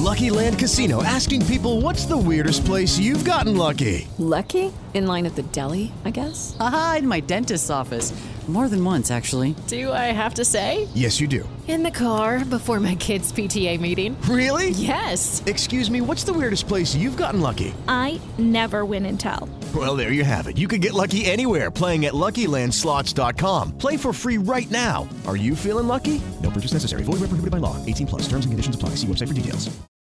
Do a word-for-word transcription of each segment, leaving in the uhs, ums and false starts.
Lucky Land Casino, asking people, what's the weirdest place you've gotten lucky? Lucky? In line at the deli, I guess? Aha, in my dentist's office. More than once, actually. Do I have to say? Yes, you do. In the car before my kids' P T A meeting. Really? Yes. Excuse me, what's the weirdest place you've gotten lucky? I never win and tell. Well, there you have it. You can get lucky anywhere, playing at Lucky Land Slots dot com. Play for free right now. Are you feeling lucky? No purchase necessary. Void where prohibited by law. eighteen plus. Terms and conditions apply. See website for details.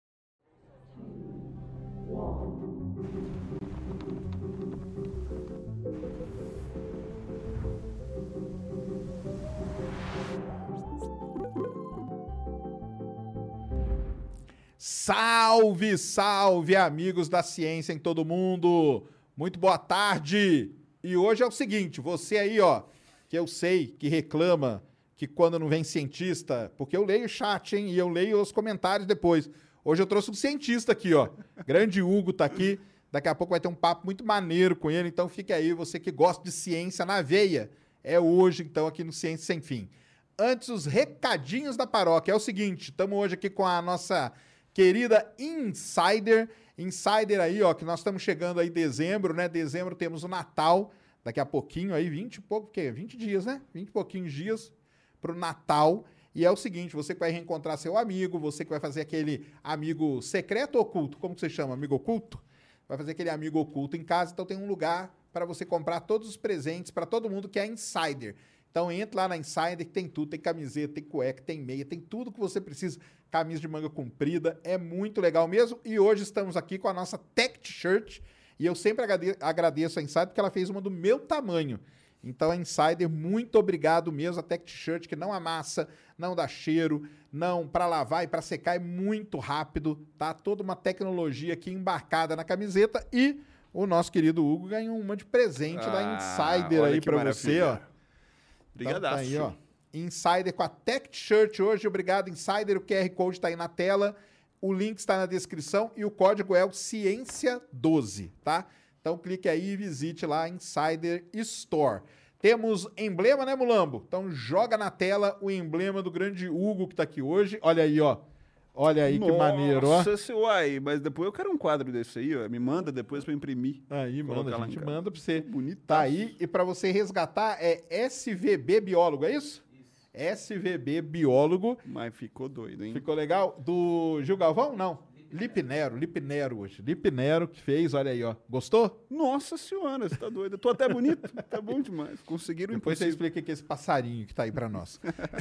Salve, salve, amigos da ciência em todo mundo. Muito boa tarde. E hoje é o seguinte, você aí, ó, que eu sei que reclama que quando não vem cientista, porque eu leio o chat, hein, e eu leio os comentários depois. Hoje eu trouxe um cientista aqui, ó. Grande Hugo tá aqui. Daqui a pouco vai ter um papo muito maneiro com ele, então fique aí, você que gosta de ciência na veia. É hoje, então, aqui no Ciência Sem Fim. Antes, os recadinhos da paróquia. É o seguinte, estamos hoje aqui com a nossa querida Insider. Insider aí, ó, que nós estamos chegando aí em dezembro, né? Dezembro temos o Natal, daqui a pouquinho aí, vinte e pouco, porque vinte dias, né? vinte e pouquinhos dias pro Natal. E é o seguinte, você que vai reencontrar seu amigo, você que vai fazer aquele amigo secreto ou oculto, como que você chama? Amigo oculto? Vai fazer aquele amigo oculto em casa, então tem um lugar para você comprar todos os presentes para todo mundo que é Insider. Então entra lá na Insider que tem tudo, tem camiseta, tem cueca, tem meia, tem tudo que você precisa, camisa de manga comprida, é muito legal mesmo. E hoje estamos aqui com a nossa Tech T-Shirt e eu sempre agradeço a Insider porque ela fez uma do meu tamanho. Então a Insider, muito obrigado mesmo, a Tech T-Shirt que não amassa, não dá cheiro, não, para lavar e para secar é muito rápido, tá? Toda uma tecnologia aqui embarcada na camiseta e o nosso querido Hugo ganhou uma de presente ah, da Insider aí para você, ó. Obrigadaço. Então, tá aí, ó. Insider com a Tech T-Shirt hoje. Obrigado, Insider. O Q R Code está aí na tela. O link está na descrição e o código é o Ciência doze, tá? Então clique aí e visite lá a Insider Store. Temos emblema, né, Mulambo? Então joga na tela o emblema do grande Hugo que está aqui hoje. Olha aí, ó. Olha aí Nossa, que maneiro, ó. Nossa, uai, mas depois eu quero um quadro desse aí, ó. Me manda depois pra eu imprimir. Aí, manda, a gente manda pra você. Bonito. Tá aí, e pra você resgatar é S V B Biólogo, é isso? Isso. S V B Biólogo. Mas ficou doido, hein? Ficou legal? Do Gil Galvão? Não. Lipnero, Lipnero hoje. Lipnero que fez, olha aí, ó. Gostou? Nossa senhora, você tá doido. Eu tô até bonito. Tá bom demais. Conseguiram Depois você explica o que é esse passarinho que tá aí pra nós.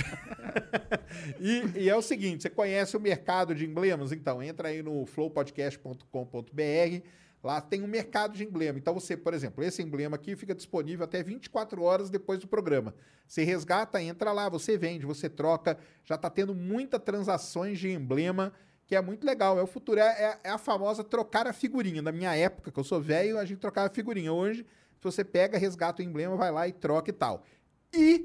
e, e é o seguinte, você conhece o mercado de emblemas? Então, entra aí no flow podcast ponto com ponto b r. Lá tem um mercado de emblema. Então, você, por exemplo, esse emblema aqui fica disponível até vinte e quatro horas depois do programa. Você resgata, entra lá, você vende, você troca. Já tá tendo muitas transações de emblema, que é muito legal. É o futuro, é, é a famosa trocar a figurinha. Na minha época, que eu sou velho, a gente trocava a figurinha. Hoje, se você pega, resgata o emblema, vai lá e troca e tal. E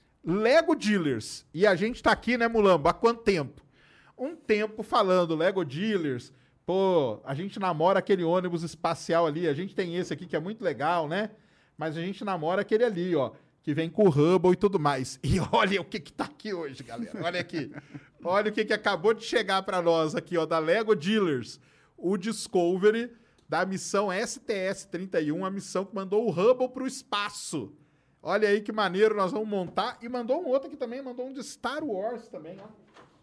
Lego Dealers. E a gente tá aqui, né, Mulambo? Há quanto tempo? Um tempo falando Lego Dealers. Pô, a gente namora aquele ônibus espacial ali. A gente tem esse aqui que é muito legal, né? Mas a gente namora aquele ali, ó, que vem com o Hubble e tudo mais. E olha o que que tá aqui hoje, galera. Olha aqui. Olha o que que acabou de chegar para nós aqui, ó, da Lego Dealers. O Discovery da missão S T S trinta e um, a missão que mandou o Hubble para o espaço. Olha aí que maneiro, nós vamos montar. E mandou um outro aqui também, mandou um de Star Wars também, ó.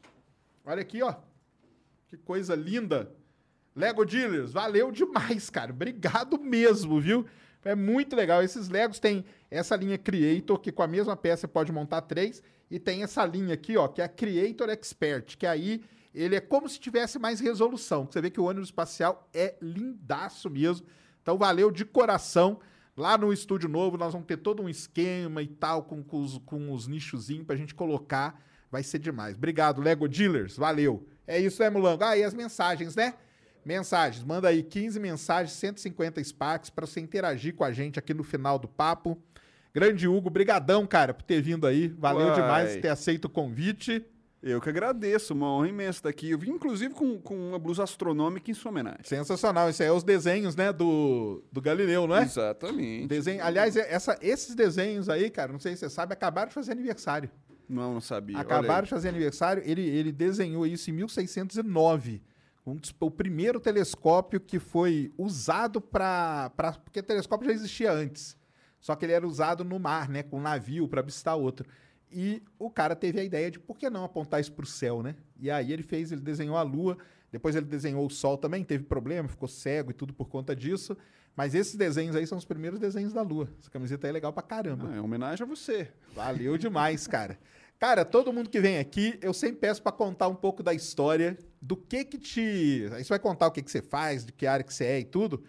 Olha aqui, ó. Que coisa linda. Lego Dealers, valeu demais, cara. Obrigado mesmo, viu? É muito legal. Esses Legos têm essa linha Creator, que com a mesma peça você pode montar três, e tem essa linha aqui, ó, que é a Creator Expert, que aí ele é como se tivesse mais resolução. Você vê que o ônibus espacial é lindaço mesmo. Então, valeu de coração. Lá no estúdio novo, nós vamos ter todo um esquema e tal, com, com os, com os nichozinhos pra gente colocar. Vai ser demais. Obrigado, Lego Dealers. Valeu. É isso, né, Mulango? Ah, e as mensagens, né? Mensagens, manda aí quinze mensagens, cento e cinquenta Sparks para você interagir com a gente aqui no final do papo. Grande Hugo, brigadão, cara, por ter vindo aí. Valeu Uai. demais ter aceito o convite. Eu que agradeço, uma honra imensa estar aqui. Eu vim, inclusive, com, com uma blusa astronômica em sua homenagem. Sensacional. Isso aí é os desenhos, né, do, do Galileu, não é? Exatamente. Desenho, aliás, essa, esses desenhos aí, cara, não sei se você sabe, acabaram de fazer aniversário. Não, não sabia. Acabaram de fazer aniversário. Ele, ele desenhou isso em mil seiscentos e nove. Um dos, o primeiro telescópio que foi usado para... Porque telescópio já existia antes. Só que ele era usado no mar, né? Com navio para avistar outro. E o cara teve a ideia de por que não apontar isso para o céu, né? E aí ele fez, ele desenhou a Lua, depois ele desenhou o Sol também, teve problema, ficou cego e tudo por conta disso. Mas esses desenhos aí são os primeiros desenhos da Lua. Essa camiseta aí é legal pra caramba. Ah, é homenagem a você. Valeu demais, cara. Cara, todo mundo que vem aqui, eu sempre peço pra contar um pouco da história, do que que te... Aí você vai contar o que que você faz, de que área que você é e tudo.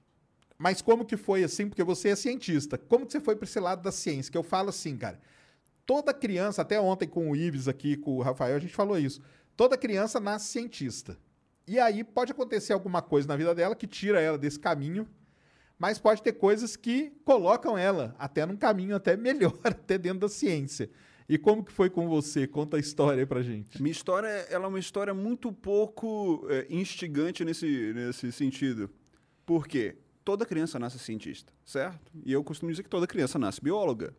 Mas como que foi assim, porque você é cientista. Como que você foi pra esse lado da ciência? Que eu falo assim, cara, toda criança, até ontem com o Ives aqui, com o Rafael, a gente falou isso. Toda criança nasce cientista. E aí pode acontecer alguma coisa na vida dela que tira ela desse caminho, mas pode ter coisas que colocam ela até num caminho até melhor, até dentro da ciência. E como que foi com você? Conta a história aí pra gente. Minha história, ela é uma história muito pouco é, instigante nesse, nesse sentido. Por quê? Toda criança nasce cientista, certo? E eu costumo dizer que toda criança nasce bióloga.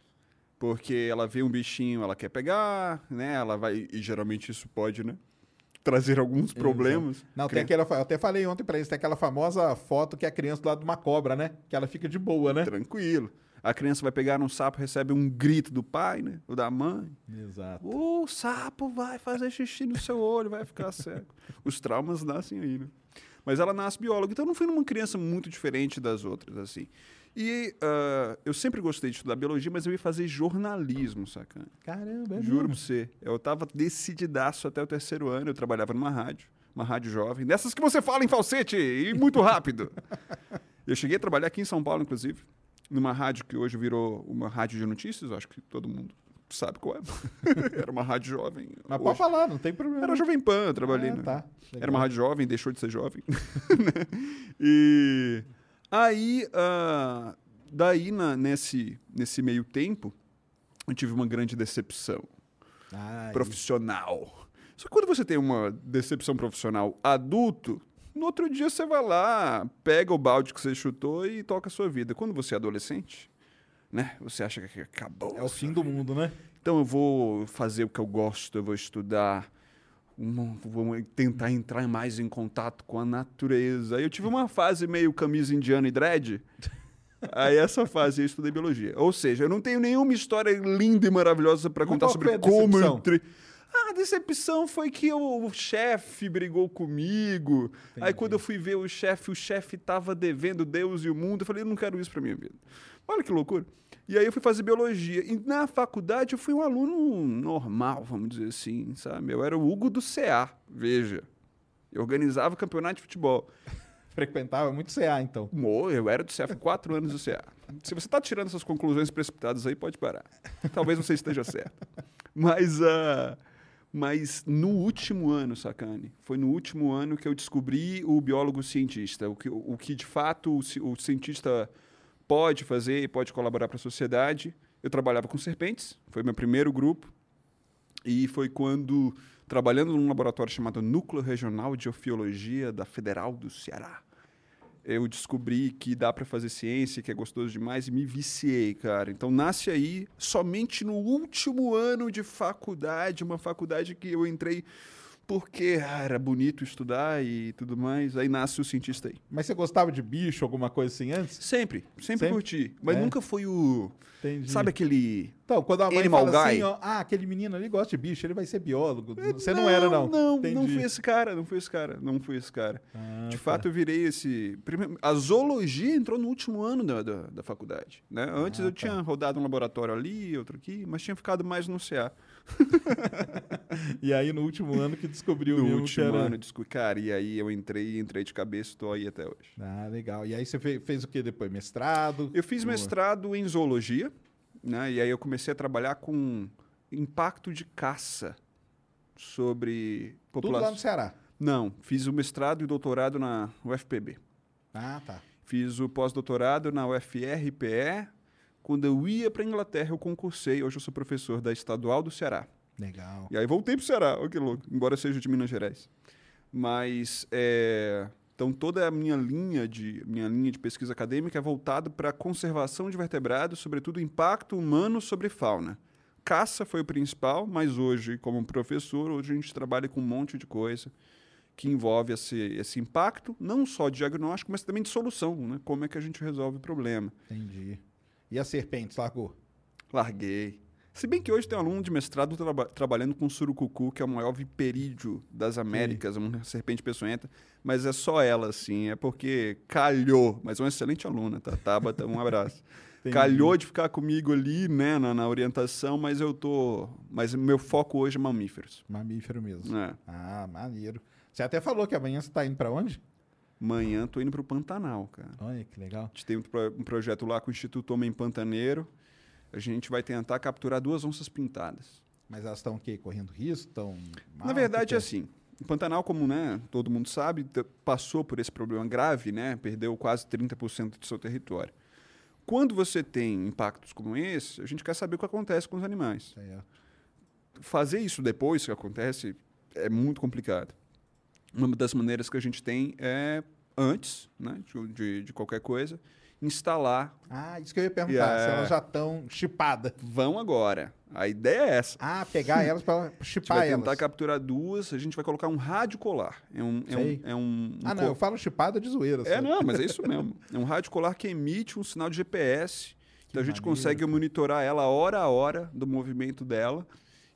Porque ela vê um bichinho, ela quer pegar, né? Ela vai, e geralmente isso pode, né, trazer alguns problemas. Exato. Não, tem aquela, eu até falei ontem pra eles, tem aquela famosa foto que é a criança do lado de uma cobra, né? Que ela fica de boa, né? Tranquilo. A criança vai pegar um sapo, recebe um grito do pai, né? Ou da mãe. Exato. O sapo vai fazer xixi no seu olho, vai ficar cego. Os traumas nascem aí, né? Mas ela nasce bióloga, então eu não fui uma criança muito diferente das outras, assim. E uh, eu sempre gostei de estudar biologia, mas eu ia fazer jornalismo, sacana? Caramba, é Juro pra mesmo? você. Eu tava decididaço até o terceiro ano, eu trabalhava numa rádio, uma rádio jovem, dessas que você fala em falsete e muito rápido. Eu cheguei a trabalhar aqui em São Paulo, inclusive, numa rádio que hoje virou uma rádio de notícias, acho que todo mundo sabe qual é. Era uma rádio jovem. Mas Hoje... pode falar, não tem problema. Era Jovem Pan, eu trabalhei. Ah, né? tá. Era uma rádio jovem, deixou de ser jovem. E aí, uh, daí na, nesse, nesse meio tempo, eu tive uma grande decepção Ai. profissional. Só que quando você tem uma decepção profissional adulto, no outro dia você vai lá, pega o balde que você chutou e toca a sua vida. Quando você é adolescente, né, você acha que acabou. É o fim do mundo, né? Então eu vou fazer o que eu gosto, eu vou estudar, um, vou tentar entrar mais em contato com a natureza. Aí eu tive uma fase meio camisa indiana e dread. Aí essa fase eu estudei biologia. Ou seja, eu não tenho nenhuma história linda e maravilhosa para contar qual sobre foi a como eu decepção? entrei. Ah, a decepção foi que o chefe brigou comigo. Aí quando eu fui ver o chefe, o chefe tava devendo Deus e o mundo. Eu falei, eu não quero isso pra minha vida. Olha que loucura. E aí eu fui fazer biologia. E na faculdade eu fui um aluno normal, vamos dizer assim, sabe? Eu era o Hugo do C A, veja. Eu organizava campeonato de futebol. Frequentava muito C A, então. Mo, eu era do C A, fui quatro anos do C A. Se você está tirando essas conclusões precipitadas aí, pode parar. Talvez você esteja certo. Mas, uh, mas no último ano, Sacane, foi no último ano que eu descobri o biólogo cientista. O que, o que de fato, o, o cientista pode fazer e pode colaborar para a sociedade. Eu trabalhava com serpentes, foi meu primeiro grupo. E foi quando, trabalhando num laboratório chamado Núcleo Regional de Ofiologia da Federal do Ceará, eu descobri que dá para fazer ciência, que é gostoso demais, e me viciei, cara. Então, nasce aí, somente no último ano de faculdade, uma faculdade que eu entrei porque ah, era bonito estudar e tudo mais, aí nasce o cientista aí. Mas você gostava de bicho, alguma coisa assim antes? Sempre, sempre, Sempre? curti. Mas É? nunca foi o... Entendi. Sabe aquele... Então, quando a mãe Animal fala Guy? assim, ó, ah, aquele menino ali gosta de bicho, ele vai ser biólogo. Você não, era, não? Não, Entendi. não fui esse cara, não fui esse cara, não fui esse cara. Ah, de tá. fato, eu virei esse... Primeiro, a zoologia entrou no último ano da, da, da faculdade, né? Antes Ah, eu tá. tinha rodado um laboratório ali, outro aqui, mas tinha ficado mais no C A. E aí, no último ano que descobriu No mesmo último que era... ano, desculpa, cara, e aí eu entrei, entrei de cabeça, estou aí até hoje. Ah, legal. E aí você fe- fez o que depois? Mestrado? Eu fiz Boa. mestrado em zoologia, né? E aí eu comecei a trabalhar com impacto de caça sobre Tudo lá população. no Ceará? Não, fiz o mestrado e doutorado na U F P B. Ah, tá. Fiz o pós-doutorado na U F R P E. Quando eu ia para a Inglaterra, eu concursei. Hoje eu sou professor da Estadual do Ceará. Legal. E aí voltei para o Ceará, olha que louco, embora seja de Minas Gerais. Mas, é, então, toda a minha linha de, minha linha de pesquisa acadêmica é voltada para a conservação de vertebrados, sobretudo impacto humano sobre fauna. Caça foi o principal, mas hoje, como professor, hoje a gente trabalha com um monte de coisa que envolve esse, esse impacto, não só de diagnóstico, mas também de solução, né? Como é que a gente resolve o problema. Entendi. E as serpentes, largou? Larguei. Se bem que hoje tem um aluno de mestrado traba trabalhando com surucucu, que é o maior viperídeo das Américas, uma serpente peçonhenta, mas é só ela, assim, é porque calhou, mas é uma excelente aluna, tá? Tabata, um abraço. Calhou de ficar comigo ali, né, na, na orientação, mas eu tô... Mas meu foco hoje é mamíferos. Mamífero mesmo. É. Ah, maneiro. Você até falou que amanhã você tá indo pra onde? Amanhã tô indo pro Pantanal, cara. Olha, que legal. A gente tem um, pro um projeto lá com o Instituto Homem Pantaneiro. A gente vai tentar capturar duas onças pintadas. Mas elas estão o quê? Correndo risco? Estão Na verdade, é assim. O Pantanal, como, né, todo mundo sabe, passou por esse problema grave, né? Perdeu quase trinta por cento do seu território. Quando você tem impactos como esse, a gente quer saber o que acontece com os animais. É. Fazer isso depois que acontece é muito complicado. Uma das maneiras que a gente tem é, antes, né, de, de, de qualquer coisa, instalar... Ah, isso que eu ia perguntar, Yeah. se elas já estão chipadas. Vão agora. A ideia é essa. Ah, pegar elas para A gente chipar vai tentar elas. capturar duas, a gente vai colocar um rádio colar. É um, é Sei. um, é um, um Ah, não, co- eu falo chipada de zoeira. É, só. não, mas é isso mesmo. É um rádio colar que emite um sinal de G P S. Então a gente maneiro, consegue cara. monitorar ela hora a hora do movimento dela.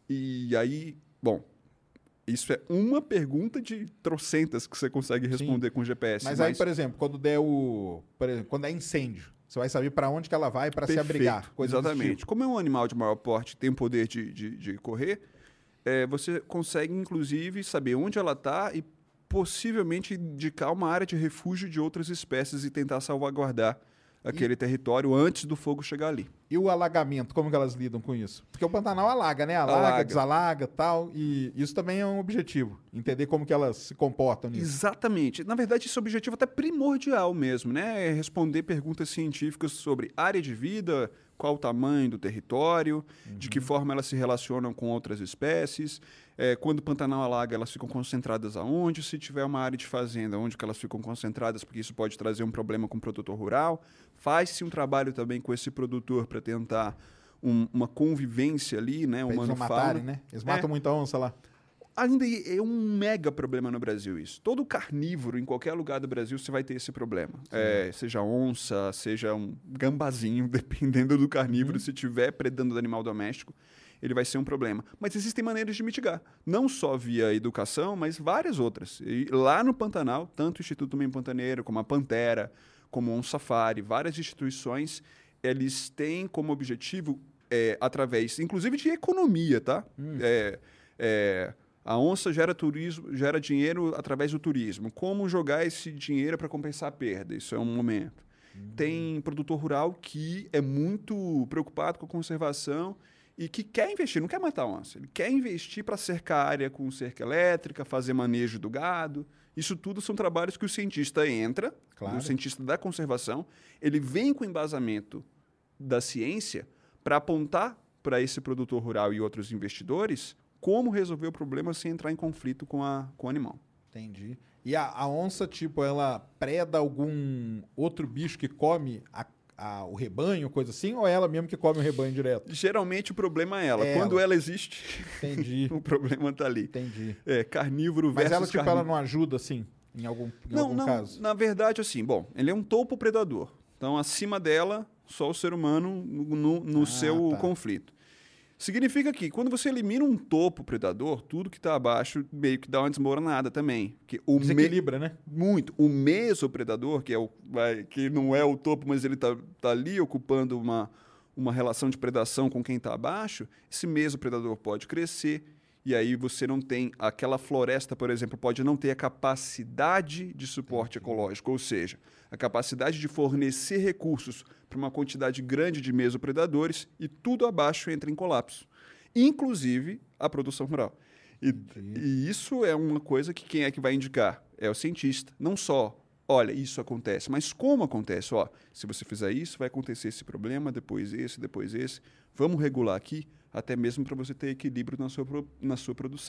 E aí, bom, isso é uma pergunta de trocentas que você consegue responder com G P S. Mas aí, por exemplo, quando der o... Por exemplo, quando é incêndio, você vai saber para onde que ela vai para se Perfeito, abrigar. Coisa do exatamente. tipo. Como é um animal de maior porte, tem o poder de, de, de correr, é, você consegue, inclusive, saber onde ela está e possivelmente indicar uma área de refúgio de outras espécies e tentar salvaguardar aquele território antes do fogo chegar ali. E o alagamento, como que elas lidam com isso? Porque o Pantanal alaga, né? Alaga, Alaga. desalaga e tal. E isso também é um objetivo. Entender como que elas se comportam nisso. Exatamente. Na verdade, esse é um objetivo até primordial mesmo, né? É responder perguntas científicas sobre área de vida, qual o tamanho do território, de que forma elas se relacionam com outras espécies. É, quando o Pantanal alaga, elas ficam concentradas aonde? Se tiver uma área de fazenda, onde que elas ficam concentradas, porque isso pode trazer um problema com o produtor rural. Faz-se um trabalho também com esse produtor para tentar um, uma convivência ali, né? Pra eles não humano-fauna. matarem, né? Eles matam É. muita onça lá. Ainda é um mega problema no Brasil isso. Todo carnívoro, em qualquer lugar do Brasil, você vai ter esse problema. É, seja onça, seja um gambazinho, dependendo do carnívoro, se estiver predando do animal doméstico, ele vai ser um problema. Mas existem maneiras de mitigar. Não só via educação, mas várias outras. E lá no Pantanal, tanto o Instituto Homem Pantaneiro, como a Pantera, como o Safari, várias instituições, eles têm como objetivo, é, através, inclusive de economia, tá? É, é, a onça gera turismo, gera dinheiro através do turismo. Como jogar esse dinheiro para compensar a perda? Isso é um momento. Tem produtor rural que é muito preocupado com a conservação e que quer investir, não quer matar a onça. Ele quer investir para cercar a área com cerca elétrica, fazer manejo do gado. Isso tudo são trabalhos que o cientista entra, Claro. o cientista da conservação, ele vem com o embasamento da ciência para apontar para esse produtor rural e outros investidores como resolver o problema sem entrar em conflito com, a, com o animal. Entendi. E a, a onça, tipo, ela preda algum outro bicho que come a, a, o rebanho, coisa assim? Ou é ela mesmo que come o rebanho direto? Geralmente o problema é ela. É Quando ela. ela existe, Entendi. o problema está ali. Entendi. É, carnívoro Mas versus ela, tipo, ela carnívoro. não ajuda, assim, em algum, em Não, algum não, caso? na verdade, assim, bom, ele é um topo predador. Então, acima dela, só o ser humano no, no- no Ah, seu tá. conflito. Significa que, quando você elimina um topo predador, tudo que está abaixo meio que dá uma desmoronada também. Que o me- Desequilibra, né? Muito. O mesopredador, que, é o, vai, que não é o topo, mas ele está tá ali ocupando uma, uma relação de predação com quem está abaixo, esse mesopredador pode crescer, e aí você não tem... Aquela floresta, por exemplo, pode não ter a capacidade de suporte ecológico, ou seja, a capacidade de fornecer recursos para uma quantidade grande de mesopredadores, e tudo abaixo entra em colapso. Inclusive a produção rural. E, e isso é uma coisa que quem é que vai indicar? É o cientista. Não só, olha, isso acontece, mas como acontece? Ó, se você fizer isso, vai acontecer esse problema, depois esse, depois esse. Vamos regular aqui, até mesmo para você ter equilíbrio na sua, pro- na sua produção.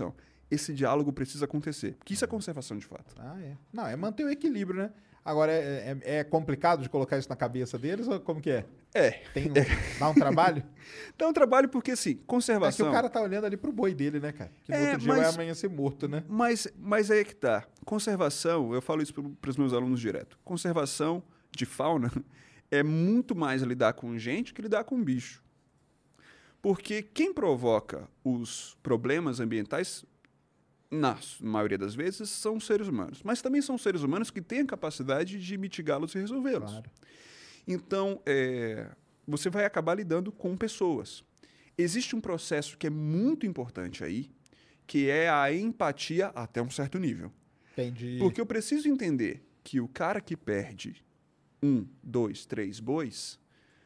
esse diálogo precisa acontecer. Porque isso é conservação de fato. Ah, é. Não, é manter o equilíbrio, né? Agora, é, é, é complicado de colocar isso na cabeça deles ou como que é? É. Tem um, dá um trabalho? Dá um trabalho porque, assim, É que conservação... o cara tá olhando ali pro boi dele, né, cara? Que no É, outro dia mas- vai amanhecer morto, né? Mas, mas aí é que tá. Conservação, eu falo isso para os meus alunos direto. Conservação de fauna é muito mais lidar com gente que lidar com bicho. Porque quem provoca os problemas ambientais, na maioria das vezes, são os seres humanos. Mas também são seres humanos que têm a capacidade de mitigá-los e resolvê-los. Claro. Então, é, você vai acabar lidando com pessoas. Existe um processo que é muito importante aí, que é a empatia até um certo nível. Entendi. Porque eu preciso entender que o cara que perde um, dois, três bois,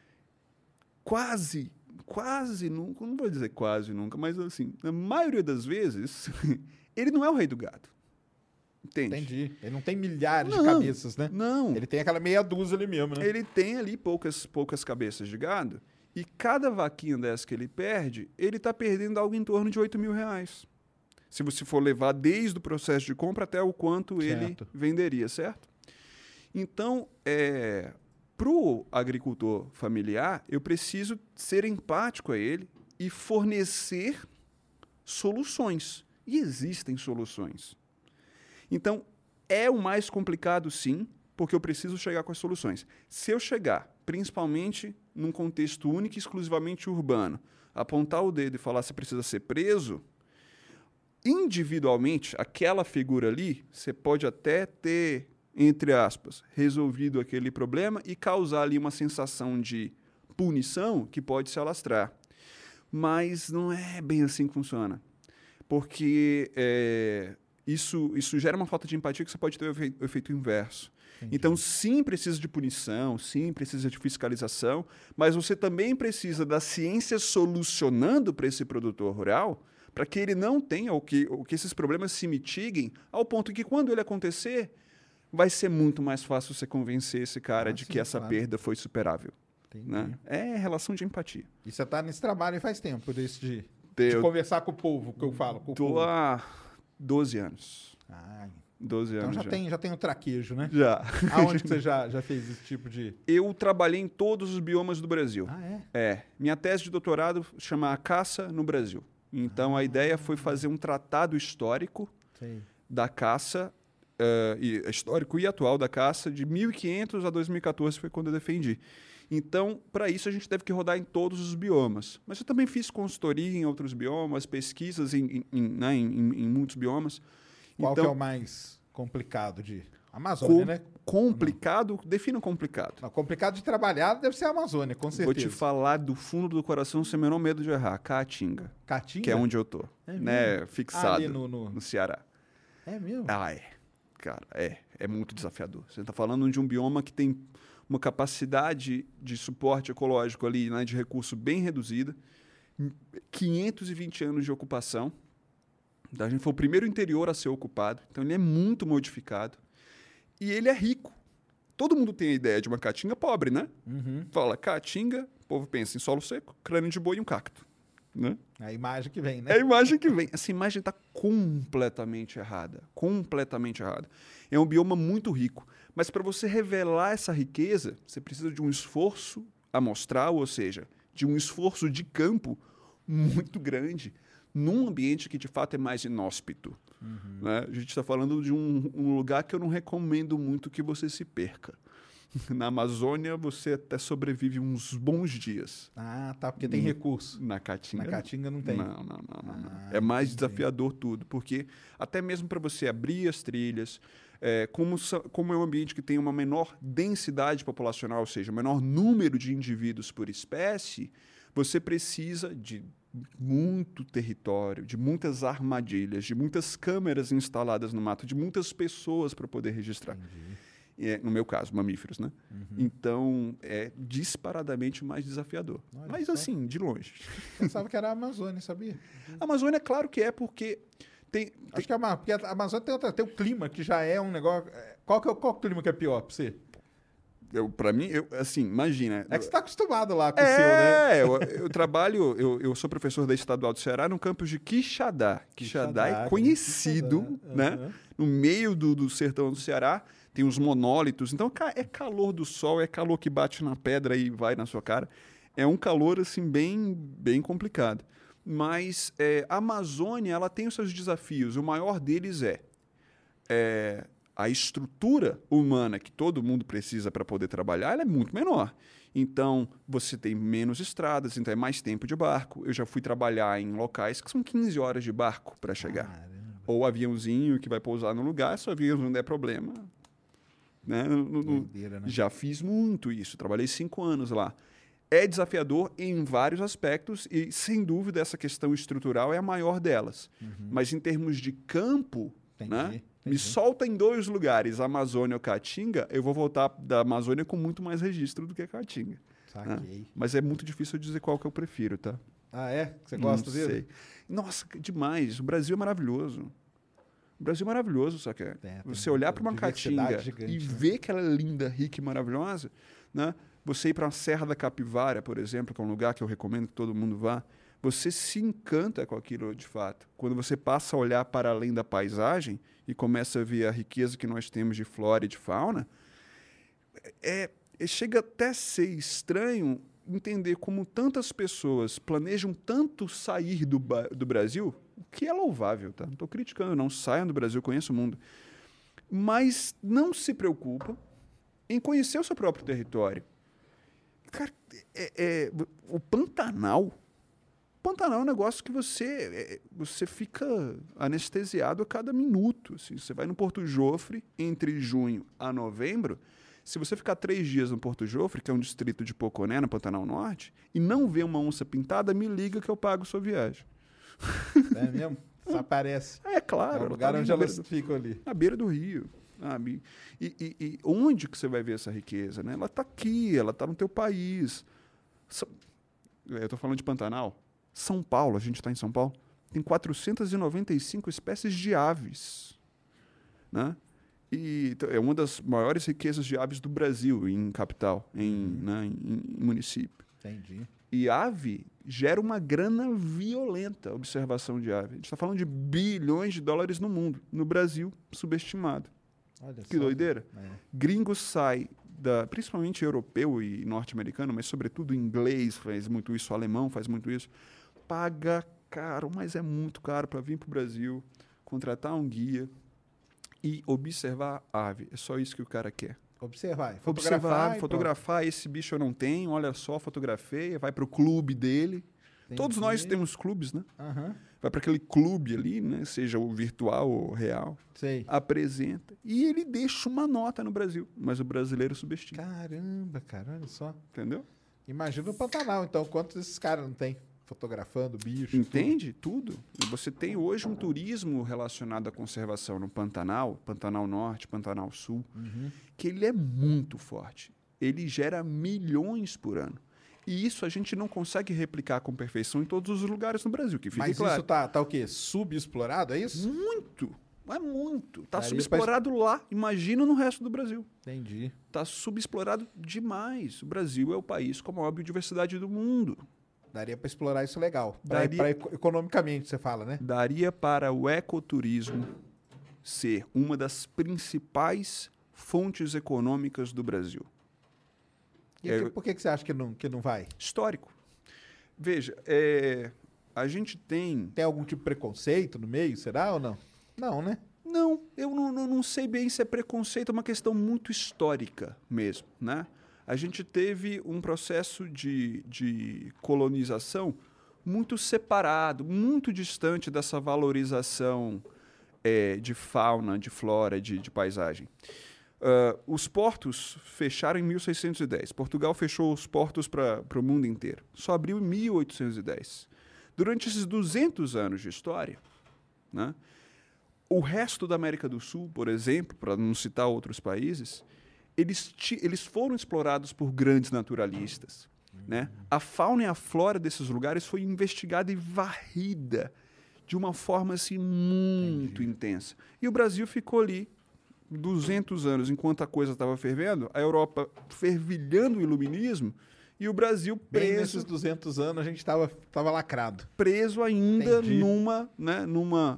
quase, quase nunca, não vou dizer quase nunca, mas assim, na maioria das vezes, ele não é o rei do gado. Entende? Entendi. Ele não tem milhares de Não, cabeças, né? Não. Ele tem aquela meia dúzia ali mesmo, né? Ele tem ali poucas, poucas cabeças de gado e cada vaquinha dessa que ele perde, ele está perdendo algo em torno de oito mil reais. Se você for levar desde o processo de compra até o quanto ele Certo. venderia, certo? Então, é, para o agricultor familiar, eu preciso ser empático a ele e fornecer soluções. E existem soluções. Então, é o mais complicado, sim, porque eu preciso chegar com as soluções. Se eu chegar, principalmente num contexto único e exclusivamente urbano, apontar o dedo e falar se precisa ser preso, individualmente, aquela figura ali, você pode até ter, entre aspas, resolvido aquele problema e causar ali uma sensação de punição que pode se alastrar. Mas não é bem assim que funciona. Porque é, isso, isso gera uma falta de empatia que você pode ter o efeito, o efeito inverso. Entendi. Então, sim, precisa de punição, sim, precisa de fiscalização, mas você também precisa da ciência solucionando para esse produtor rural para que ele não tenha, ou que, ou que esses problemas se mitiguem, ao ponto que, quando ele acontecer, vai ser muito mais fácil você convencer esse cara Ah, de sim, que essa claro. perda foi superável. Entendi. Né? É relação de empatia. E você tá nesse trabalho faz tempo, desse de, de Eu conversar com o povo, que eu falo. Com o Estou povo. há doze anos. Ah, doze então anos já, já. tem, já tem o traquejo, né? Já. Aonde que você já, já fez esse tipo de... Eu trabalhei em todos os biomas do Brasil. Ah, é? É. Minha tese de doutorado chama A Caça no Brasil. Então, a ideia foi fazer um tratado histórico Sei. da caça, eh, e, histórico e atual da caça, de mil e quinhentos a dois mil e quatorze, foi quando eu defendi. Então, para isso, a gente teve que rodar em todos os biomas. Mas eu também fiz consultoria em outros biomas, pesquisas em, em, em, né, em, em muitos biomas. Qual então, que é o mais complicado de... Amazônia, com- né? complicado, defina complicado. Não, complicado de trabalhar deve ser a Amazônia, com certeza. Vou te falar do fundo do coração sem o menor medo de errar. Caatinga, Caatinga? que é onde eu tô, É né, mesmo? fixado Ali no- no- no Ceará. É mesmo? Ah, é. Cara, é. É muito desafiador. Você está falando de um bioma que tem uma capacidade de suporte ecológico ali, né, de recurso bem reduzida, quinhentos e vinte anos de ocupação. A gente foi o primeiro interior a ser ocupado, então ele é muito modificado. E ele é rico. Todo mundo tem a ideia de uma caatinga pobre, né? Uhum. Fala caatinga, o povo pensa em solo seco, crânio de boi e um cacto. Né? A imagem que vem, É né? a imagem que vem. Essa imagem está completamente errada. Completamente errada. É um bioma muito rico. Mas para você revelar essa riqueza, você precisa de um esforço amostral, ou seja, de um esforço de campo muito grande, num ambiente que de fato é mais inóspito. Uhum. Né? A gente está falando de um, um lugar que eu não recomendo muito que você se perca. Na Amazônia, você até sobrevive uns bons dias. Ah, tá, porque tem recurso. Na Caatinga. Na Caatinga não tem. Não, não, não. não, não. Ah, é mais entendi. desafiador tudo, porque até mesmo para você abrir as trilhas, é, como, sa- como é um ambiente que tem uma menor densidade populacional, ou seja, menor número de indivíduos por espécie, você precisa de muito território, de muitas armadilhas, de muitas câmeras instaladas no mato, de muitas pessoas para poder registrar. Entendi. É, no meu caso, mamíferos, né? Uhum. Então, é disparadamente mais desafiador. Olha Mas, só. assim, de longe. Pensava que era a Amazônia, sabia? A Amazônia, claro que é, porque tem... tem- Acho que a, Ama- porque a Amazônia tem, outra, tem o clima, que já é um negócio... é, Qual que é o, qual que é o clima que é pior pra você? Eu, pra mim, eu, assim, imagina. É que você tá acostumado lá com o seu, né? É, eu, eu trabalho, eu, eu sou professor da Estadual do Ceará no campus de Quixadá. Quixadá é conhecido, Quixadá, né? uhum. No meio do, do sertão do Ceará, tem os monólitos. Então, ca- é calor do sol, é calor que bate na pedra e vai na sua cara. É um calor, assim, bem, bem complicado. Mas é, a Amazônia, ela tem os seus desafios. O maior deles é, é a estrutura humana que todo mundo precisa para poder trabalhar, ela é muito menor. Então, você tem menos estradas, então é mais tempo de barco. Eu já fui trabalhar em locais que são quinze horas de barco para chegar. Caramba. Ou aviãozinho que vai pousar no lugar, se o avião não der problema. Né? No- no- no- Doideira, né? Já fiz muito isso, trabalhei cinco anos lá. É desafiador em vários aspectos e, sem dúvida, essa questão estrutural é a maior delas. Mas em termos de campo, Entendi, né? entendi. Me solta em dois lugares, Amazônia ou Caatinga, eu vou voltar da Amazônia com muito mais registro do que a Caatinga. né? Saquei. Mas é muito difícil eu dizer qual que eu prefiro, tá? Ah, é? Você gosta Não dele? sei. Nossa, demais. O Brasil é maravilhoso. O Brasil é maravilhoso, só que é. tem Você olhar para uma diversidade Caatinga gigante, e né? ver que ela é linda, rica e maravilhosa, né? Você ir para a Serra da Capivara, por exemplo, que é um lugar que eu recomendo que todo mundo vá, você se encanta com aquilo de fato. Quando você passa a olhar para além da paisagem e começa a ver a riqueza que nós temos de flora e de fauna, é, é- chega até a ser estranho entender como tantas pessoas planejam tanto sair do, ba- do Brasil, o que é louvável, tá? Não estou criticando, não. Saiam do Brasil, conheçam o mundo. Mas não se preocupam em conhecer o seu próprio território. Cara, é- é- o Pantanal... Pantanal é um negócio que você, é, você fica anestesiado a cada minuto. Assim. Você vai no Porto Jofre entre junho a novembro. Se você ficar três dias no Porto Jofre, que é um distrito de Poconé, no Pantanal Norte, e não ver uma onça pintada, me liga que eu pago sua viagem. É mesmo? Só aparece. É claro. É o ela lugar tá ali onde na elas beira do- ficam ali. na beira do rio. Sabe? E, e- e onde que você vai ver essa riqueza? Né? Ela está aqui, ela está no teu país. Sa- Eu estou falando de Pantanal. São Paulo, a gente está em São Paulo, tem quatrocentas e noventa e cinco espécies de aves. Né? E t- é uma das maiores riquezas de aves do Brasil, em capital, em, né, em- em município. Entendi. E ave gera uma grana violenta, a observação de ave. A gente está falando de bilhões de dólares no mundo. No Brasil, subestimado. Olha Que só. doideira. É. Gringo sai, da, principalmente europeu e norte-americano, mas sobretudo inglês faz muito isso, alemão faz muito isso, paga caro, mas é muito caro para vir para o Brasil, contratar um guia e observar a ave. É só isso que o cara quer. Observar. Fotografar. Observar, e fotografar, esse bicho eu não tenho, olha só, fotografei, vai para o clube dele. pronto. Todos nós Entendi. temos clubes, né? Aham. Vai para aquele clube ali, né? Seja o virtual ou o real, Sei. apresenta e ele deixa uma nota no Brasil, mas o brasileiro subestima, Caramba, cara, olha só. entendeu? Imagina o Pantanal, então, quantos esses caras não tem? Fotografando bicho. Entende? Tudo. E você tem hoje um turismo relacionado à conservação no Pantanal, Pantanal Norte, Pantanal Sul, que ele é muito forte. Ele gera milhões por ano. E isso a gente não consegue replicar com perfeição em todos os lugares no Brasil, que fique Mas claro. isso tá, tá o quê? Subexplorado, é isso? Muito, é muito. Está Daria subexplorado lá. Imagina no resto do Brasil. Entendi. Está subexplorado demais. O Brasil é o país com a maior biodiversidade do mundo. Daria para explorar isso legal. Pra, Daria- pra eco- economicamente, você fala, né? Daria para o ecoturismo ser uma das principais fontes econômicas do Brasil. E É, que- por que, que você acha que não, que não vai? Histórico. Veja, é, a gente tem... Tem algum tipo de preconceito no meio, será ou não? Não, né? Não, eu não, não, não sei bem se é preconceito, é uma questão muito histórica mesmo, né? A gente teve um processo de, de colonização muito separado, muito distante dessa valorização é, de fauna, de flora, de, de paisagem. Ah, os portos fecharam em mil seiscentos e dez. Portugal fechou os portos para o mundo inteiro. Só abriu em mil oitocentos e dez. Durante esses duzentos anos de história, né, o resto da América do Sul, por exemplo, para não citar outros países, eles, ti- eles foram explorados por grandes naturalistas. Né? A fauna e a flora desses lugares foi investigada e varrida de uma forma assim, muito intensa. E o Brasil ficou ali, duzentos anos, enquanto a coisa estava fervendo, a Europa fervilhando o iluminismo e o Brasil Bem preso, nesses duzentos anos a gente tava, tava lacrado. preso ainda Entendi. numa, né, numa,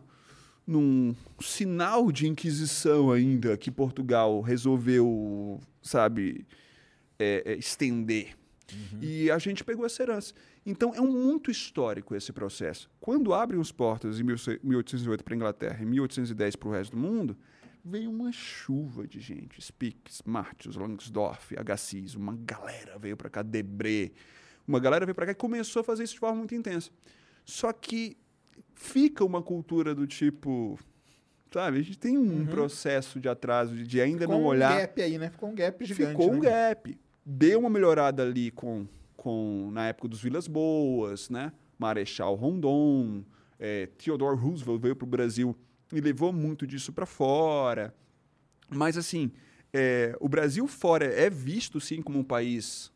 num sinal de inquisição ainda que Portugal resolveu, sabe, é, é, estender. Uhum. E a gente pegou essa herança. Então, é um muito histórico esse processo. Quando abrem os portos em mil oitocentos e oito para a Inglaterra e mil oitocentos e dez para o resto do mundo, veio uma chuva de gente. Spix, Martius, Langsdorff, Agassiz, uma galera veio para cá, Debré. Uma galera veio para cá e começou a fazer isso de forma muito intensa. Só que fica uma cultura do tipo... Sabe, a gente tem um uhum. processo de atraso, de, de ainda Ficou não um olhar... Ficou um gap aí, né? Ficou um gap gigante. Ficou um né? gap. Deu uma melhorada ali com, com, na época dos Vilas Boas, né? Marechal Rondon, é, Theodore Roosevelt veio para o Brasil e levou muito disso para fora. Mas, assim, é, o Brasil fora é visto, sim, como um país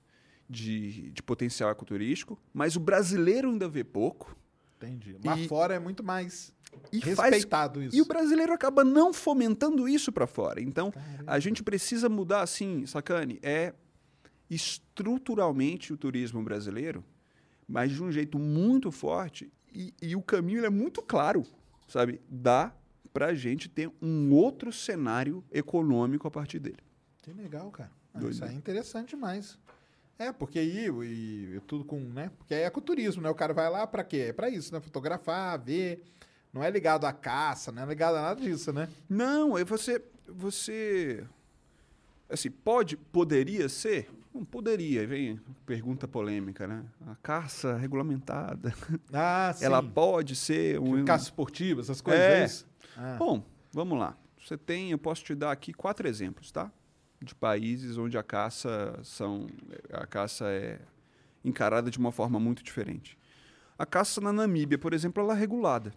de, de potencial ecoturístico, mas o brasileiro ainda vê pouco. Entendi. Lá E- fora é muito mais E respeitado faz, isso. E o brasileiro acaba não fomentando isso para fora. Então, a gente precisa mudar, assim, sacane, é estruturalmente o turismo brasileiro, mas de um jeito muito forte, e, e o caminho ele é muito claro, sabe? Dá para a gente ter um outro cenário econômico a partir dele. Que legal, cara. Ah, Doido, isso aí né? é interessante demais. É, porque aí, e, e tudo com, né? Porque é ecoturismo, né? O cara vai lá pra quê? É pra isso, né? Fotografar, ver. Não é ligado à caça, não é ligado a nada disso, né? Não, é você, você, assim, pode, poderia ser? Não poderia, vem pergunta polêmica, né? A caça regulamentada, Ah, sim. ela pode ser um... Tipo, caça esportiva, essas coisas. É. É isso? Ah. Bom, vamos lá. Você tem, eu posso te dar aqui quatro exemplos, tá? De países onde a caça são, a caça é encarada de uma forma muito diferente. A caça na Namíbia, por exemplo, ela é regulada,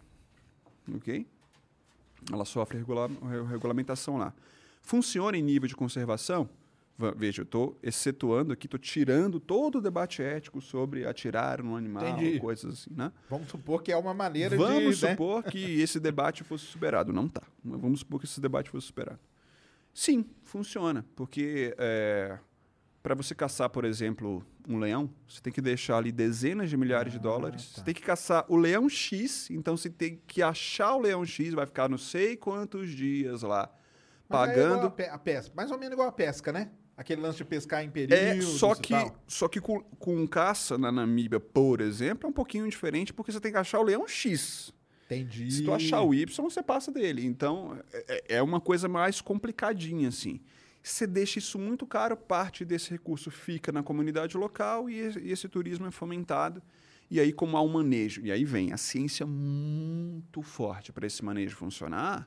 ok? Ela sofre regula regulamentação lá. Funciona em nível de conservação? Va- Veja, eu estou excetuando aqui, estou tirando todo o debate ético sobre atirar no animal, Entendi. coisas assim, né? Vamos supor que é uma maneira Vamos de... né? supor que esse debate fosse superado. Não está. Vamos supor que esse debate fosse superado. Sim, funciona. Porque é, para você caçar, por exemplo, um leão, você tem que deixar ali dezenas de milhares de dólares. tá. Você tem que caçar o leão X, então você tem que achar o leão X, vai ficar não sei quantos dias lá, Mas é igual pagando. a, pe- a pesca. Mais ou menos igual a pesca, né? Aquele lance de pescar em períodos É, só e que, tal. só que com, com caça na Namíbia, por exemplo, é um pouquinho diferente, porque você tem que achar o leão X. Entendi. Se tu achar o Y, você passa dele. Então, é, é uma coisa mais complicadinha, assim. Você deixa isso muito caro, parte desse recurso fica na comunidade local e esse, e esse turismo é fomentado. E aí, como há um manejo, e aí vem a ciência muito forte para esse manejo funcionar,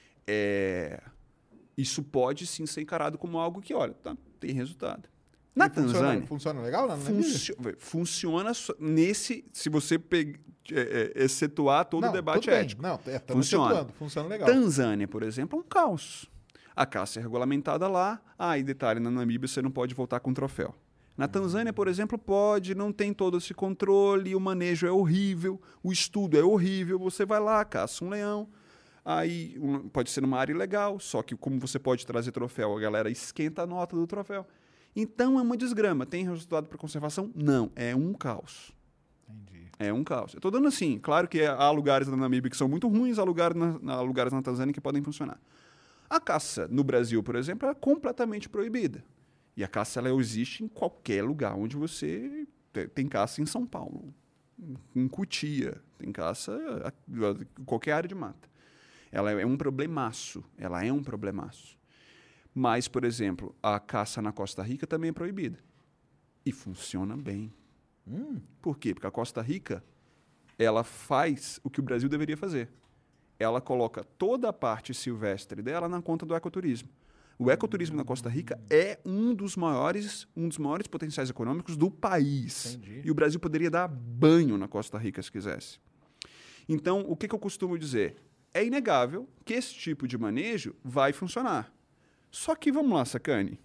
é, isso pode sim ser encarado como algo que, olha, tá, tem resultado. Na E funciona- Tanzânia, Funciona legal? Na Namíbia? Funcio- funciona só- nesse, se você pe- é, é, excetuar todo Não, o debate tudo bem. ético. Não, é, estamos Funciona. excetuando, funciona legal. Tanzânia, por exemplo, é um caos. A caça é regulamentada lá. Ah, e detalhe, na Namíbia você não pode voltar com troféu. Na Tanzânia, por exemplo, pode, não tem todo esse controle, o manejo é horrível, o estudo é horrível, você vai lá, caça um leão, aí um- pode ser numa área ilegal, só que como você pode trazer troféu, a galera esquenta a nota do troféu. Então é uma desgrama. Tem resultado para conservação? Não, é um caos. Entendi. É um caos. Eu estou dando assim, claro que há lugares na Namíbia que são muito ruins, há lugares na, há lugares na Tanzânia que podem funcionar. A caça no Brasil, por exemplo, é completamente proibida. E a caça ela existe em qualquer lugar onde você... te- Tem caça em São Paulo, em Cotia, tem caça em qualquer área de mata. Ela é um problemaço, ela é um problemaço. Mas, por exemplo, a caça na Costa Rica também é proibida. E funciona bem. Hum, Por quê? Porque a Costa Rica, ela faz o que o Brasil deveria fazer. Ela coloca toda a parte silvestre dela na conta do ecoturismo. O ecoturismo na Costa Rica é um dos maiores, um dos maiores potenciais econômicos do país. Entendi. E o Brasil poderia dar banho na Costa Rica se quisesse. Então, o que, que eu costumo dizer? É inegável que esse tipo de manejo vai funcionar. Só que, vamos lá, Sacane.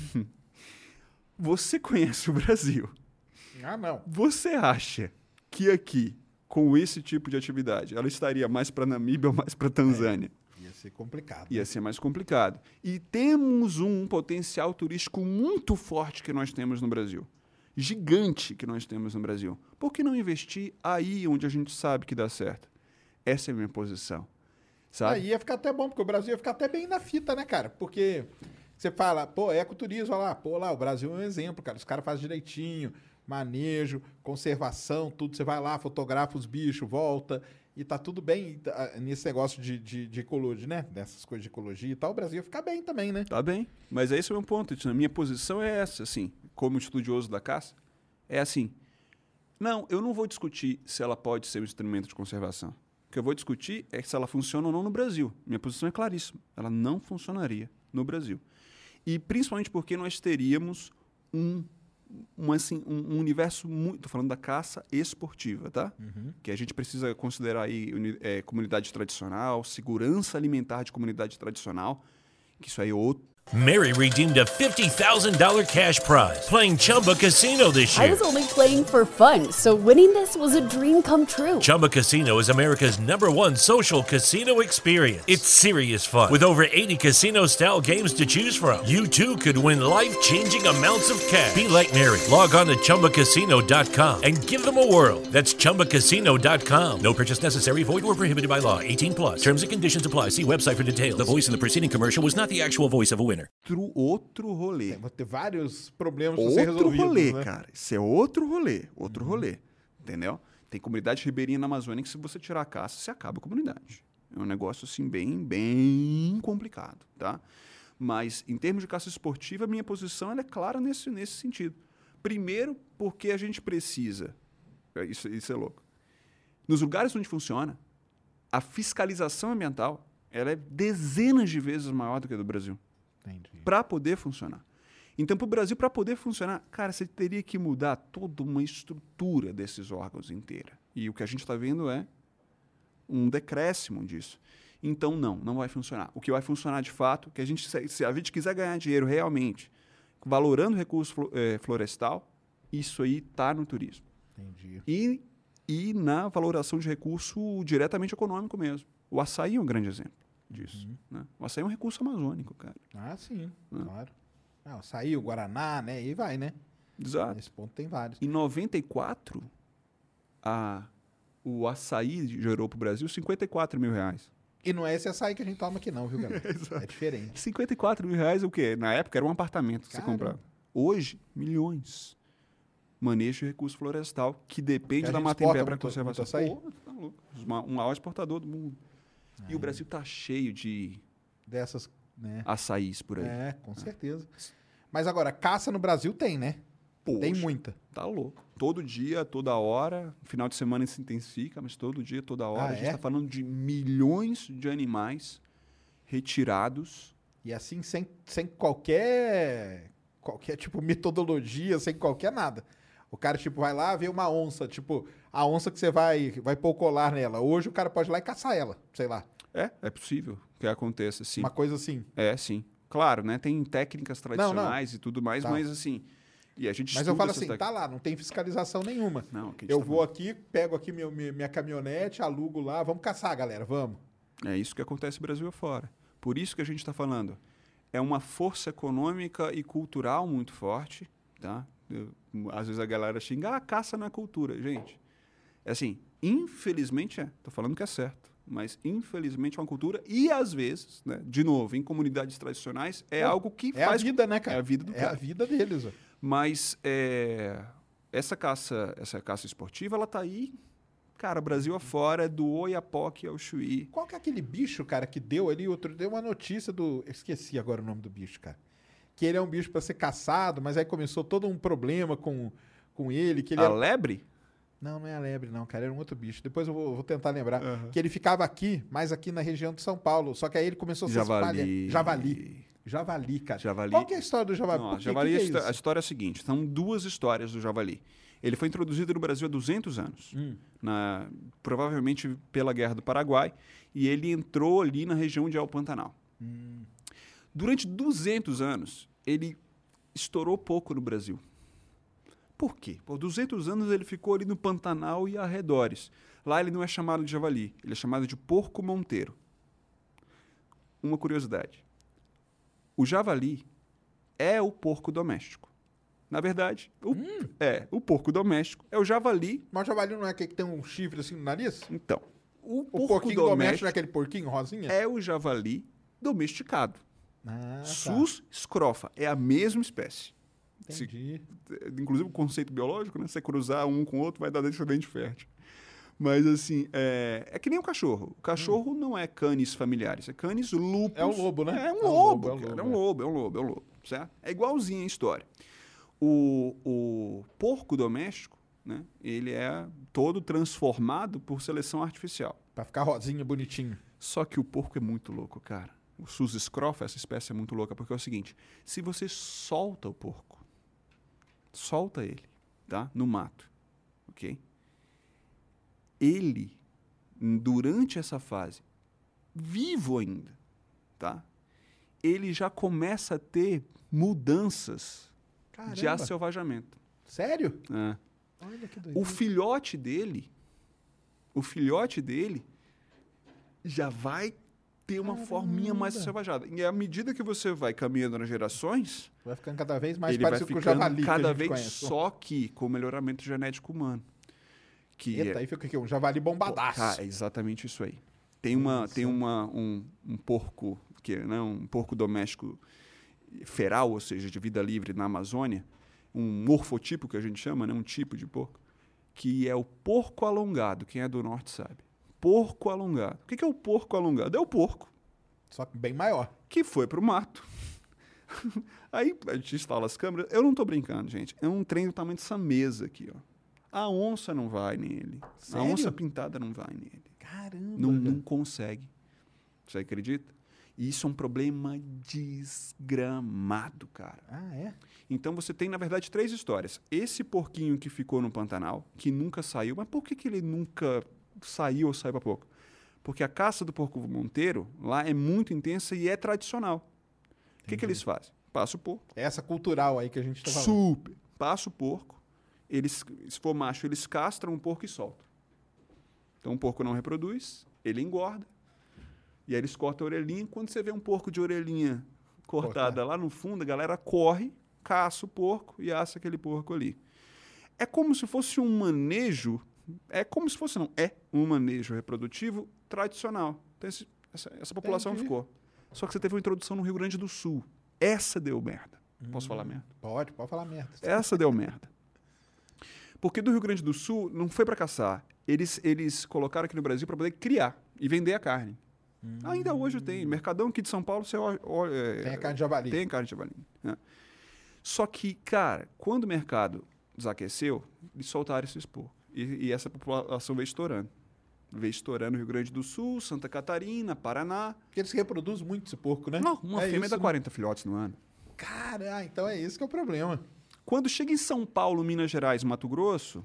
Você conhece o Brasil. Ah, não. Você acha que aqui, com esse tipo de atividade, ela estaria mais para Namíbia ou mais para Tanzânia? Ia ser ser complicado. Ia né? ser mais complicado. E temos um potencial turístico muito forte que nós temos no Brasil. Gigante que nós temos no Brasil. Por que não investir aí onde a gente sabe que dá certo? Essa é a minha posição. Sabe? Aí ia ficar até bom, porque o Brasil ia ficar até bem na fita, né, cara? Porque você fala, pô, ecoturismo, olha lá, pô, lá, o Brasil é um exemplo, cara. Os caras fazem direitinho, manejo, conservação, tudo. Você vai lá, fotografa os bichos, volta, e tá tudo bem nesse negócio de, de, de ecologia, né? Dessas coisas de ecologia e tal. O Brasil ia ficar bem também, né? Tá bem. Mas esse é o meu ponto. A minha posição é essa, assim, como estudioso da caça, é assim. Não, eu não vou discutir se ela pode ser um instrumento de conservação. O que eu vou discutir é se ela funciona ou não no Brasil. Minha posição é claríssima. Ela não funcionaria no Brasil. E principalmente porque nós teríamos um, um, assim, um, um universo muito... Estou falando da caça esportiva, tá? Uhum. Que a gente precisa considerar aí é, comunidade tradicional, segurança alimentar de comunidade tradicional, que isso aí é outro. Mary redeemed a fifty thousand dollars cash prize playing Chumba Casino this year. I was only playing for fun, so winning this was a dream come true. Chumba Casino is America's number one social casino experience. It's serious fun. With over eighty casino-style games to choose from, you too could win life-changing amounts of cash. Be like Mary. Log on to Chumba Casino dot com and give them a whirl. That's Chumba Casino dot com. No purchase necessary. Void or prohibited by law. eighteen plus. Terms and conditions apply. See website for details. The voice in the preceding commercial was not the actual voice of a winner. Outro, outro rolê. Tem, vai ter vários problemas pra ser Outro resolvidos, rolê, né? cara. Isso é outro rolê. Outro uhum. rolê. Entendeu? Tem comunidade ribeirinha na Amazônia que se você tirar a caça, você acaba a comunidade. É um negócio, assim, bem, bem complicado, tá? Mas, em termos de caça esportiva, a minha posição ela é clara nesse, nesse sentido. Primeiro, porque a gente precisa... Isso, isso é louco. Nos lugares onde funciona, a fiscalização ambiental ela é dezenas de vezes maior do que a do Brasil. Para poder funcionar. Então, para o Brasil, para poder funcionar, cara, você teria que mudar toda uma estrutura desses órgãos inteira. E o que a gente está vendo é um decréscimo disso. Então, não, não vai funcionar. O que vai funcionar de fato, que a gente, se a gente quiser ganhar dinheiro realmente, valorando o recurso florestal, isso aí está no turismo. Entendi. E, e na valoração de recurso diretamente econômico mesmo. O açaí é um grande exemplo disso. Uhum. Né? O açaí é um recurso amazônico, cara. Ah, sim, né? Claro. Ah, o açaí, o guaraná, né? E vai, né? Exato. Nesse ponto tem vários. Em noventa e quatro, a, o açaí gerou para o Brasil cinquenta e quatro mil reais. E não é esse açaí que a gente toma aqui não, viu, galera? É diferente. cinquenta e quatro mil reais é o quê? Na época era um apartamento que Caramba. você comprava. Hoje, milhões. Manejo de recurso florestal, que depende que da mata em pé para muito, conservação. muito açaí? Pô, tá louco. Um maior exportador do mundo. E o Brasil tá cheio de dessas, né? açaís por aí. É, com certeza. Mas agora, caça no Brasil tem, né? Poxa, tem muita. Tá louco. Todo dia, toda hora, final de semana se intensifica, mas todo dia, toda hora. Ah, a gente é? tá falando de milhões de animais retirados. E assim, sem, sem qualquer, qualquer, tipo, metodologia, sem qualquer nada. O cara, tipo, vai lá ver uma onça, tipo, a onça que você vai, vai pôr o colar nela. Hoje o cara pode ir lá e caçar ela, sei lá. É, é possível que aconteça, sim. Uma coisa assim. É, sim. Claro, né? Tem técnicas tradicionais não, não. e tudo mais, tá. mas assim... E a gente mas eu falo assim, tec... tá lá, não tem fiscalização nenhuma. Não, que eu tá vou falando. aqui, pego aqui meu, minha caminhonete, alugo lá, vamos caçar, galera, vamos. É isso que acontece no Brasil afora. Por isso que a gente está falando. É uma força econômica e cultural muito forte, tá? Eu, às vezes a galera xinga, ah, caça não é cultura. Gente, é assim, infelizmente é. Tô falando que é certo. Mas, infelizmente, é uma cultura e, às vezes, né, de novo, em comunidades tradicionais, é Pô, algo que é faz... É a vida, né, cara? É a vida do é cara. É a vida deles, ó. Mas é, essa, caça, essa caça esportiva, ela tá aí, cara, Brasil afora, do Oiapoque ao Chuí. Qual que é aquele bicho, cara, que deu ali, outro deu uma notícia do... Eu esqueci agora o nome do bicho, cara. Que ele é um bicho para ser caçado, mas aí começou todo um problema com, com ele. Que ele a era... lebre? Não, não é a lebre, não, cara. Era um outro bicho. Depois eu vou, vou tentar lembrar. Uhum. Que ele ficava aqui, mais aqui na região de São Paulo. Só que aí ele começou a se Javali. espalhar. Javali. Javali, cara. Javali. Qual que é a história do javali? Não, Por que, javali que que é a, isso? a história é a seguinte. São duas histórias do javali. Ele foi introduzido no Brasil há duzentos anos. Hum. Na, provavelmente pela Guerra do Paraguai. E ele entrou ali na região de El Pantanal. Hum. Durante duzentos anos, ele estourou pouco no Brasil. Por quê? Por duzentos anos ele ficou ali no Pantanal e arredores. Lá ele não é chamado de javali, ele é chamado de porco monteiro. uma curiosidade. O javali é o porco doméstico. Na verdade, o, Hum. é, o porco doméstico é o javali. Mas o javali não é aquele que tem um chifre assim no nariz? Então, o, O porco porquinho doméstico doméstico não é aquele porquinho rosinha? é o javali domesticado. Ah, tá. Sus scrofa é a mesma espécie. Se- Entendi. inclusive o conceito biológico, né? Se você cruzar um com o outro, vai dar descendente fértil. Mas, assim, é, é que nem o cachorro. O cachorro não é canis familiares, é canis lupus. É um lobo, né? É um É um lobo, lobo, é um cara. lobo, É um lobo, é um lobo, é um lobo, certo? É igualzinho a história. O, o porco doméstico, né? Ele é todo transformado por seleção artificial. Pra ficar rosinha, bonitinho. Só que o porco é muito louco, cara. O Sus scrofa, essa espécie é muito louca, porque é o seguinte, se você solta o porco, solta ele, tá? No mato, ok? Ele, durante essa fase, vivo ainda, tá? Ele já começa a ter mudanças de Caramba. asselvajamento. Sério? É. Olha que doido. O filhote dele, o filhote dele já vai ter uma forminha mais selvajada. E à medida que você vai caminhando nas gerações, Vai ficando cada vez mais ele vai parecido com o ficando javali que a cada gente vez conhece. só que com o melhoramento genético humano. Que Eita, é, aí fica o quê? Um javali bombadaço. Cara, é exatamente isso aí. Tem uma, tem uma um, um porco que né, um porco doméstico feral, ou seja, de vida livre na Amazônia, um morfotipo que a gente chama, né, um tipo de porco, que é o porco alongado. Quem é do norte sabe. Porco alongado. O que é o porco alongado? É o porco Só que bem maior. que foi pro mato. Aí a gente instala as câmeras. Eu não tô brincando, gente. É um trem do tamanho dessa mesa aqui, ó. A onça não vai nele. Sério? A onça pintada não vai nele. Caramba. Não, não consegue. Você acredita? E isso é um problema desgramado, cara. Ah, é? Então você tem, na verdade, três histórias. Esse porquinho que ficou no Pantanal, que nunca saiu. Mas por que, que ele nunca saiu ou saiu para pouco? Porque a caça do porco monteiro lá é muito intensa e é tradicional. O que, que eles fazem? Passa o porco. É essa cultural aí que a gente tá falando. Super. Passa o porco. Eles, se for macho, eles castram o porco e soltam. Então o porco não reproduz, ele engorda. E aí eles cortam a orelhinha. Quando você vê um porco de orelhinha cortada Cortar. lá no fundo, a galera corre, caça o porco e assa aquele porco ali. É como se fosse um manejo, é como se fosse, não, é um manejo reprodutivo tradicional. Então esse, essa, essa população Entendi. ficou. Só que você teve uma introdução no Rio Grande do Sul. Essa deu merda. Posso Hum. falar merda? Pode, pode falar merda. Essa deu merda. Porque do Rio Grande do Sul não foi para caçar. Eles, eles colocaram aqui no Brasil para poder criar e vender a carne. Hum. Ainda hoje tem. Mercadão aqui de São Paulo, você olha, olha, Tem a carne de javali. Tem carne de javali. né? Só que, cara, quando o mercado desaqueceu, eles soltaram esses porcos. E, e essa população veio estourando. Veio estourando no Rio Grande do Sul, Santa Catarina, Paraná. Porque eles reproduzem muito esse porco, né? Não, uma é fêmea isso, dá né? quarenta filhotes no ano. Cara, ah, então é isso que é o problema. Quando chega em São Paulo, Minas Gerais, Mato Grosso,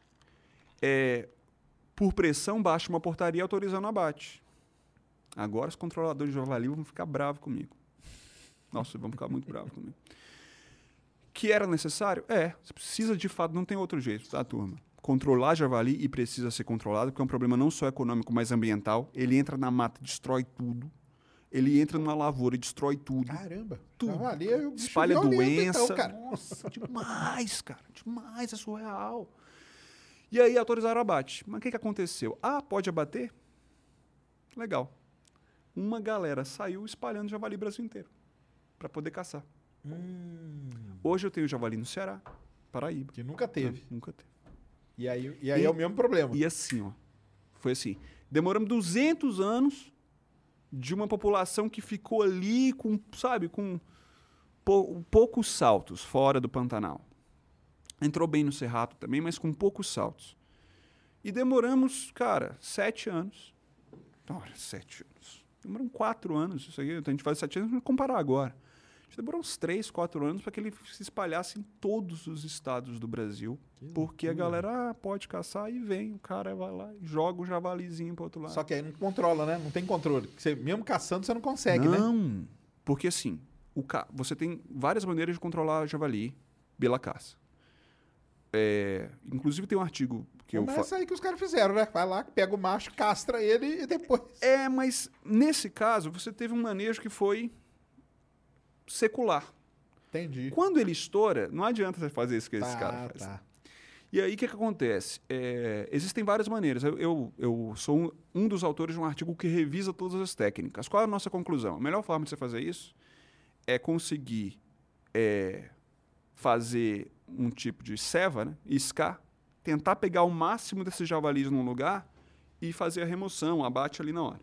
é, por pressão, baixa uma portaria autorizando o abate. Agora os controladores de javali vão ficar bravos comigo. Nossa, vão ficar muito bravos comigo. Que era necessário? É. Você precisa, de fato, não tem outro jeito, tá, turma? Controlar javali e precisa ser controlado, porque é um problema não só econômico, mas ambiental. Ele entra na mata, destrói tudo. Ele entra numa lavoura e destrói tudo. Caramba. Tudo. Javali é o bicho Espalha violento, doença. então, cara. Nossa, demais, cara. Demais, é surreal. E aí autorizaram o abate. Mas o que, que aconteceu? Ah, pode abater? Legal. Uma galera saiu espalhando javali Brasil inteiro para poder caçar. Hum, Hoje eu tenho javali no Ceará, Paraíba. que nunca teve. Não, nunca teve. E aí, e aí E- é o mesmo problema. E assim, ó. Foi assim. Demoramos duzentos anos de uma população que ficou ali com, sabe, com pou- poucos saltos fora do Pantanal. Entrou bem no Cerrado também, mas com poucos saltos. E demoramos, cara, sete anos. Olha, sete anos. Demoramos quatro anos. Isso aí, a gente faz sete anos, vamos comparar agora. A gente demorou uns três, quatro anos para que ele se espalhasse em todos os estados do Brasil. Porque a galera ah, pode caçar e vem. O cara vai lá e joga o javalizinho para outro lado. Só que aí não controla, né? Não tem controle. Você, mesmo caçando, você não consegue, né? Não, porque assim, o ca... você tem várias maneiras de controlar javali pela caça. é, inclusive tem um artigo que eu Mas faço. é aí que os caras fizeram, né? Vai lá, pega o macho, castra ele e depois... É, mas nesse caso você teve um manejo que foi secular. Entendi. Quando ele estoura, não adianta você fazer isso que esse Tá, cara faz. tá. E aí, o que, que acontece? É, existem várias maneiras. Eu, eu, eu sou um, um dos autores de um artigo que revisa todas as técnicas. Qual é a nossa conclusão? A melhor forma de você fazer isso é conseguir é, fazer um tipo de ceva, né? Iscar, tentar pegar o máximo desses javalis num lugar e fazer a remoção, o abate ali na hora.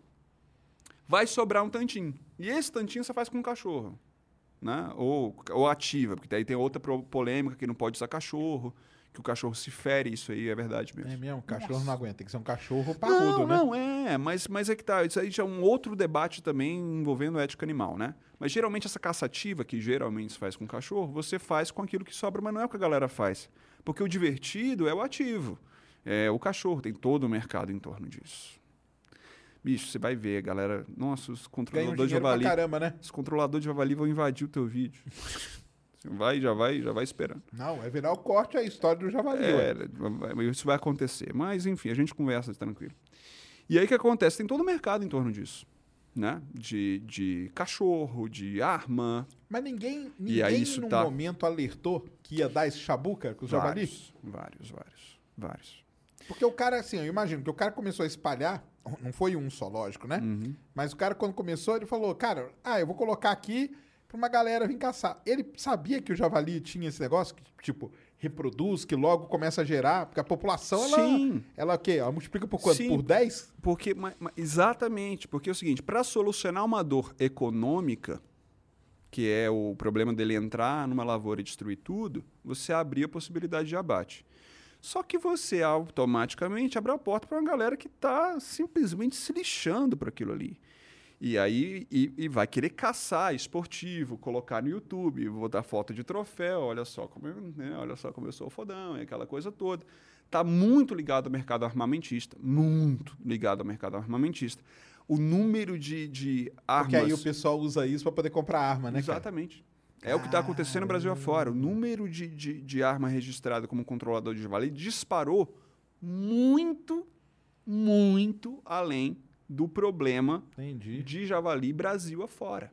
Vai sobrar um tantinho. E esse tantinho você faz com um cachorro. Né? Ou, ou ativa, porque daí tem outra pro- polêmica que não pode usar cachorro, que o cachorro se fere, isso aí é verdade mesmo. É mesmo, o cachorro não aguenta, tem que ser um cachorro parrudo, Não, né? não, é, mas, mas é que tá, isso aí já é um outro debate também envolvendo ética animal, né? Mas geralmente essa caça ativa, que geralmente se faz com cachorro, você faz com aquilo que sobra, mas não é o que a galera faz. Porque o divertido é o ativo, é o cachorro, tem todo o mercado em torno disso. Bicho, você vai ver, galera, nossa, os Ganha um controladores de dinheiro pra javali, caramba, né? os controladores de javali vão invadir o teu vídeo. Você vai, já vai, já vai esperando. Não, vai virar o corte a história do javali. ué. É, vai- isso vai acontecer. Mas, enfim, a gente conversa tranquilo. E aí o que acontece? Tem todo o mercado em torno disso. Né? De, de cachorro, de arma. Mas ninguém, E ninguém aí isso num tá- momento alertou que ia dar esse chabuca com os javali? Vários, vários, vários, vários. Porque o cara, assim, eu imagino que o cara começou a espalhar, não foi um só, lógico, né? Uhum. Mas o cara, quando começou, ele falou, cara, ah, eu vou colocar aqui pra uma galera vir caçar. Ele sabia que o javali tinha esse negócio, que, tipo, reproduz, que logo começa a gerar, porque a população, ela, Sim. ela o quê? Ela multiplica por quanto? Sim. Por dez? Porque, ma- ma- exatamente, porque é o seguinte, para solucionar uma dor econômica, que é o problema dele entrar numa lavoura e destruir tudo, você abria a possibilidade de abate. Só que você automaticamente abre a porta para uma galera que está simplesmente se lixando para aquilo ali. E aí e, e vai querer caçar esportivo, colocar no YouTube, vou dar foto de troféu, olha só como eu, né, olha só como eu sou fodão, e aquela coisa toda. Está muito ligado ao mercado armamentista, muito ligado ao mercado armamentista. O número de, de armas... Porque aí o pessoal usa isso pra poder comprar arma, né, cara? Exatamente. É o que está acontecendo no Brasil afora. O número de, de, de arma registrada como controlador de javali disparou muito, muito além do problema Entendi. de javali Brasil afora.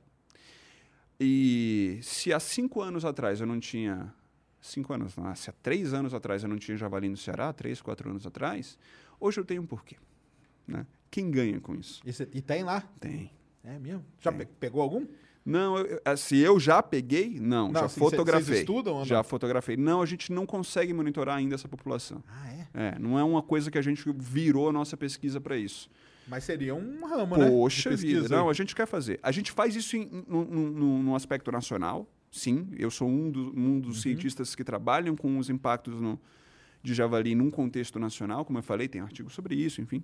E se há cinco anos atrás eu não tinha... Cinco anos, não, se há três anos atrás eu não tinha javali no Ceará, três, quatro anos atrás, hoje eu tenho um porquê. Né? Quem ganha com isso? E, cê- e tem lá? Tem. É mesmo? Já Tem. pe- pegou algum? Não, eu, eu- se eu já peguei, não, Não, já assim, cê- fotografei. vocês estudam ou já não? fotografei. Não, a gente não consegue monitorar ainda essa população. Ah, é? É, não é uma coisa que a gente virou a nossa pesquisa para isso. Mas seria um ramo, né? de Poxa pesquisa vida, não, aí. a gente quer fazer. A gente faz isso em, no, no- no- no aspecto nacional, sim. Eu sou um, do- um dos Uhum. cientistas que trabalham com os impactos no- de javali num contexto nacional, como eu falei, tem artigo sobre isso, enfim.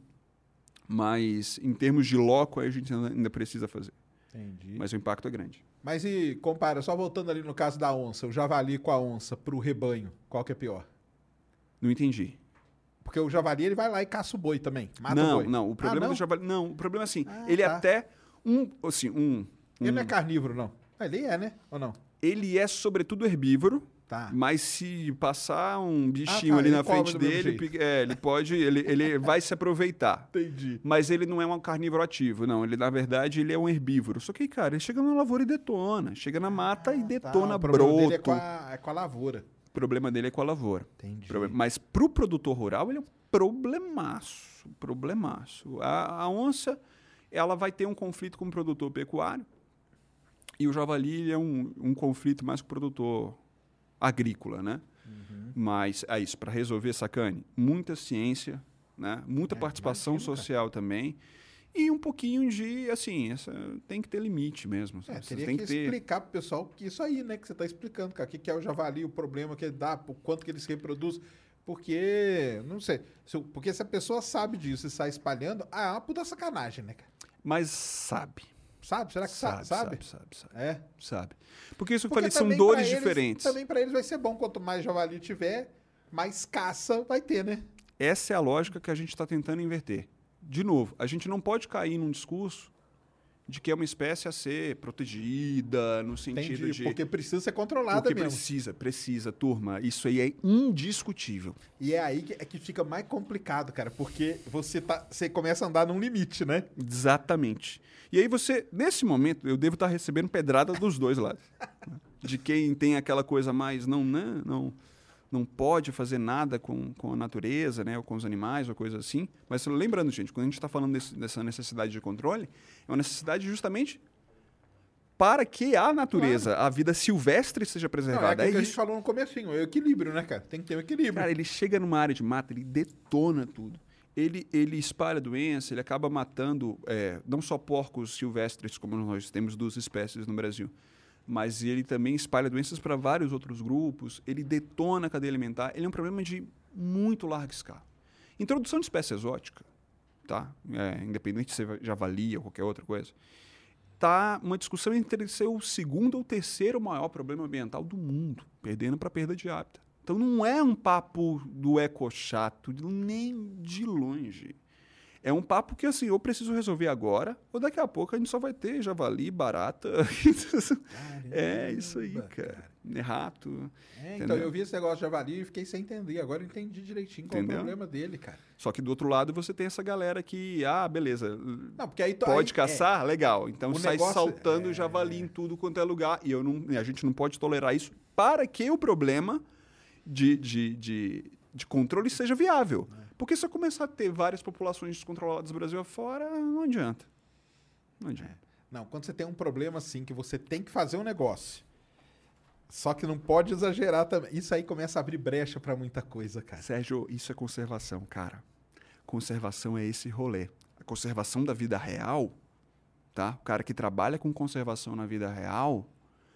Mas em termos de loco, aí a gente ainda ainda precisa fazer. Entendi. Mas o impacto é grande. Mas e compara, só voltando ali no caso da onça, o javali com a onça pro rebanho, qual que é pior? Não entendi. Porque o javali, ele vai lá e caça o boi também, mata o não, boi. não. O problema ah, não? do javali. Não, o problema é assim. Ah, ele é tá. até um. Assim, um. Ele um- não é carnívoro, não. Ah, ele é, né? Ou não? ele é, sobretudo, herbívoro. Tá. Mas se passar um bichinho Ah, tá, ali ele na come frente do mesmo dele, jeito. pi- é, ele pode. Ele, ele vai se aproveitar. Entendi. Mas ele não é um carnívoro ativo, não. Ele, na verdade, ele é um herbívoro. Só que, cara, ele chega na lavoura e detona. Chega na mata e detona Tá, o problema broto. dele é com, a, é com a lavoura. O problema dele é com a lavoura. Entendi. Proble- Mas pro produtor rural, ele é um problemaço. Problemaço. A, a onça, ela vai ter um conflito com o produtor pecuário. E o javali ele é um, um conflito mais com o produtor agrícola, né? Uhum. Mas é isso, para resolver, sacane, muita ciência, né? Muita É, participação imagino, cara. social também. E um pouquinho de, assim, essa, tem que ter limite mesmo. É, sabe? Você teria tem que, que ter... explicar pro pessoal que isso aí, né, que você tá explicando, cara, o que, que é o javali, o problema que ele dá, o quanto que ele se reproduz. Porque, não sei, se, o- porque se a pessoa sabe disso e sai espalhando, ah, é uma puta sacanagem, né, cara? Mas sabe. Sabe? Será que sa- Sabe, sabe? sabe, sabe, sabe. É. Sabe. Porque isso que eu Porque falei, são também dores pra eles- diferentes. Também para eles vai ser bom, quanto mais javali tiver, mais caça vai ter, né? Essa é a lógica que a gente está tentando inverter. De novo, a gente não pode cair num discurso de que é uma espécie a ser protegida, no sentido Entendi, de... porque precisa ser controlada porque mesmo. precisa, precisa, turma. Isso aí é indiscutível. E é aí que, é que fica mais complicado, cara, porque você, tá, você começa a andar num limite, né? Exatamente. E aí você, nesse momento, eu devo estar recebendo pedrada dos dois lados. De quem tem aquela coisa mais, não, não, não, não pode fazer nada com, com a natureza, né, ou com os animais, ou coisa assim. Mas lembrando, gente, quando a gente está falando desse, dessa necessidade de controle, é uma necessidade justamente para que a natureza, claro, a vida silvestre seja preservada. Não, é aquilo é que a isso. gente falou no comecinho, é o equilíbrio, né, cara? Tem que ter um equilíbrio. Cara, ele chega numa área de mata, ele detona tudo. Ele, ele espalha doença, ele acaba matando é, não só porcos silvestres, como nós temos duas espécies no Brasil, mas ele também espalha doenças para vários outros grupos, ele detona a cadeia alimentar, ele é um problema de muito larga escala. Introdução de espécie exótica, tá? É, independente se é javali ou qualquer outra coisa, tá uma discussão entre ser o segundo ou terceiro maior problema ambiental do mundo, perdendo para perda de hábitat. Então não é um papo do eco-chato, nem de longe. É um papo que, assim, eu preciso resolver agora, ou daqui a pouco a gente só vai ter javali, barata. Caramba, é isso aí, cara. cara. É rato. É, então, eu vi esse negócio de javali e fiquei sem entender. Agora eu entendi direitinho qual Entendeu? é o problema dele, cara. Só que do outro lado você tem essa galera que, ah, beleza, não, porque aí, pode aí, caçar? É. Legal. Então o sai negócio, saltando é... javali em tudo quanto é lugar. E eu não, a gente não pode tolerar isso para que o problema de, de, de, de controle seja viável. É. Porque se eu começar a ter várias populações descontroladas do Brasil afora, não adianta. Não adianta. É. Não, quando você tem um problema assim, que você tem que fazer um negócio, só que não pode exagerar também. Isso aí começa a abrir brecha para muita coisa, cara. Sérgio, isso é conservação, cara. Conservação é esse rolê. A conservação da vida real, tá? O cara que trabalha com conservação na vida real,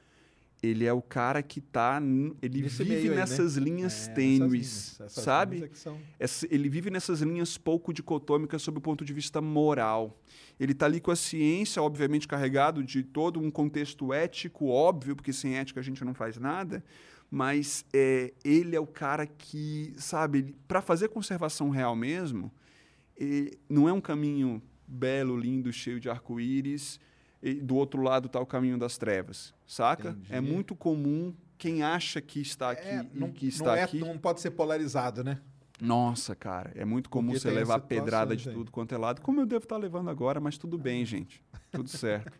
ele é o cara que tá... Ele Nesse vive aí, nessas né? linhas é, tênues, essas linhas, essas sabe? linhas é que são... Essa, ele vive nessas linhas pouco dicotômicas sob o ponto de vista moral. Ele está ali com a ciência, obviamente, carregado de todo um contexto ético, óbvio, porque sem ética a gente não faz nada, mas é, ele é o cara que, sabe, para fazer conservação real mesmo, não é um caminho belo, lindo, cheio de arco-íris, e do outro lado está o caminho das trevas, saca? Entendi. É muito comum quem acha que está aqui é, e não, que está não é, aqui. Não pode ser polarizado, né? Nossa, cara, é muito comum Porque você levar pedrada de aí. tudo quanto é lado, como eu devo estar levando agora, mas tudo bem, gente. Tudo certo.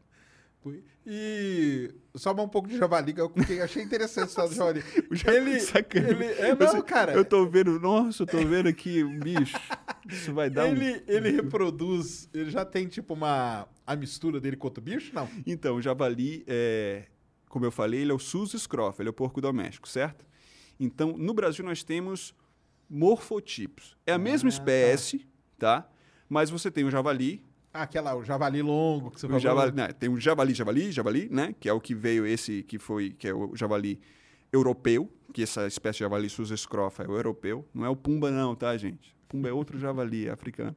E só um pouco de javali, que eu achei interessante esse do javali. O javali, ele, ele é não, eu, cara. Eu tô vendo, nossa, eu tô vendo aqui, bicho. Isso vai dar ele, um... Ele reproduz, ele já tem tipo uma a mistura dele com outro bicho, não? Então, o javali, é, como eu falei, ele é o sus scrofa, ele é o porco doméstico, certo? Então, no Brasil nós temos morfotipos. É a mesma ah, espécie, tá. tá? Mas você tem o javali... Ah, aquela, o javali longo que você o falou. Javali, né, tem o javali, javali, javali, né? Que é o que veio esse, que foi, que é o javali europeu, que essa espécie de javali sus scrofa é o europeu. Não é o pumba não, tá, gente? Pumba é outro javali africano.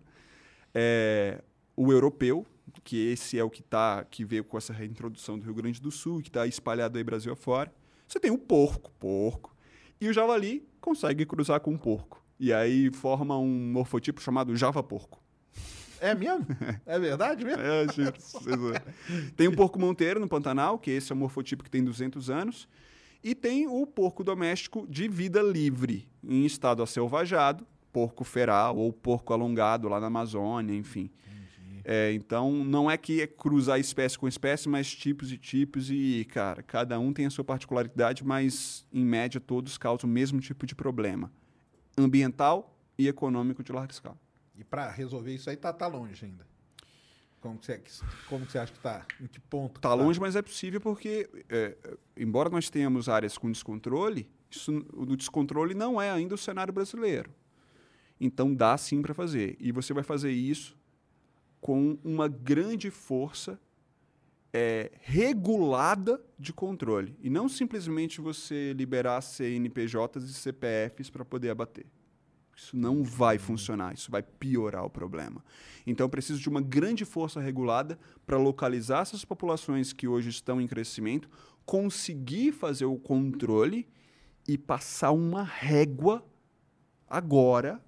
É, o europeu, que esse é o que, tá, que veio com essa reintrodução do Rio Grande do Sul, que está espalhado aí Brasil afora. Você tem o porco, porco. E o javali consegue cruzar com o porco. E aí forma um morfotipo chamado java-porco. É mesmo? É verdade mesmo? É, gente. Tem o porco monteiro no Pantanal, que esse é o morfotipo que tem duzentos anos. E tem o porco doméstico de vida livre, em estado acelvajado, porco feral ou porco alongado lá na Amazônia, enfim. É, então, não é que é cruzar espécie com espécie, mas tipos e tipos. E, cara, cada um tem a sua particularidade, mas, em média, todos causam o mesmo tipo de problema. Ambiental e econômico de larga escala. E para resolver isso aí tá, tá longe ainda. Como que você, como que você acha que tá? Em que ponto? Tá longe, mas é possível porque, é, embora nós tenhamos áreas com descontrole, isso, o descontrole não é ainda o cenário brasileiro. Então dá sim para fazer. E você vai fazer isso com uma grande força é, regulada de controle. E não simplesmente você liberar C N P Js e C P Fs para poder abater. Isso não vai funcionar, isso vai piorar o problema. Então, eu preciso de uma grande força regulada para localizar essas populações que hoje estão em crescimento, conseguir fazer o controle e passar uma régua agora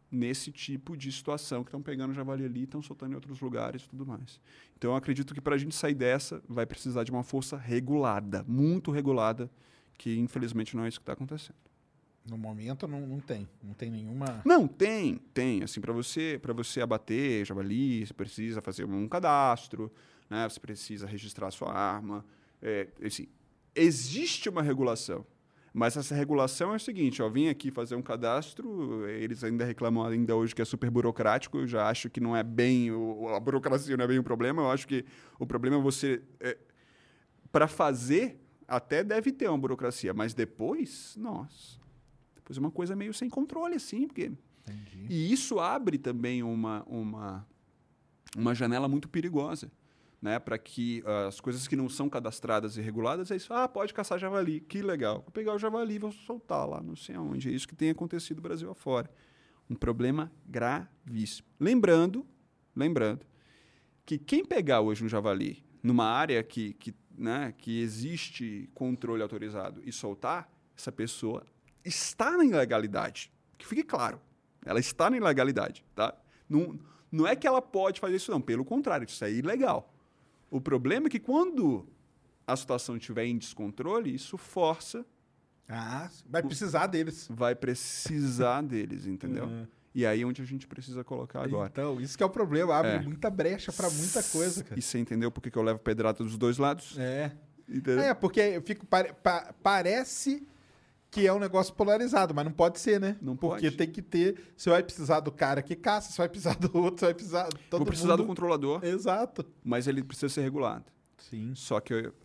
nesse tipo de situação, que estão pegando javali ali, estão soltando em outros lugares e tudo mais. Então, eu acredito que para a gente sair dessa, vai precisar de uma força regulada, muito regulada, que infelizmente não é isso que está acontecendo. No momento não, não tem, não tem nenhuma... Não, tem, tem. Assim, para você, para você abater javali, você precisa fazer um cadastro, né? Você precisa registrar a sua arma. É, assim, existe uma regulação, mas essa regulação é o seguinte: ó, vim aqui fazer um cadastro, eles ainda reclamam ainda hoje que é super burocrático. Eu já acho que não é bem o, a burocracia não é bem o problema. Eu acho que o problema é você é, para fazer até deve ter uma burocracia, mas depois, nossa. Pois é uma coisa meio sem controle, assim, porque... Entendi. E isso abre também uma, uma, uma janela muito perigosa, né? Para que uh, as coisas que não são cadastradas e reguladas, é isso, ah, pode caçar javali, que legal. Vou pegar o javali e vou soltar lá, não sei aonde. É isso que tem acontecido no Brasil afora. Um problema gravíssimo. Lembrando, lembrando, que quem pegar hoje um javali numa área que, que, né, que existe controle autorizado e soltar, essa pessoa... está na ilegalidade. Que fique claro. Ela está na ilegalidade. Tá? Não, não é que ela pode fazer isso, não. Pelo contrário, isso é ilegal. O problema é que quando a situação estiver em descontrole, isso força... Ah, vai precisar deles. Vai precisar deles, entendeu? Uhum. E aí é onde a gente precisa colocar agora. Então, isso que é o problema. Abre é. muita brecha para muita coisa, cara. E você entendeu por que eu levo pedrada dos dois lados? É. Entendeu? É, porque eu fico... Pare, pa, parece... que é um negócio polarizado, mas não pode ser, né? Não Porque pode. tem que ter... Você vai precisar do cara que caça, você vai precisar do outro, você vai precisar... Todo Vou precisar mundo... do controlador. Exato. Mas ele precisa ser regulado. Sim. Só que eu,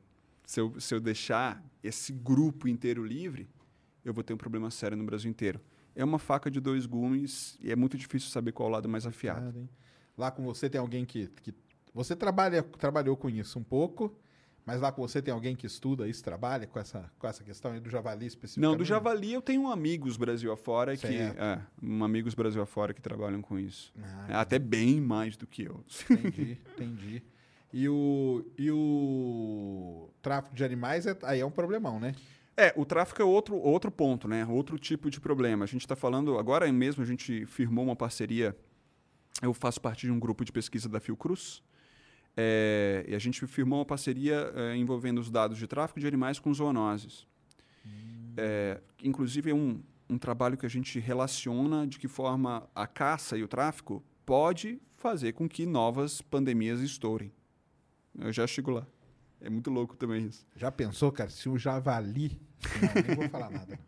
se, eu, se eu deixar esse grupo inteiro livre, eu vou ter um problema sério no Brasil inteiro. É uma faca de dois gumes e é muito difícil saber qual é o lado mais afiado. Cara, lá com você tem alguém que... que... Você trabalha, trabalhou com isso um pouco... Mas lá com você tem alguém que estuda isso, trabalha com essa, com essa questão aí do javali especificamente? Não, do javali eu tenho amigos Brasil afora que... Certo. É, um amigos Brasil afora que trabalham com isso. Ah, é, até bem mais do que eu. Entendi, entendi. E o, e o tráfico de animais é, aí é um problemão, né? É, o tráfico é outro, outro ponto, né? Outro tipo de problema. A gente está falando... Agora mesmo a gente firmou uma parceria... Eu faço parte de um grupo de pesquisa da Fiocruz. É, e a gente firmou uma parceria é, envolvendo os dados de tráfico de animais com zoonoses. Hum. É, inclusive, é um, um trabalho que a gente relaciona de que forma a caça e o tráfico pode fazer com que novas pandemias estourem. Eu já chego lá. É muito louco também isso. Já pensou, cara, se o javali... Não, nem vou falar nada.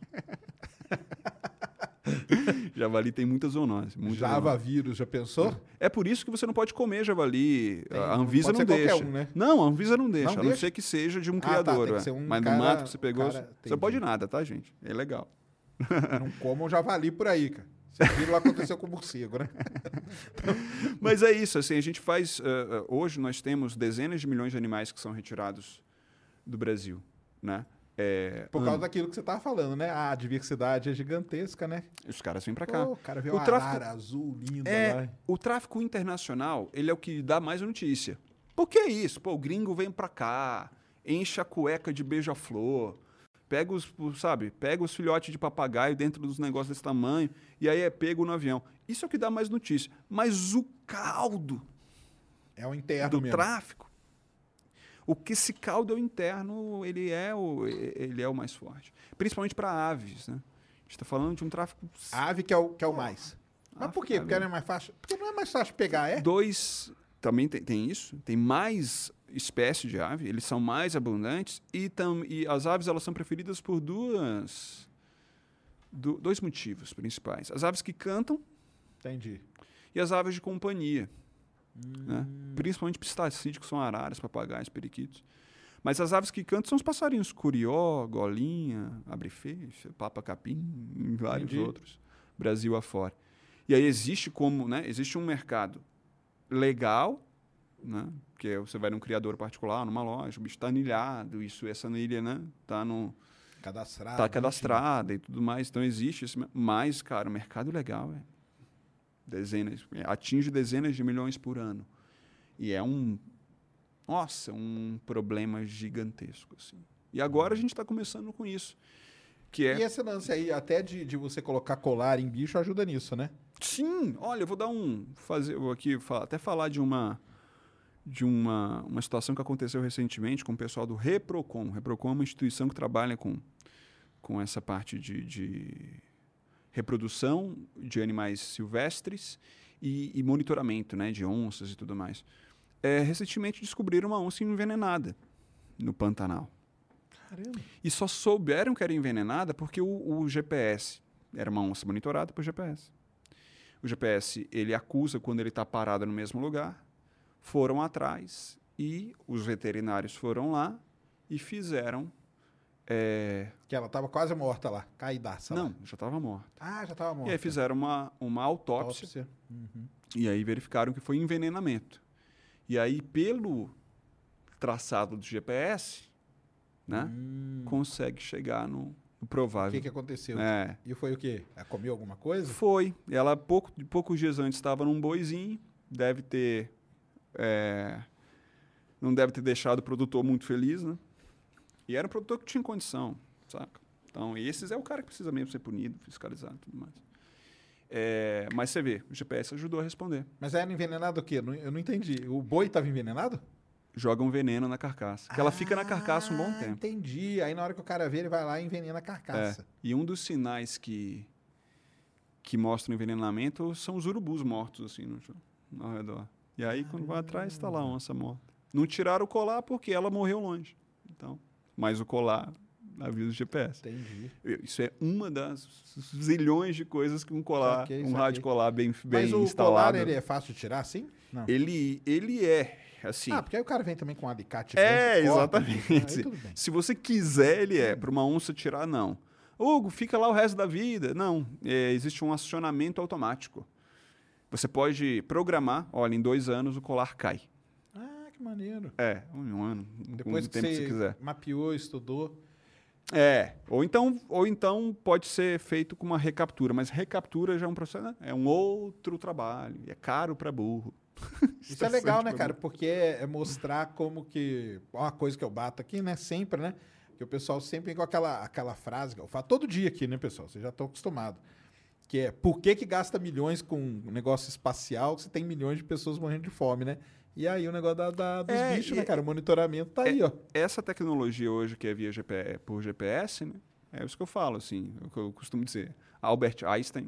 Javali tem muita zoonose. Muita Java zoonose. vírus, já pensou? É por isso que você não pode comer javali. Tem, a Anvisa não, não deixa. Um, né? Não, a Anvisa não deixa. Não a não deixa? ser que seja de um ah, criador. Tá, tem é. que ser um Mas cara, no mato que você pegou, cara, você pode nada, tá, gente? É legal. Não comam javali por aí, cara. Vocês viram lá que aconteceu com o morcego, né? Mas é isso, assim, a gente faz... Uh, uh, hoje nós temos dezenas de milhões de animais que são retirados do Brasil, né? É, Por causa hum. daquilo que você estava falando, né? A diversidade é gigantesca, né? Os caras vêm para cá. Pô, o cara vê o uma tráfico, arara azul linda é, lá. O tráfico internacional, ele é o que dá mais notícia. Por que isso? Pô, o gringo vem para cá, enche a cueca de beija-flor, pega os, sabe, pega os filhotes de papagaio dentro dos negócios desse tamanho e aí é pego no avião. Isso é o que dá mais notícia. Mas o caldo é o interno do mesmo. tráfico, o que esse caldo é o interno, ele é o, ele é o mais forte. Principalmente para aves, né? A gente está falando de um tráfico... A ave que é o, que é o mais. Mas ave, por quê? Porque ave. não é mais fácil? Porque não é mais fácil pegar, é? Dois... Também tem, tem isso. Tem mais espécies de ave. Eles são mais abundantes. E, tam, e as aves elas são preferidas por duas... Do, dois motivos principais. As aves que cantam... Entendi. E as aves de companhia. Hum. Né? Principalmente pistacídeos, que são araras, papagaios, periquitos. Mas as aves que cantam são os passarinhos curió, golinha, abre-feixe, papa-capim e vários Entendi. outros, Brasil afora. E aí existe como, né, existe um mercado legal, né, que é, você vai num criador particular, numa loja, o bicho está anilhado, isso, essa anilha, né, está no... Cadastrado. Está cadastrada e tudo mais, então existe esse... Mas, cara, o mercado legal é... Dezenas, atinge dezenas de milhões por ano. E é um, nossa, um problema gigantesco. Assim. E agora a gente está começando com isso. Que é... E esse lance aí, até de, de você colocar colar em bicho, ajuda nisso, né? Sim, olha, eu vou dar um... Fazer, vou aqui falar, até falar de uma... de uma, uma situação que aconteceu recentemente com o pessoal do Reprocon. O Reprocon é uma instituição que trabalha com, com essa parte de, de reprodução de animais silvestres e, e monitoramento, né, de onças e tudo mais. É, recentemente descobriram uma onça envenenada no Pantanal. Caramba. E só souberam que era envenenada porque o, o G P S, era uma onça monitorada por G P S. O G P S, ele acusa quando ele está parado no mesmo lugar. Foram atrás e os veterinários foram lá e fizeram... É... Que ela estava quase morta lá, caidaça Não, lá. já estava morta. Ah, já estava morta. E aí fizeram uma, uma autópsia, Autópsia. Uhum. e aí verificaram que foi envenenamento. E aí, pelo traçado do G P S, né, Hum. consegue chegar no, no O provável. que, que aconteceu? É. E foi o quê? Ela comeu alguma coisa? Foi. Ela, pouco, poucos dias antes, estava num boizinho, deve ter... É, não deve ter deixado o produtor muito feliz, né? E era um produtor que tinha condição, saca? Então, esses é o cara que precisa mesmo ser punido, fiscalizado e tudo mais. É, mas você vê, o G P S ajudou a responder. Mas era envenenado o quê? Não- Eu não entendi. O boi estava envenenado? Joga um veneno na carcaça, que ela fica na carcaça um bom Ah, tempo. Entendi. Aí na hora que o cara vê, ele vai lá e envenena a É, carcaça. e um dos sinais que, que mostram envenenamento são os urubus mortos, assim, no, ao redor. E aí, quando vai atrás, está lá a onça morta. Não tiraram o colar porque ela morreu longe. Então, mas o colar avisa o G P S. Entendi. Isso é uma das zilhões de coisas que um colar, Saquei, um saquei. rádio colar bem, bem Mas o instalado. colar, ele é fácil de tirar, assim? Não. ele, ele é, assim... Ah, porque aí o cara vem também com um alicate. é, grande, corta, exatamente. Aí tudo bem. Se você quiser, ele é. Para uma onça tirar, não. Hugo, fica lá o resto da vida. Não, é, existe um acionamento automático. Você pode programar, olha, em dois anos o colar cai. Ah, que maneiro. É, um, um ano, Depois o que tempo que você você quiser. mapeou, estudou. É, ou então, ou então pode ser feito com uma recaptura, mas recaptura já é um processo, né? É um outro trabalho, é caro para burro. Isso é legal, né, pra cara? burro. Porque é, é mostrar como que... Uma coisa que eu bato aqui, né? Sempre, né? Que o pessoal sempre vem com aquela, aquela frase que eu falo todo dia aqui, né, pessoal? Vocês já estão acostumados. Que é, por que que gasta milhões com um negócio espacial se tem milhões de pessoas morrendo de fome, né? E aí o negócio da, da- dos É, bichos, e- né, cara? O monitoramento tá aí, ó. Essa tecnologia hoje que é via G P S, por G P S, né? É isso que eu falo, assim, é o que eu costumo dizer. Albert Einstein,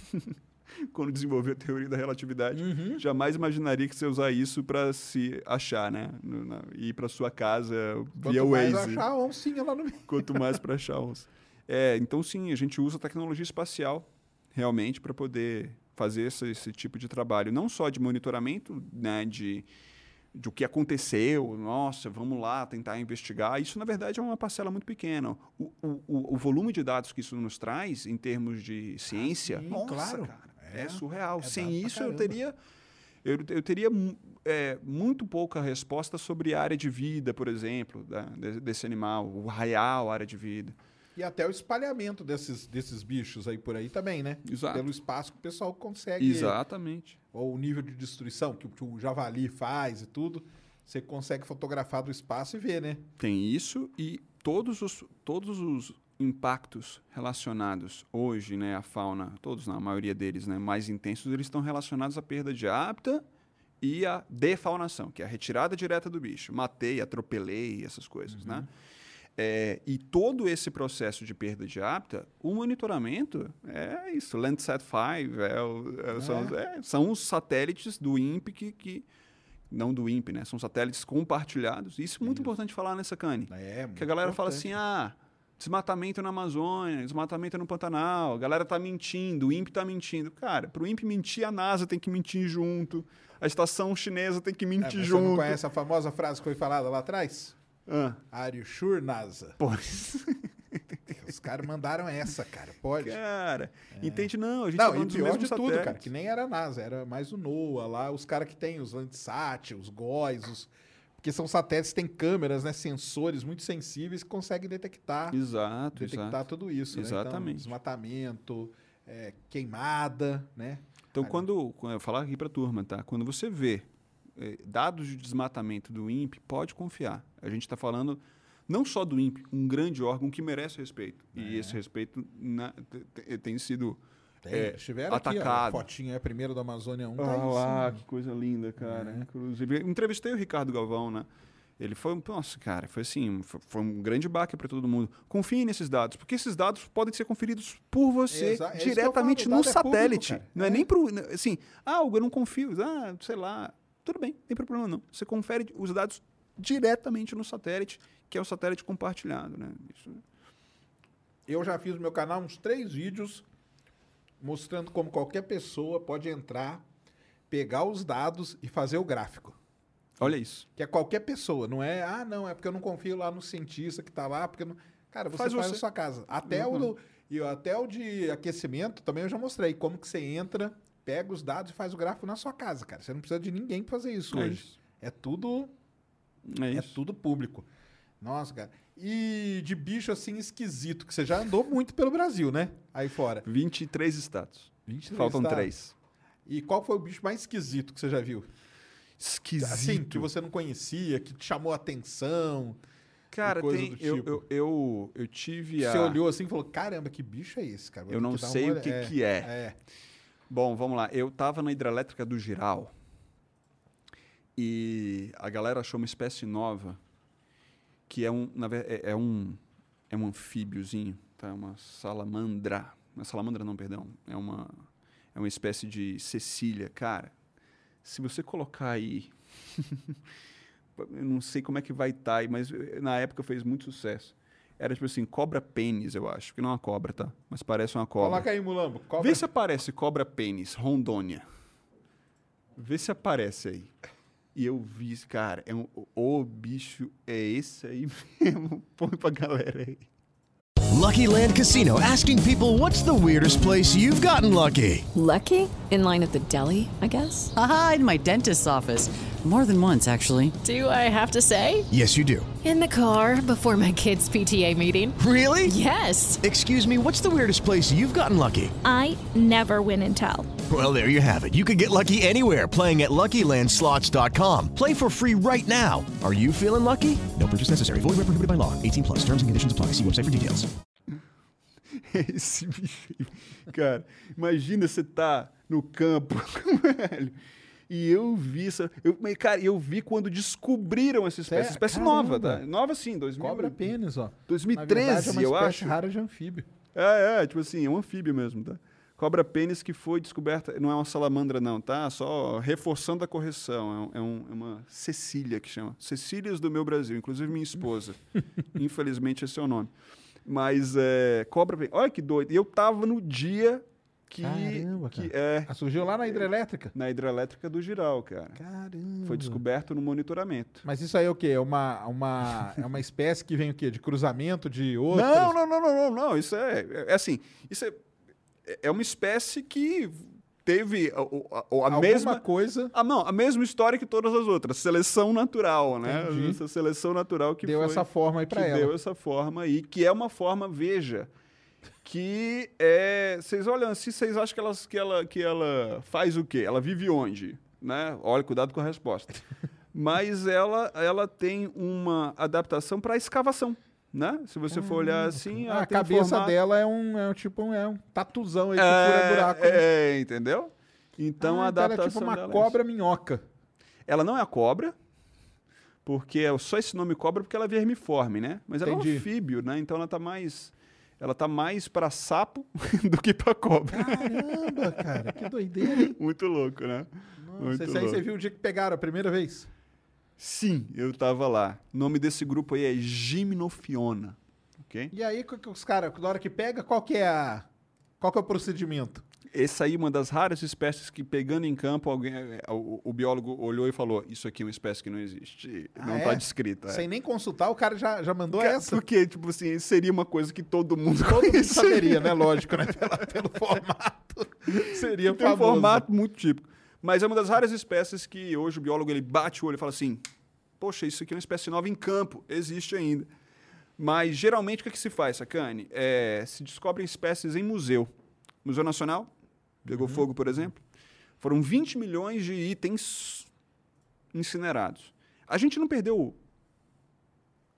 quando desenvolveu a teoria da relatividade, Uhum. jamais imaginaria que você usar isso para se achar, né? No, na, ir para sua casa via Quanto mais Waze. achar a oncinha lá no meio. Quanto mais para achar uns. É, então, sim, a gente usa tecnologia espacial realmente para poder fazer esse, esse tipo de trabalho. Não só de monitoramento, né, de, de o que aconteceu, nossa, vamos lá tentar investigar. Isso, na verdade, é uma parcela muito pequena. O, o, o- o volume de dados que isso nos traz, em termos de ciência, sim, nossa, claro. cara, é, É, surreal. é dado Sem pra isso, eu caramba. teria... Eu, eu teria mu- é, muito pouca resposta sobre a área de vida, por exemplo, da- de- desse animal, o real área de vida. E até o espalhamento desses, desses bichos aí por aí também, né? Exato. Pelo espaço que o pessoal consegue... Exatamente. Ou o nível de destruição que o, que o javali faz e tudo. Você consegue fotografar do espaço e ver, né? Tem isso e todos os, todos os impactos relacionados hoje, né, à fauna, todos, na maioria deles, né, mais intensos, eles estão relacionados à perda de hábitat e à defaunação, que é a retirada direta do bicho. Matei, atropelei, essas coisas, né? É, e todo esse processo de perda de hábitat, o monitoramento é isso, Landsat cinco, é o- é- são, é, são os satélites do INPE que, que... Não do INPE, né? São satélites compartilhados. Isso é muito importante falar nessa cane. É, Que a galera fala assim, ah, desmatamento na Amazônia, desmatamento no Pantanal, a galera tá mentindo, o INPE tá mentindo. Cara, pro INPE mentir, a NASA tem que mentir junto, a estação chinesa tem que É, mentir mas você junto. não conhece a famosa frase que foi falada lá atrás? Ah, Are you sure, NASA? pois. Os caras mandaram essa, cara. Pode. Cara, entende? Não, a gente Não, tá e falando dos pior mesmos de tudo, satélites. cara, que nem era a NASA, era mais o NOAA lá, os caras que tem os Landsat, os G O Es, os... porque são satélites que têm câmeras, né, sensores muito sensíveis que conseguem detectar, Exato, detectar exato. tudo isso. Né? Exatamente. Então, desmatamento, é, queimada, né? Então, quando, quando eu falar aqui para a turma, tá? Quando você vê eh, dados de desmatamento do INPE, pode confiar. A gente está falando não só do INPE, um grande órgão que merece respeito. É. E esse respeito na, te, tem sido Tem, é, estiveram aqui, ó, a atacado. fotinha é a primeira do Amazônia um. Ah, Tá lá, aí, que coisa linda, cara. É. Inclusive, eu entrevistei o Ricardo Galvão, né? Ele foi, nossa, cara, foi assim, foi, foi um grande baque para todo mundo. Confie nesses dados, porque esses dados podem ser conferidos por você Exa- é isso que eu diretamente falo, o no dado é público, satélite. cara. Não é, É. nem pro, assim, ah, eu não confio, ah, sei lá, tudo bem, não tem problema não. Você confere os dados diretamente no satélite, que é o satélite compartilhado, né? Isso. Eu já fiz no meu canal uns três vídeos mostrando como qualquer pessoa pode entrar, pegar os dados e fazer o gráfico. Olha isso. Que é qualquer pessoa, não é, ah, não, é porque eu não confio lá no cientista que está lá, porque não... Cara, você Faz faz, você. na sua casa. Até Uhum. o, e até o de aquecimento também eu já mostrei como que você entra, pega os dados e faz o gráfico na sua casa, cara. Você não precisa de ninguém para fazer isso É hoje. isso. É tudo É é isso. tudo público. Nossa, cara. E de bicho assim esquisito, que você já andou muito pelo Brasil, né? Aí fora. vinte e três estados. vinte e três Faltam estados. três. E qual foi o bicho mais esquisito que você já viu? Esquisito. Assim, que você não conhecia, que te chamou a atenção. Cara, coisa tem, do eu, tipo. eu, eu, eu tive a... Você olhou assim e falou, caramba, que bicho é esse, cara? Vou Eu ter não que dar sei uma o que olhada." que é. É. Bom, vamos lá. Eu tava na hidrelétrica do Giral e a galera achou uma espécie nova que é um, na ver- é, é um, é um anfíbiozinho, tá? Uma salamandra. Uma salamandra não, perdão. É uma, é uma espécie de cecília. Cara, se você colocar aí... eu não sei como é que vai estar aí, mas eh, na época fez muito sucesso. Era tipo assim, cobra pênis, eu acho. Que não é uma cobra, tá? Mas parece uma cobra. Coloca aí, Mulambo. Cobra... Vê se aparece cobra pênis, Rondônia. Vê se aparece aí. E eu vi, cara, é um, o bicho é esse aí mesmo. Põe pra galera aí. Lucky Land Casino asking people, what's the weirdest place you've gotten lucky? Lucky? In line at the deli, I guess? Aha, in my dentist's office. More than once, actually. Do I have to say? Yes, you do. In the car before my kids' P T A meeting. Really? Yes. Excuse me, what's the weirdest place you've gotten lucky? I never win and tell. Well, there you have it. You can get lucky anywhere, playing at Lucky Land Slots dot com. Play for free right now. Are you feeling lucky? No purchase necessary. Void where prohibited by law. eighteen plus. Terms and conditions apply. See website for details. Esse bicho aí. Cara, imagina você tá no campo, velho. E eu vi essa. Eu, mas, cara, eu vi quando descobriram essa espécie. Sé- Espécie caramba. nova, tá? Nova sim, dois mil, Cobra pênis, ó. dois mil e Na treze, verdade, é uma eu espécie acho. rara de anfíbio. É, é, tipo assim, é um anfíbio mesmo, tá? Cobra pênis que foi descoberta, não é uma salamandra não, tá? Só reforçando a correção, é, um- é um- é uma Cecília que chama. Cecílias do meu Brasil, inclusive minha esposa. Infelizmente esse é o nome. Mas é, cobra pênis, olha que doido. E eu tava no dia que... Caramba, que cara. é, Ah, surgiu lá na hidrelétrica? na hidrelétrica do Giral, cara. Caramba. Foi descoberto no monitoramento. Mas isso aí é o quê? É uma, uma, é uma espécie que vem o quê? De cruzamento de outras? Não, não, não, não, não, não. Isso é, é assim, isso é, é uma espécie que teve a, a- a Alguma mesma coisa Ah, não, a mesma história que todas as outras. Seleção natural, né? Entendi. Essa seleção natural que deu foi, essa forma aí pra que ela. deu essa forma aí, que é uma forma, veja, que é... Vocês olham assim, vocês acham que, elas, que, ela, que ela faz o quê? Ela vive onde? Né? Olha, cuidado com a resposta. Mas ela, ela tem uma adaptação para escavação, né? Se você for olhar assim... ela Ah, a tem cabeça formato- dela é um, é um tipo um, é um tatuzão aí que é, fura buraco. né? é, entendeu? Então Ah, a então ela adaptação é tipo uma dela é cobra minhoca. Ela não é a cobra, porque é só esse nome cobra porque ela é vermiforme, né? Mas ela é Entendi. um anfíbio, né? Então ela tá mais ela tá mais para sapo do que para cobra. Caramba, cara, que doideira, hein? Muito louco, né? Nossa, Muito esse aí louco. você viu o dia que pegaram a primeira vez? Sim, eu tava lá. O nome desse grupo aí é Gimnophiona, ok? E aí, co- co- os caras, na hora que pega, qual que é a... Qual que é o procedimento? Essa aí é uma das raras espécies que, pegando em campo, alguém, o, o biólogo olhou e falou: isso aqui é uma espécie que não existe, não Ah, está é? descrita. Sem nem consultar, o cara já, já mandou Cara, essa. Porque, tipo assim, seria uma coisa que todo mundo Todo mundo conheceria. saberia, né? Lógico, né? Pela- pelo formato. Seria Tem um famoso. formato muito típico. Mas é uma das raras espécies que hoje o biólogo ele bate o olho e fala assim: poxa, isso aqui é uma espécie nova em campo, existe ainda. Mas geralmente o que, é que se faz, Sacane? É, se descobrem espécies em museu. Museu Nacional, pegou Uhum. fogo, por exemplo. Foram vinte milhões de itens incinerados. A gente não perdeu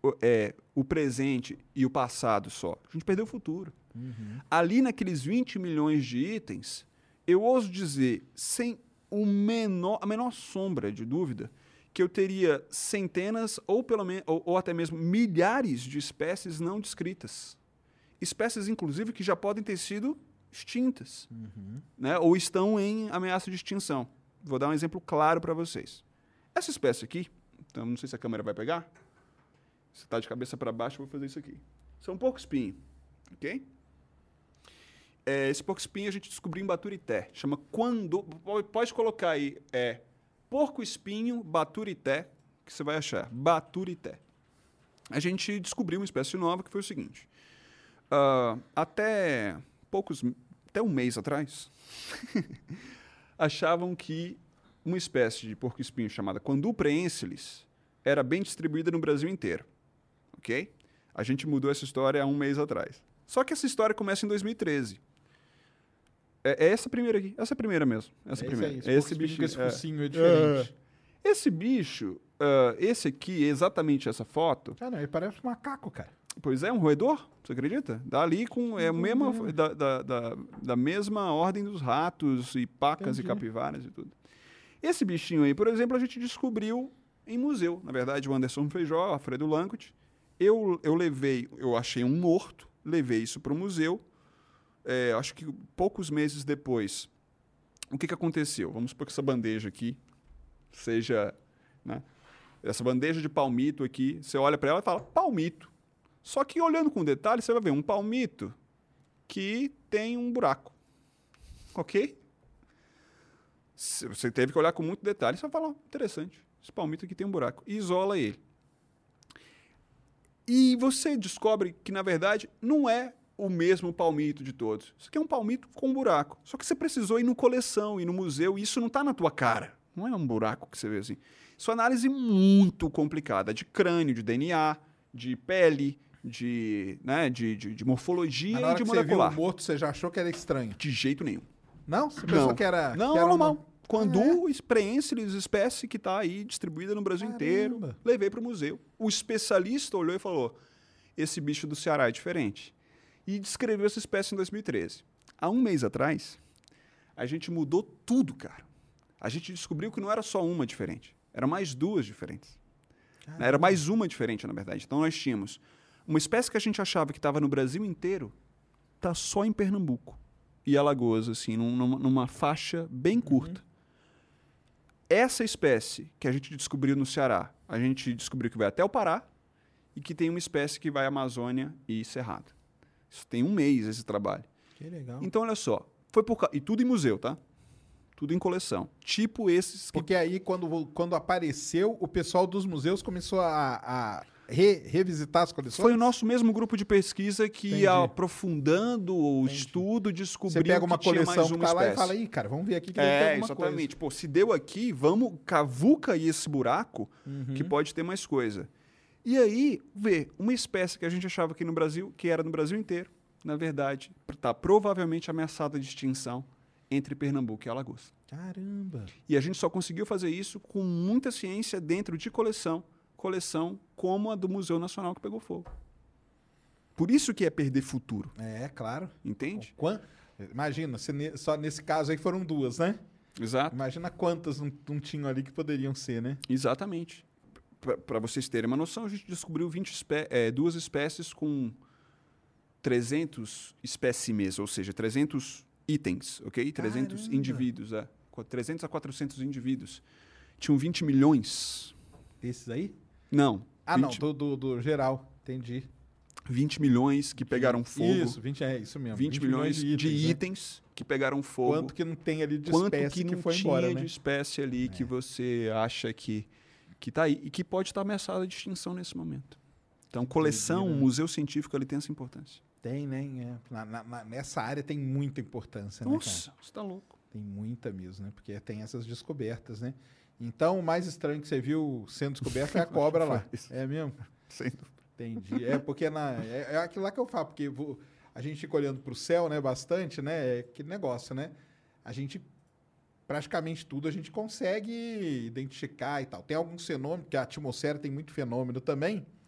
o, é, o presente e o passado só. A gente perdeu o futuro. Uhum. Ali naqueles vinte milhões de itens, eu ouso dizer, sem o menor, a menor sombra de dúvida, que eu teria centenas ou, pelo menos, ou, ou até mesmo milhares de espécies não descritas. Espécies, inclusive, que já podem ter sido extintas, uhum. né? Ou estão em ameaça de extinção. Vou dar um exemplo claro para vocês. Essa espécie aqui, então não sei se a câmera vai pegar. Se está de cabeça para baixo, eu vou fazer isso aqui. Isso é um porco-espinho, ok? É, esse porco-espinho a gente descobriu em Baturité. Chama quando... Pode colocar aí, é, porco-espinho Baturité, que você vai achar. Baturité. A gente descobriu uma espécie nova que foi o seguinte. Uh, até poucos... Até um mês atrás, achavam que uma espécie de porco-espinho chamada Quandu praensilis era bem distribuída no Brasil inteiro. Ok? A gente mudou essa história há um mês atrás. Só que essa história começa em dois mil e treze. É, é essa primeira aqui. Essa primeira mesmo. Essa é primeira. Esse, é esse bicho. Esse é, focinho é diferente. É. Esse bicho, uh, esse aqui, exatamente essa foto... Ah, não, ele parece um macaco, cara. Pois é, um roedor, você acredita? Dá ali com... É a mesma, da, da, da, da mesma ordem dos ratos e pacas Entendi. E capivaras e tudo. Esse bichinho aí, por exemplo, a gente descobriu em museu. Na verdade, o Anderson Feijó, Alfredo Lankut. Eu, eu levei... Eu achei um morto, levei isso para o museu. É, acho que poucos meses depois, o que, que aconteceu? Vamos supor que essa bandeja aqui seja... Né, essa bandeja de palmito aqui, você olha para ela e fala, palmito. Só que olhando com detalhe, você vai ver um palmito que tem um buraco. Ok? Você teve que olhar com muito detalhe. Você vai falar, interessante, esse palmito aqui tem um buraco. E isola ele. E você descobre que, na verdade, não é o mesmo palmito de todos. Isso aqui é um palmito com um buraco. Só que você precisou ir no coleção, ir no museu, e isso não está na tua cara. Não é um buraco que você vê assim. Isso é uma análise muito complicada, de crânio, de D N A, de pele, de, né, de, de, de morfologia e de molecular. Você viu o morto, você já achou que era estranho? De jeito nenhum. Não? Você pensou não. que era... Não, que era normal. Uma... Quandu ah, é? praensilis, espécie que está aí distribuída no Brasil Caramba. inteiro. Levei para o museu. O especialista olhou e falou, esse bicho do Ceará é diferente. E descreveu essa espécie em dois mil e treze. Há um mês atrás, a gente mudou tudo, cara. A gente descobriu que não era só uma diferente. Eram mais duas diferentes. Caramba. Era mais uma diferente, na verdade. Então, nós tínhamos uma espécie que a gente achava que estava no Brasil inteiro, está só em Pernambuco e Alagoas, assim, numa, numa faixa bem curta. Uhum. Essa espécie que a gente descobriu no Ceará, a gente descobriu que vai até o Pará e que tem uma espécie que vai à Amazônia e Cerrado. Isso tem um mês, esse trabalho. Que legal. Então, olha só. Foi por ca... E tudo em museu, tá? Tudo em coleção. Tipo esses... Que... Porque aí, quando, quando apareceu, o pessoal dos museus começou a, a re, revisitar as coleções? Foi o nosso mesmo grupo de pesquisa que, Entendi. ia aprofundando o Entendi. estudo, descobriu Você pega uma que tinha coleção mais que uma tá lá espécie. e fala, ih, cara, vamos ver aqui que deve ter É, alguma exatamente. coisa. Pô, se deu aqui, vamos cavuca aí esse buraco Uhum. que pode ter mais coisa. E aí, vê, uma espécie que a gente achava que no Brasil, que era no Brasil inteiro, na verdade, está provavelmente ameaçada de extinção entre Pernambuco e Alagoas. Caramba! E a gente só conseguiu fazer isso com muita ciência dentro de coleção, coleção como a do Museu Nacional que pegou fogo. Por isso que é perder futuro. É, claro. Entende? Quan... Imagina, se ne... só nesse caso aí foram duas, né? Exato. Imagina quantas não, não tinham ali que poderiam ser, né? Exatamente. Para vocês terem uma noção, a gente descobriu vinte espé é, duas espécies com trezentos espécimes, ou seja, trezentos itens, ok? trezentos Caramba. indivíduos, é. trezentos a quatrocentos indivíduos. Tinham vinte milhões. Esses aí? Não. Ah, vinte, não, do, do, do geral. Entendi. vinte milhões que pegaram fogo. Isso, vinte, é isso mesmo. vinte, vinte milhões, milhões de itens, de itens né? que pegaram fogo. Quanto que não tem ali de Quanto espécie que, não que foi tinha embora, de né? espécie ali é. que você acha que que está aí e que pode estar ameaçada de extinção nesse momento. Então, coleção, um museu científico, ele tem essa importância. Tem, né? É. Na, na, nessa área tem muita importância, Nossa, né, cara? você tá louco. Tem muita mesmo, né? Porque tem essas descobertas, né? Então, o mais estranho que você viu sendo descoberto é a cobra lá. É mesmo? Sem dúvida. Entendi. É porque na, é, é aquilo lá que eu falo, porque vou, a gente fica olhando para o céu, né, bastante, né? É aquele negócio, né? A gente, praticamente tudo, a gente consegue identificar e tal. Tem alguns fenômenos, que a atmosfera tem muito fenômeno também, que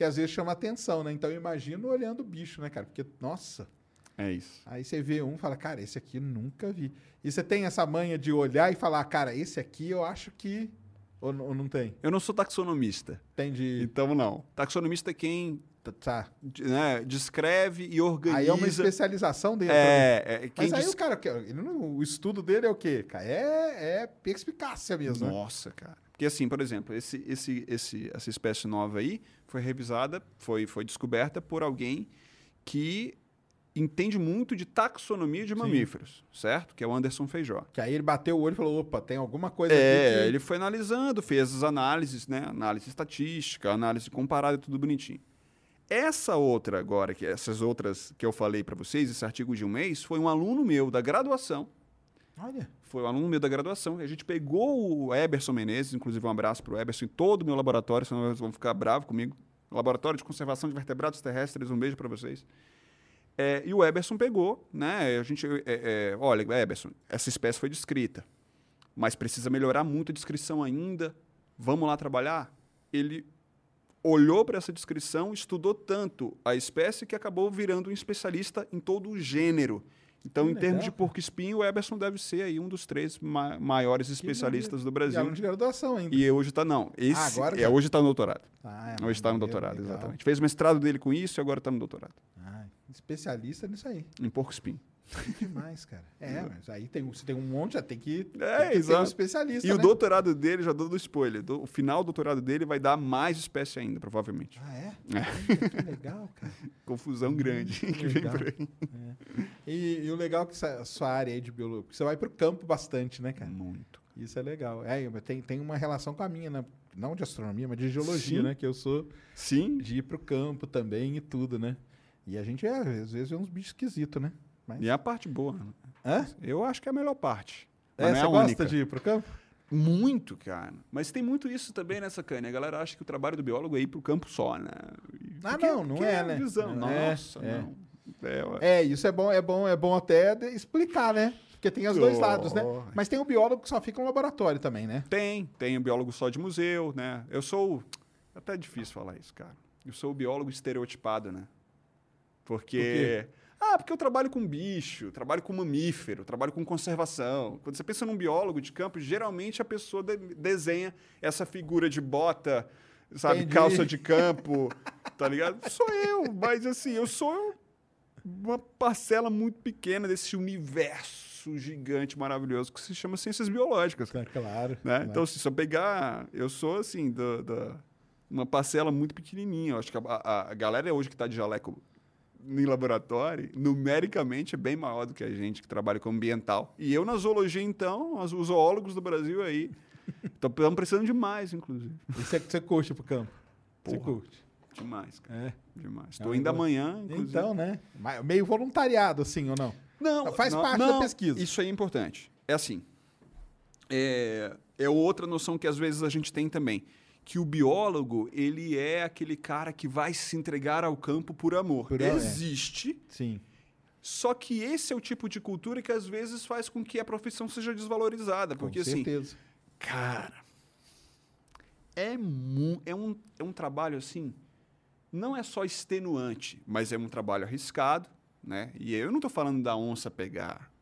que às vezes chama atenção, né? Então eu imagino olhando o bicho, né, cara? Porque, nossa... É isso. Aí você vê um e fala, cara, esse aqui eu nunca vi. E você tem essa manha de olhar e falar, cara, esse aqui eu acho que... Ou, ou não tem? Eu não sou taxonomista. Tem de... Então, não. Taxonomista é quem Tá. né, descreve e organiza... Aí é uma especialização dele. É, é quem Mas aí des... o cara, ele não, o estudo dele é o quê? Cara, é, é perspicácia mesmo. Nossa, né? Cara. Porque assim, por exemplo, esse, esse, esse, essa espécie nova aí foi revisada, foi, foi descoberta por alguém que entende muito de taxonomia de mamíferos, Sim. certo? Que é o Anderson Feijó. Que aí ele bateu o olho e falou, opa, tem alguma coisa é, aqui que... ele foi analisando, fez as análises, né? Análise estatística, análise comparada, tudo bonitinho. Essa outra agora, que essas outras que eu falei para vocês, esse artigo de um mês, foi um aluno meu da graduação. Olha. Foi um aluno meu da graduação. A gente pegou o Eberson Menezes, inclusive um abraço para o Eberson, em todo o meu laboratório, senão eles vão ficar bravos comigo. Laboratório de Conservação de Vertebrados Terrestres, um beijo para vocês. É, e o Eberson pegou, né? A gente, é, é, olha, Eberson, essa espécie foi descrita, mas precisa melhorar muito a descrição ainda. Vamos lá trabalhar? Ele olhou para essa descrição, estudou tanto a espécie que acabou virando um especialista em todo o gênero. Então, que em legal, termos de porco-espinho, o Eberson deve ser aí um dos três ma maiores especialistas do Brasil. E aluno de graduação ainda. E hoje está, não. Esse, ah, agora é, hoje está no doutorado. Ah, é, hoje está no doutorado, legal. Exatamente. Fez o mestrado dele com isso e agora está no doutorado. Ah, especialista nisso aí. Em porco-espinho. Que demais, cara. É, mas aí tem, você tem um monte, já tem que, é, tem que exato. ser um especialista, E né? o doutorado dele, já dou do spoiler, do, o final do doutorado dele vai dar mais espécie ainda, provavelmente. Ah, é? é. Que legal, cara. Confusão grande que, que vem por aí. É. E, e o legal é que essa, a sua área aí de biologia, você vai pro campo bastante, né, cara? Muito. Isso é legal. É, tem, tem uma relação com a minha, né? Não de astronomia, mas de geologia, Sim. né? Que eu sou Sim. de ir pro campo também e tudo, né? E a gente, é, às vezes, vê uns bichos esquisitos, né? Mas... E é a parte boa. Hã? Eu acho que é a melhor parte. É, não é você a gosta única. de ir pro campo? Muito, cara. Mas tem muito isso também nessa cana. A galera acha que o trabalho do biólogo é ir pro campo só, né? Ah, Porque, não, não é, é né? Visão. É, Nossa, é. não. É, é, isso é bom, é bom, é bom até de explicar, né? Porque tem os dois Oh. lados, né? Mas tem o biólogo que só fica no laboratório também, né? Tem, tem o biólogo só de museu, né? Eu sou... Até é difícil falar isso, cara. Eu sou o biólogo estereotipado, né? Porque... Por Ah, porque eu trabalho com bicho, trabalho com mamífero, trabalho com conservação. Quando você pensa num biólogo de campo, geralmente a pessoa de desenha essa figura de bota, sabe, Entendi. calça de campo, tá ligado? Sou eu, mas assim, eu sou uma parcela muito pequena desse universo gigante, maravilhoso, que se chama ciências biológicas. É, claro. Né? claro. Então, se só pegar... Eu sou, assim, da, da, uma parcela muito pequenininha. Eu acho que a, a, a galera hoje que está de jaleco em laboratório, numericamente, é bem maior do que a gente que trabalha com ambiental. E eu, na zoologia, então, os, os zoólogos do Brasil aí, estão precisando de mais, inclusive. E você, você curte pro campo? Você Porra. curte? Demais, cara. É. Demais. É Estou um indo negócio- amanhã, inclusive. Então, né? Mas Meio voluntariado, assim, ou não? Não, Faz não, parte não, da pesquisa. Isso aí é importante. É assim, é, é outra noção que às vezes a gente tem também, que o biólogo, ele é aquele cara que vai se entregar ao campo por amor. Por amor, é. Existe, Sim. só que esse é o tipo de cultura que às vezes faz com que a profissão seja desvalorizada. Porque com assim, certeza. cara, é, mu é, um, é um trabalho assim, não é só extenuante, mas é um trabalho arriscado, né? E eu não estou falando da onça pegar.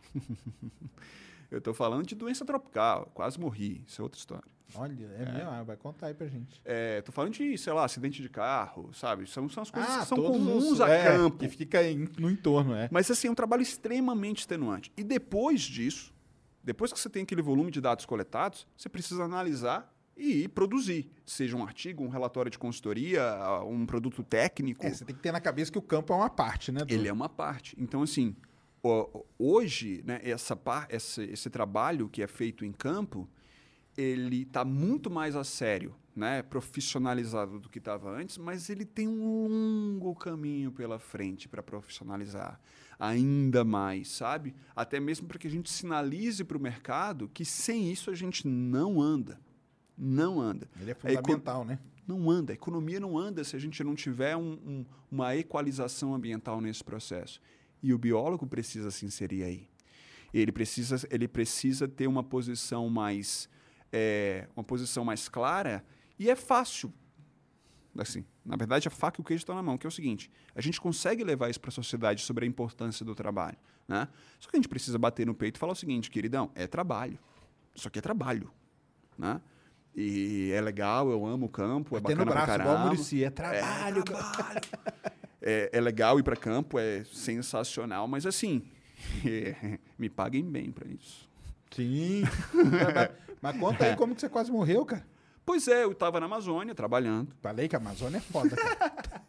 Eu estou falando de doença tropical, quase morri, isso é outra história. Olha, é, mesmo? Ah, vai contar aí pra gente. Estou falando de, sei lá, acidente de carro, sabe? São, são as coisas que são todos comuns os- a é, campo. Que fica em- no entorno, é. Mas, assim, é um trabalho extremamente extenuante. E depois disso, depois que você tem aquele volume de dados coletados, você precisa analisar e produzir. Seja um artigo, um relatório de consultoria, um produto técnico. É, você tem que ter na cabeça que o campo é uma parte, né? do- Ele é uma parte. Então, assim, o- hoje, né, essa par, esse, esse trabalho que é feito em campo, ele está muito mais a sério, né, profissionalizado do que estava antes, mas ele tem um longo caminho pela frente para profissionalizar ainda mais, sabe? Até mesmo para que a gente sinalize para o mercado que sem isso a gente não anda. Não anda. Ele é A eco- fundamental, né? Não anda. A economia não anda se a gente não tiver um, um, uma equalização ambiental nesse processo. E o biólogo precisa se inserir aí. Ele precisa, ele precisa ter uma posição mais, é, uma posição mais clara, e é fácil. Assim, na verdade, a faca e o queijo estão na mão, que é o seguinte, a gente consegue levar isso para a sociedade sobre a importância do trabalho, né? Só que a gente precisa bater no peito e falar o seguinte, queridão, é trabalho. Isso aqui é trabalho, né? E é legal, eu amo o campo, é Bater no bacana pra braço, caramba. igual o Muricy, é trabalho. É, trabalho. é, é legal ir para campo, é sensacional, mas assim, é, me paguem bem para isso. Sim. mas, mas conta aí como que você quase morreu, cara. Pois é, eu estava na Amazônia trabalhando. Falei que a Amazônia é foda, cara.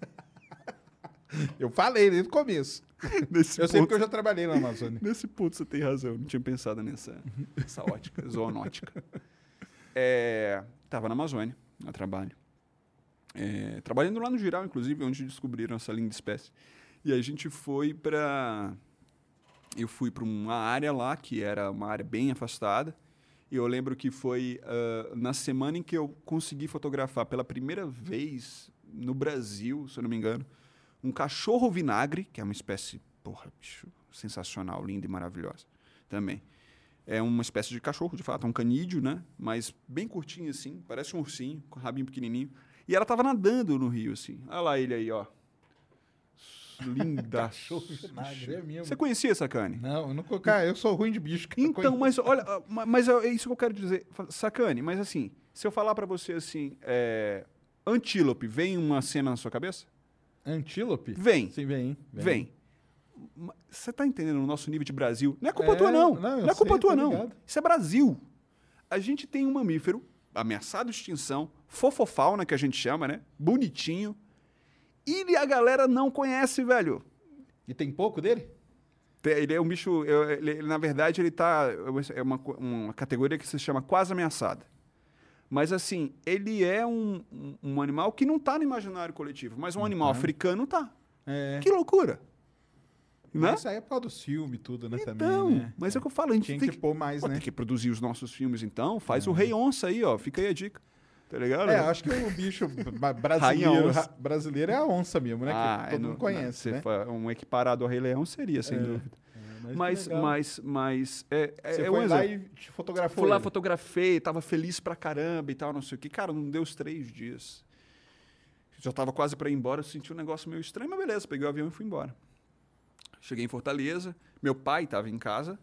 Eu falei desde o começo. Nesse eu ponto, sei porque eu já trabalhei na Amazônia. Nesse ponto você tem razão, eu não tinha pensado nessa, nessa ótica zoonótica. É, tava na Amazônia, a trabalho. É, trabalhando lá no Giral, inclusive, onde descobriram essa linda espécie. E a gente foi para... Eu fui para uma área lá, que era uma área bem afastada. E eu lembro que foi uh, na semana em que eu consegui fotografar pela primeira vez no Brasil, se eu não me engano, um cachorro vinagre, que é uma espécie, porra, bicho, sensacional, linda e maravilhosa também. É uma espécie de cachorro, de fato, um canídeo, né? Mas bem curtinho assim, parece um ursinho, com rabinho pequenininho. E ela estava nadando no rio, assim. Olha lá ele aí, ó. Linda. Cachorro vinagre, é mesmo. Você conhecia Sacane? Não, eu não cara, eu sou ruim de bicho. Cara. Então, mas olha, mas é isso que eu quero dizer. Sacane, mas assim, se eu falar pra você assim, é, antílope, vem uma cena na sua cabeça? Antílope? Vem. Sim, vem. Vem. vem. Você tá entendendo o nosso nível de Brasil? Não é culpa é, tua, não. Não, não é culpa sei, tua, não. Ligado. Isso é Brasil. A gente tem um mamífero ameaçado de extinção, fofofauna, que a gente chama, né? Bonitinho. E a galera não conhece, velho. E tem pouco dele? Ele é um bicho... Ele, ele, na verdade, ele tá... É uma, uma categoria que se chama quase ameaçada. Mas, assim, ele é um, um, um animal que não está no imaginário coletivo, mas um animal Uhum. africano tá. É. Que loucura. Mas Né? isso aí é por causa dos filmes e tudo, né? Então, também, né? mas é o que eu falo, a gente Tinha tem que pôr mais, pô, né? Tem que produzir os nossos filmes, então. Faz o Rei Onça aí, ó. Fica aí a dica. Tá ligado? É, acho que o bicho brasileiro, onça. brasileiro é a onça mesmo, né? Ah, que todo é, mundo não, conhece, não, né? fa- Um equiparado ao Rei Leão seria, sem É, dúvida. É, Mas, que legal. mas, mas... É, é, Você é foi um lá exemplo. e te fotografou Fui lá, ele. fotografei, tava feliz pra caramba e tal, não sei o quê. Cara, não deu os três dias. Já tava quase pra ir embora, eu senti um negócio meio estranho, mas beleza, peguei o avião e fui embora. Cheguei em Fortaleza, meu pai tava em casa,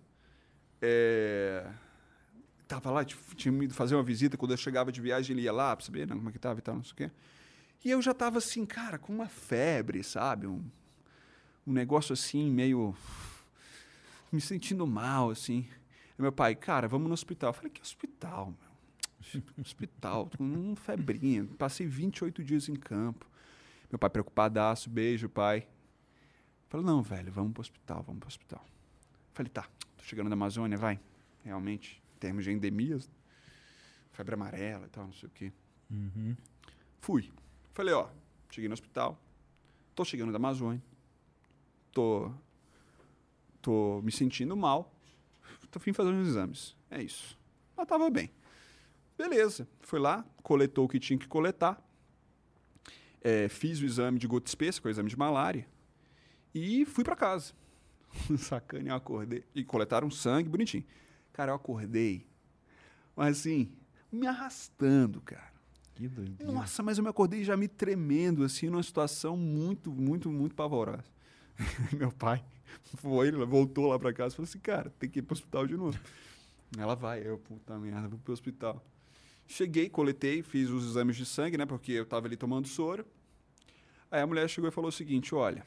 é... tava lá, tinha ido fazer uma visita, quando eu chegava de viagem ele ia lá pra saber, né, como é que tava e tal, não sei o quê. E eu já tava assim, cara, com uma febre, sabe? Um, um negócio assim, meio... me sentindo mal, assim. E meu pai, cara, vamos no hospital. Eu falei, que hospital, meu? Hospital, tô com uma febrinha. Passei vinte e oito dias em campo. Meu pai preocupadaço, beijo, pai. Falei, não, velho, vamos pro hospital, vamos pro hospital. Falei, tá, tô chegando da Amazônia, vai. Realmente, em termos de endemias, febre amarela e tal, não sei o quê. Uhum. Fui. Falei, ó, cheguei no hospital, tô chegando da Amazônia, tô, tô me sentindo mal, tô fim fazer uns exames. É isso. Mas tava bem. Beleza. Fui lá, coletou o que tinha que coletar, é, fiz o exame de gota espessa, que é o exame de malária, e fui pra casa. Sacana, eu acordei. E coletaram sangue, bonitinho. Cara, eu acordei, mas assim, me arrastando, cara. Que doideira. Nossa, mas eu me acordei já me tremendo, assim, numa situação muito, muito, muito pavorosa. Meu pai foi, voltou lá pra casa e falou assim, cara, tem que ir pro hospital de novo. Ela vai, eu, puta merda, vou pro hospital. Cheguei, coletei, fiz os exames de sangue, né, porque eu tava ali tomando soro. Aí a mulher chegou e falou o seguinte, olha,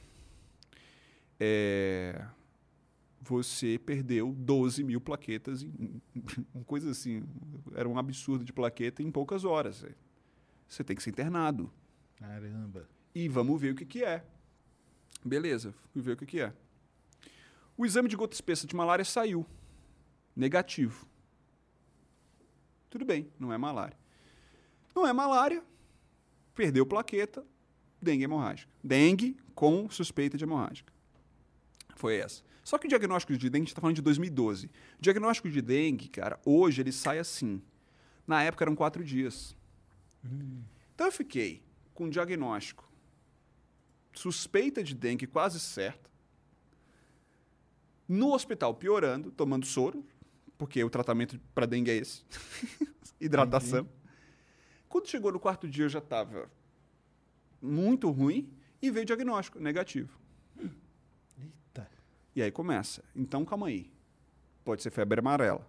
é, você perdeu doze mil plaquetas, em, uma coisa assim, era um absurdo de plaqueta em poucas horas. Você tem que ser internado. Caramba. E vamos ver o que, que é. Beleza, fui ver o que, que é. O exame de gota espessa de malária saiu. Negativo. Tudo bem, não é malária. Não é malária, perdeu plaqueta, dengue hemorrágica. Dengue com suspeita de hemorrágica. Foi essa. Só que o diagnóstico de dengue, a gente está falando de dois mil e doze. O diagnóstico de dengue, cara, hoje ele sai assim. Na época eram quatro dias. Hum. Então eu fiquei com diagnóstico, suspeita de dengue quase certa, no hospital piorando, tomando soro, porque o tratamento para dengue é esse, hidratação. Entendi. Quando chegou no quarto dia eu já estava muito ruim e veio diagnóstico negativo. Eita. E aí começa. Então, calma aí. Pode ser febre amarela.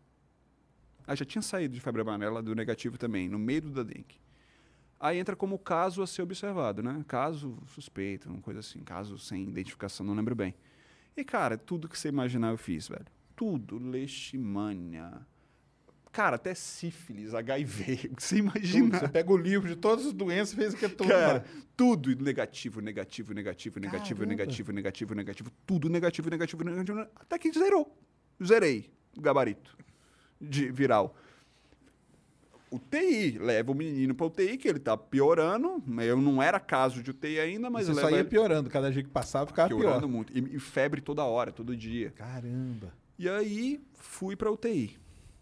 Ah, já tinha saído de febre amarela do negativo também, no meio do da dengue. Aí entra como caso a ser observado, né? Caso suspeito, uma coisa assim. Caso sem identificação, não lembro bem. E, cara, tudo que você imaginar eu fiz, velho. Tudo. Leishmania. Cara, até sífilis, H I V. O que você imagina? Tudo. Você pega o livro de todas as doenças e fez aquilo tudo. Cara, lá. tudo negativo, negativo, negativo, negativo, Caramba. negativo, negativo, negativo. Tudo negativo, negativo, negativo. Até que zerou. Zerei o gabarito de viral. U T I, leva o menino para U T I, que ele tá piorando. Eu não era caso de U T I ainda, mas Você leva só ia ele piorando. Cada dia que passava ficava piorando pior. muito. E, e febre toda hora, todo dia. Caramba. E aí, fui pra U T I.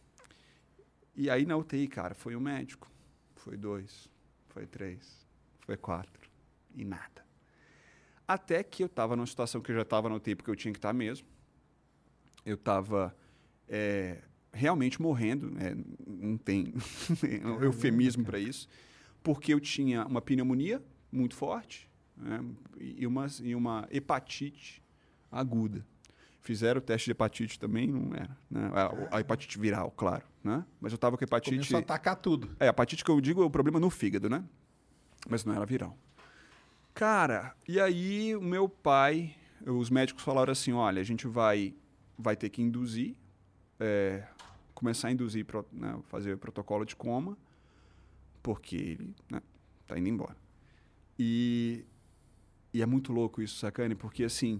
E aí, na U T I, cara, foi um médico. Foi dois. Foi três. Foi quatro. E nada. Até que eu tava numa situação que eu já tava na U T I, porque eu tinha que estar mesmo. Eu tava é, realmente morrendo. É, não tem um eufemismo para isso. Porque eu tinha uma pneumonia muito forte, né, e, uma, e uma hepatite aguda. Fizeram o teste de hepatite também, não era. Né? A, a hepatite viral, claro. Né? Mas eu estava com hepatite... Começou a atacar tudo. É, a hepatite que eu digo é o problema no fígado, né? Mas não era viral. Cara, e aí o meu pai, os médicos falaram assim, olha, a gente vai, vai ter que induzir, é, começar a induzir, pro, né, fazer o protocolo de coma, porque ele né, tá indo embora. E, e é muito louco isso, sacane, porque assim...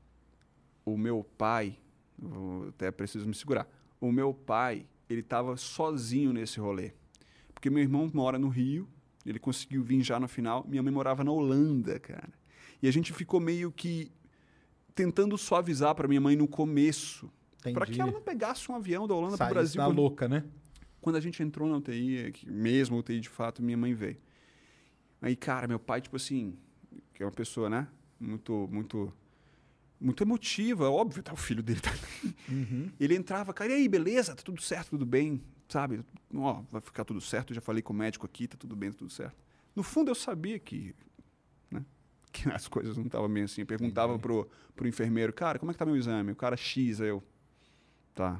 O meu pai, eu até preciso me segurar, o meu pai, ele estava sozinho nesse rolê. Porque meu irmão mora no Rio, ele conseguiu vir já no final, minha mãe morava na Holanda, cara. E a gente ficou meio que tentando suavizar para minha mãe no começo, para que ela não pegasse um avião da Holanda para o Brasil. Tá Quando, louca, né? quando a gente entrou na U T I, que mesmo U T I de fato, minha mãe veio. Aí, cara, meu pai, tipo assim, que é uma pessoa, né, muito, muito... muito emotiva, óbvio, tá, o filho dele tá uhum. Ele entrava, cara, e aí, beleza? Tá tudo certo, tudo bem, sabe? Ó, vai ficar tudo certo, já falei com o médico aqui, tá tudo bem, tá tudo certo. No fundo, eu sabia que, né, que as coisas não estavam bem assim. Eu perguntava pro, pro enfermeiro, cara, como é que tá meu exame? O cara X, aí eu, tá.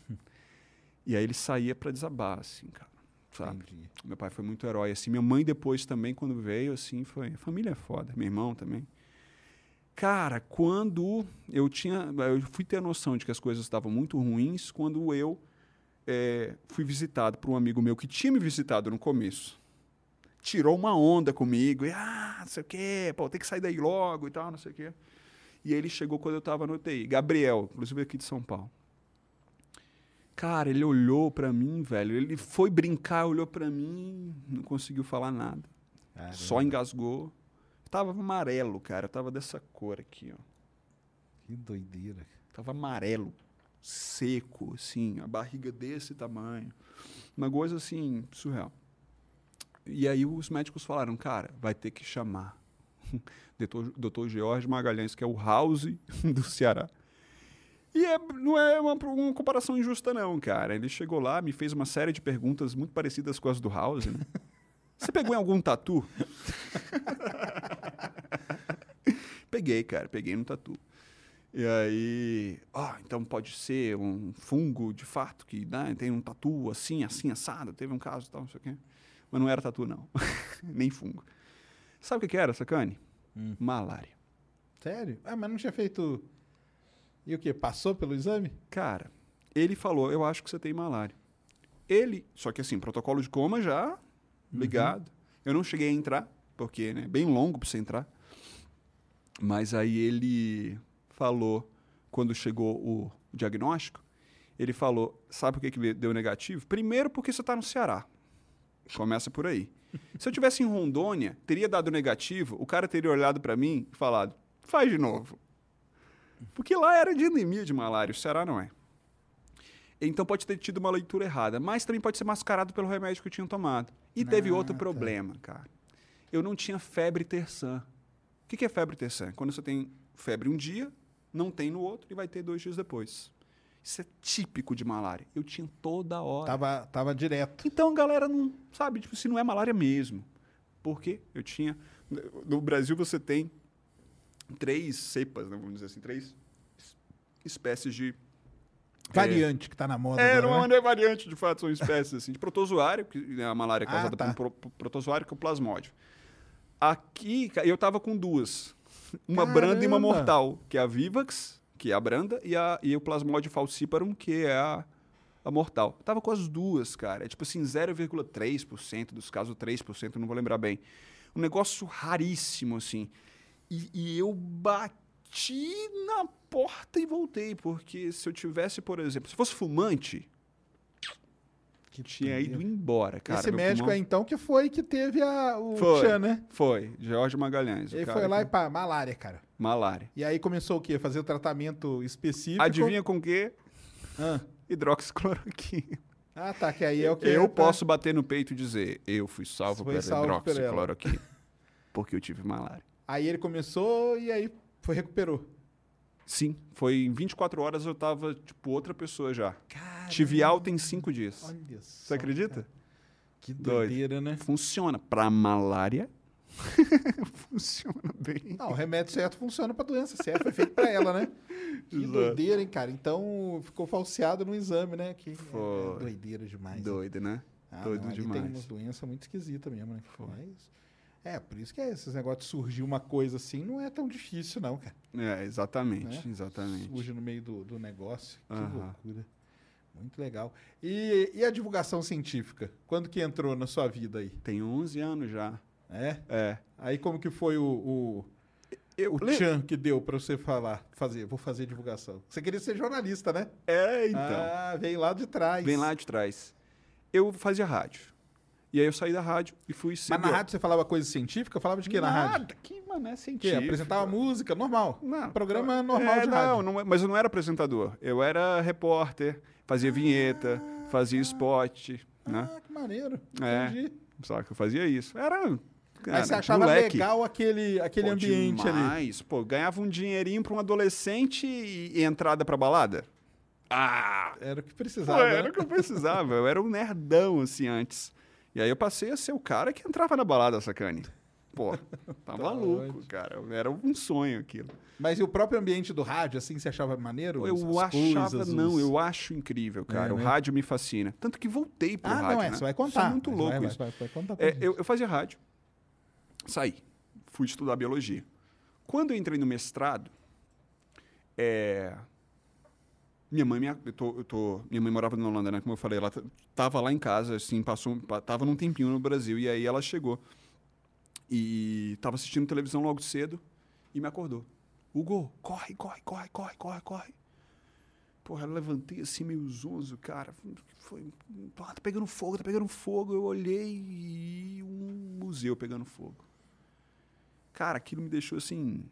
E aí ele saía pra desabar, assim, cara, sabe? Entendi. Meu pai foi muito herói, assim. Minha mãe depois também, quando veio, assim, foi... A família é foda, meu irmão também. Cara, quando eu tinha... Eu fui ter a noção de que as coisas estavam muito ruins quando eu é, fui visitado por um amigo meu que tinha me visitado no começo. Tirou uma onda comigo. E, ah, não sei o quê. Pô, tem que sair daí logo e tal, não sei o quê. E ele chegou quando eu estava no U T I. Gabriel, inclusive aqui de São Paulo. Cara, ele olhou pra mim, velho. Ele foi brincar, olhou pra mim, não conseguiu falar nada. Caramba. Só engasgou. Tava amarelo, cara. Tava dessa cor aqui, ó. Que doideira. Tava amarelo, seco, assim, a barriga desse tamanho. Uma coisa, assim, surreal. E aí os médicos falaram, cara, vai ter que chamar doutor, doutor George Magalhães, que é o House do Ceará. E é, não é uma, uma comparação injusta, não, cara. Ele chegou lá, me fez uma série de perguntas muito parecidas com as do House, né? Você pegou em algum tatu? Peguei, cara. Peguei no tatu. E aí... Ó, oh, então pode ser um fungo, de fato, que né, tem um tatu assim, assim, assado. Teve um caso e tal, não sei o quê. Mas não era tatu, não. Nem fungo. Sabe o que era, sacane? Hum. Malária. Sério? Ah, mas não tinha feito... E o quê? Passou pelo exame? Cara, ele falou, eu acho que você tem malária. Ele... Só que assim, protocolo de coma já... Ligado. Uhum. Eu não cheguei a entrar, porque é né, bem longo para você entrar. Mas aí ele falou, quando chegou o diagnóstico, ele falou, sabe por que, que deu negativo? Primeiro porque você está no Ceará. Começa por aí. Se eu tivesse em Rondônia, teria dado negativo, o cara teria olhado para mim e falado, faz de novo. Porque lá era de endemia de malária, o Ceará não é. Então pode ter tido uma leitura errada, mas também pode ser mascarado pelo remédio que eu tinha tomado. E teve ah, outro problema, tá. cara. Eu não tinha febre terçã. O que, que é febre terçã? Quando você tem febre um dia, não tem no outro e vai ter dois dias depois. Isso é típico de malária. Eu tinha toda hora. Tava, tava direto. Então a galera não sabe, tipo, se não é malária mesmo. Porque eu tinha No Brasil você tem três cepas, né, vamos dizer assim, três espécies de... Variante é, que tá na moda é, agora, não, né? não é variante, de fato, são espécies assim, de protozoário, que é a malária causada ah, tá. por um pro, protozoário, que é o plasmódio. Aqui, eu tava com duas. Uma Caramba. branda e uma mortal, que é a Vivax, que é a branda, e, a, e o Plasmodium falciparum, que é a, a mortal. Eu tava com as duas, cara. É tipo assim, zero vírgula três por cento dos casos, três por cento, não vou lembrar bem. Um negócio raríssimo, assim. E, e eu bati na porta e voltei, porque se eu tivesse, por exemplo, se fosse fumante, que tinha ido embora, cara. Esse Meu médico pulmão... aí, então, que foi que teve a, o foi, tchan, né? Foi, Jorge Magalhães. Ele cara foi lá que... e pá, malária, cara. Malária. E aí começou o quê? Fazer o tratamento específico. Adivinha com o quê? Ah. Hidroxicloroquina. Ah, tá, que aí é o que... Eu é, posso bater no peito e dizer, eu fui salvo Foi pela salvo por ela. hidroxicloroquina, porque eu tive malária. Aí ele começou e aí foi, recuperou. Sim, foi em vinte e quatro horas eu tava, tipo, outra pessoa já. Caramba. Tive alta em cinco dias. Olha só, Você acredita? Cara. Que doideira, Doido. né? Funciona. Pra malária, funciona bem. Não, o remédio certo funciona pra doença certa, foi feito pra ela, né? Que Exato. doideira, hein, cara? Então ficou falseado no exame, né? Que Foi. é doideira demais. Doido, né? Ah, Doido não, ali demais. tem umas doenças muito esquisitas mesmo, né? Mas, é, por isso que é esses negócios de surgir uma coisa assim não é tão difícil, não, cara. É, exatamente, Né? exatamente. Surge no meio do, do negócio. Que Aham. loucura. Muito legal. E, e a divulgação científica? Quando que entrou na sua vida aí? Tem onze anos já. É? É. Aí como que foi o, o, Eu o le- tchan que deu pra você falar, fazer, vou fazer divulgação? Você queria ser jornalista, né? É, então. Ah, veio lá de trás. Vem lá de trás. Eu fazia rádio. E aí eu saí da rádio e fui ser... Mas na rádio você falava coisa científica? Falava de quê na rádio? Nada, que mané Que científico. apresentava música, normal. Não, Programa normal é, de não, rádio. não, mas eu não era apresentador. Eu era repórter, fazia vinheta, fazia spot, né? Ah, que maneiro. É. Entendi. Só que eu fazia isso. Era... Cara, Mas você achava moleque. legal aquele, aquele Pô, ambiente ali? demais. Pô, ganhava um dinheirinho pra um adolescente e, e entrada pra balada. Ah! Era o que Pô, precisava. era né? o que eu precisava. Eu era um nerdão, assim, antes. E aí eu passei a ser o cara que entrava na balada, sacane. Pô, tá maluco, ótimo. cara. Era um sonho aquilo. Mas e o próprio ambiente do rádio, assim, você achava maneiro? Eu As achava, coisas, não, os- eu acho incrível, cara. É, o né? rádio me fascina. Tanto que voltei pro Ah, rádio, não é, né? você vai contar. Isso é muito Mas louco vai, isso. Vai, vai, vai contar pra É, gente. eu, eu fazia rádio, saí, fui estudar biologia. Quando eu entrei no mestrado, é, minha mãe, minha, eu tô, eu tô, minha mãe morava na Holanda, né? Como eu falei, ela t- tava lá em casa, assim, passou, pa- tava num tempinho no Brasil, e aí ela chegou e tava assistindo televisão logo cedo e me acordou. Hugo, corre, corre, corre, corre, corre, corre. Porra, eu levantei assim, meio zonzo, cara. Foi, ah, tá pegando fogo, tá pegando fogo. Eu olhei e um museu pegando fogo. Cara, aquilo me deixou assim,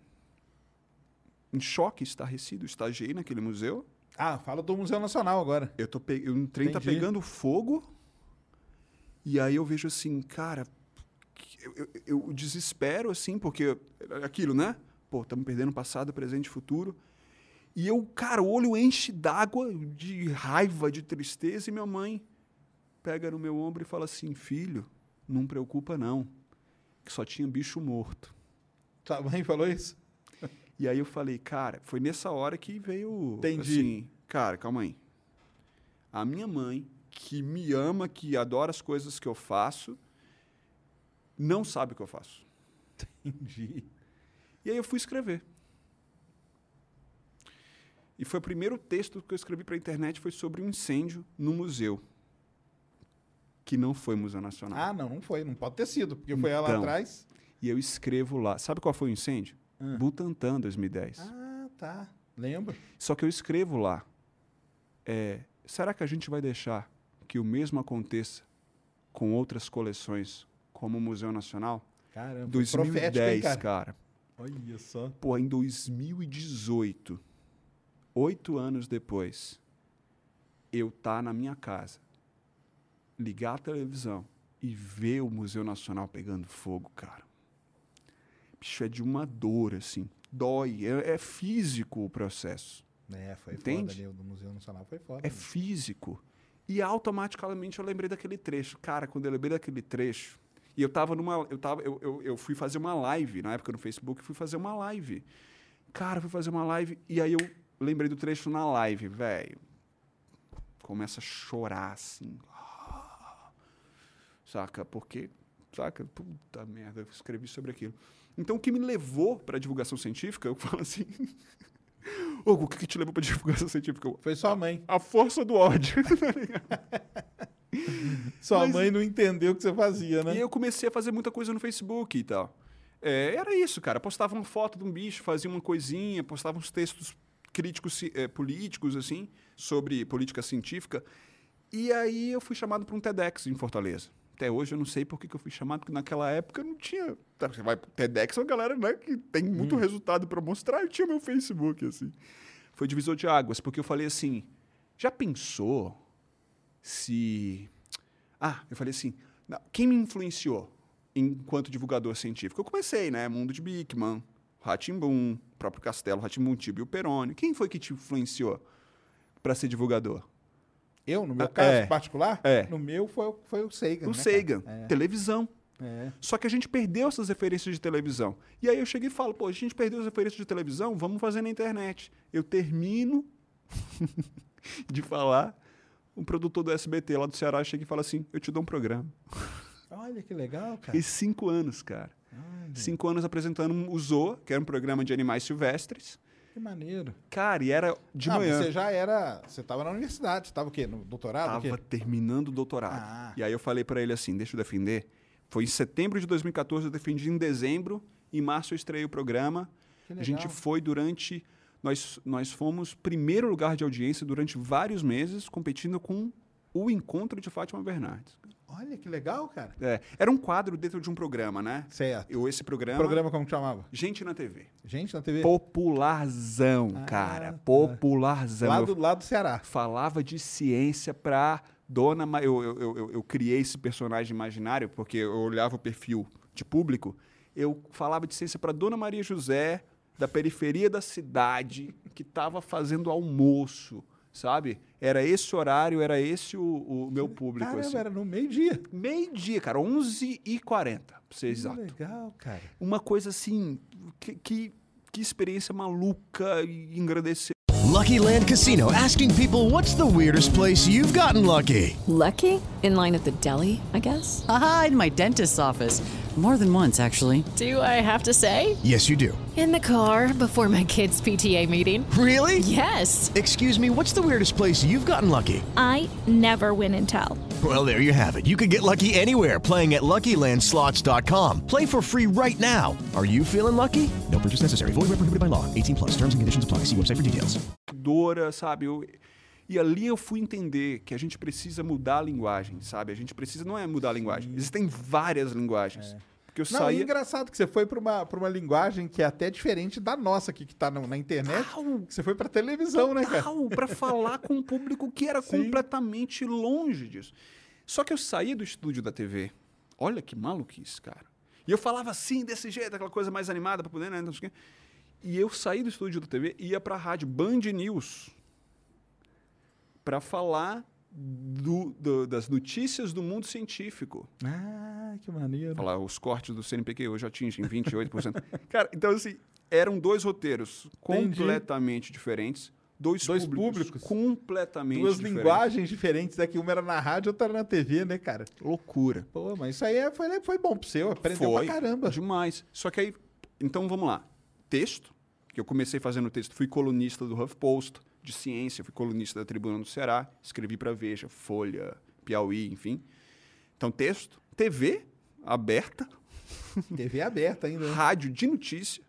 em choque, estarrecido. Estagiei naquele museu. Ah, fala do Museu Nacional agora. Eu tô pe... O trem tá Entendi. pegando fogo. E aí eu vejo assim, cara, eu, eu, eu o desespero, assim, porque aquilo, né? Pô, estamos perdendo passado, presente e futuro. E eu, cara, o olho enche d'água, de raiva, de tristeza, e minha mãe pega no meu ombro e fala assim, filho, não preocupa não, que só tinha bicho morto. Sua mãe falou isso? E aí eu falei, cara, foi nessa hora que veio, Entendi. assim, cara, calma aí. A minha mãe, que me ama, que adora as coisas que eu faço, não sabe o que eu faço. Entendi. E aí eu fui escrever. E foi o primeiro texto que eu escrevi para a internet, foi sobre um incêndio no museu, que não foi Museu Nacional. Ah, não, não foi. Não pode ter sido, porque foi ela lá Então, atrás. E eu escrevo lá. Sabe qual foi o incêndio? Ah. Butantã, dois mil e dez. Ah, tá. Lembro. Só que eu escrevo lá. É, será que a gente vai deixar que o mesmo aconteça com outras coleções, como o Museu Nacional? Caramba, dois mil e profético, dez, hein, cara? cara. Olha só. Pô, em dois mil e dezoito, oito anos depois, eu tá na minha casa, ligar a televisão e ver o Museu Nacional pegando fogo, cara. Bicho, é de uma dor, assim. Dói. É, é físico o processo. É, foi Entende? foda ali. O do Museu Nacional foi foda. É né? físico. E automaticamente eu lembrei daquele trecho. Cara, quando eu lembrei daquele trecho, E eu tava numa. Eu, tava, eu, eu, eu fui fazer uma live, na época no Facebook, fui fazer uma live. Cara, fui fazer uma live e aí eu lembrei do trecho na live, velho. Começa a chorar, assim. Saca? Porque, saca? Puta merda, eu escrevi sobre aquilo. Então, o que me levou para a divulgação científica, eu falo assim... Ô, o que, que te levou para a divulgação científica? Foi sua mãe. A força do ódio. Sua Mas, mãe não entendeu o que você fazia, né? E eu comecei a fazer muita coisa no Facebook e tal. É, era isso, cara. Postava uma foto de um bicho, fazia uma coisinha, postava uns textos críticos é, políticos, assim, sobre política científica. E aí eu fui chamado para um TEDx em Fortaleza. Até hoje eu não sei por que, que eu fui chamado, porque naquela época não tinha... Você vai pro TEDx, é uma galera, né, que tem muito hum. resultado para mostrar, e tinha meu Facebook, assim. Foi divisor de águas, porque eu falei assim, já pensou se... Ah, eu falei assim, não, quem me influenciou enquanto divulgador científico? Eu comecei, né, Mundo de Bickman, Rá-Tim-Bum, próprio Castelo, Rá-Tim-Bum, Tibio e Peroni. Quem foi que te influenciou para ser divulgador? Eu, no meu caso é, particular? É. No meu foi, foi o Sagan. O né, Sagan, é. televisão. É. Só que a gente perdeu essas referências de televisão. E aí eu cheguei e falo, pô, a gente perdeu as referências de televisão, vamos fazer na internet. Eu termino de falar, um produtor do S B T lá do Ceará chega e fala assim, eu te dou um programa. Olha que legal, cara. Fiquei cinco anos, cara. Olha. Cinco anos apresentando o Zoa, que era um programa de animais silvestres. Que maneiro. Cara, e era de ah, manhã. Você já era... Você estava na universidade, você estava o quê? No doutorado? Tava terminando o doutorado. Ah. E aí eu falei para ele assim, deixa eu defender. Foi em setembro de dois mil e quatorze, eu defendi em dezembro. Em março eu estreiei o programa. Que legal. A gente foi durante... Nós, nós fomos primeiro lugar de audiência durante vários meses, competindo com o Encontro de Fátima Bernardes. Olha que legal, cara. É, era um quadro dentro de um programa, né? Certo. Eu, esse programa... O programa como que chamava? Gente na T V. Gente na T V? Popularzão, Ah, cara. tá. Popularzão. Lá Eu do, lá do Ceará. falava de ciência pra Dona... Ma... Eu, eu, eu, eu criei esse personagem imaginário, porque eu olhava o perfil de público, eu falava de ciência pra Dona Maria José, da periferia da cidade, que estava fazendo almoço, sabe? Era esse horário, era esse o, o meu público. Caramba, assim. era no meio-dia. Meio-dia, cara, onze e quarenta, pra ser Que exato. legal, cara. Uma coisa assim, que, que, que experiência maluca e engrandecedora. Lucky Land Casino, asking people, what's the weirdest place you've gotten lucky? Lucky? In line at the deli, I guess? Haha, in my dentist's office. More than once, actually. Do I have to say? Yes, you do. In the car before my kids' P T A meeting. Really? Yes. Excuse me, what's the weirdest place you've gotten lucky? I never win and tell. Well, there you have it. You can get lucky anywhere, playing at Lucky Land Slots dot com. Play for free right now. Are you feeling lucky? No purchase necessary. Void where prohibited by law. eighteen plus. Terms and conditions apply. See website for details. Dora, sabe? Eu, e ali eu fui entender que a gente precisa mudar a linguagem, sabe? A gente precisa, não é mudar a linguagem. Existem várias linguagens. É. Porque eu Não, saía... e engraçado que você foi para uma, pra uma linguagem que é até diferente da nossa aqui, que tá na, na internet. Total. Você foi para televisão, né, cara? Para falar com um público que era Sim. completamente longe disso. Só que eu saía do estúdio da T V. Olha que maluquice, cara. E eu falava assim, desse jeito, aquela coisa mais animada para poder, né? Não sei o quê. E eu saí do estúdio da T V e ia para a rádio Band News para falar do, do, das notícias do mundo científico. Ah, que maneiro. Falar os cortes do C N Pq hoje atingem vinte e oito por cento. Cara, então assim, eram dois roteiros Entendi. completamente diferentes. Dois, Dois públicos, públicos. completamente Duas diferentes. linguagens diferentes, né? Que uma era na rádio e outra era na T V, né, cara? Loucura. Pô, mas isso aí é- foi, foi bom pro seu, aprendeu Foi pra caramba. demais. Só que aí, então vamos lá. Texto, que eu comecei fazendo texto, fui colunista do HuffPost, de ciência, fui colunista da Tribuna do Ceará, escrevi para Veja, Folha, Piauí, enfim. Então, texto, T V aberta, T V aberta ainda, né? rádio de notícia,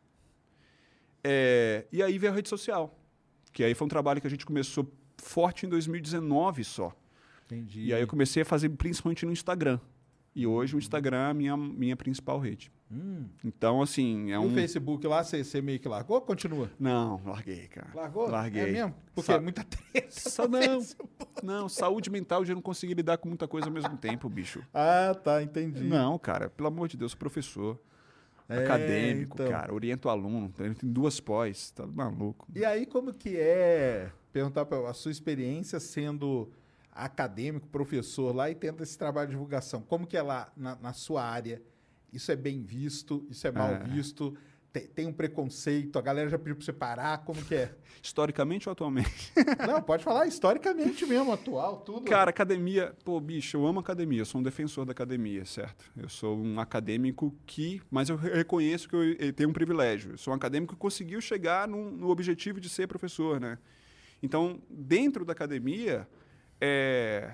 é, e aí veio a rede social, que aí foi um trabalho que a gente começou forte em dois mil e dezenove só. Entendi. E aí eu comecei a fazer principalmente no Instagram. E hoje o Instagram é a minha, minha principal rede. Hum. Então, assim, é E um... o Facebook lá, você, você meio que largou ou continua? Não, larguei, cara. Largou? Larguei. É mesmo? Porque Sa- é muita treta. Só no não. Facebook. Não, saúde mental, eu já não consegui lidar com muita coisa ao mesmo tempo, bicho. Ah, tá, entendi. Não, cara, pelo amor de Deus, sou professor, É, acadêmico, então. cara, oriento aluno, tem duas pós, tá maluco. E aí, como que é, perguntar pra, a sua experiência sendo acadêmico, professor lá e tenta esse trabalho de divulgação. Como que é lá na, na sua área? Isso é bem visto? Isso é mal É. visto? Tem, tem um preconceito? A galera já pediu para você parar? Como que é? Historicamente ou atualmente? Não, pode falar historicamente mesmo, atual, tudo. Cara, academia... Pô, bicho, eu amo academia. Eu sou um defensor da academia, certo? Eu sou um acadêmico que... Mas eu reconheço que eu, eu tenho um privilégio. Eu sou um acadêmico que conseguiu chegar no, no objetivo de ser professor, né? Então, dentro da academia, é...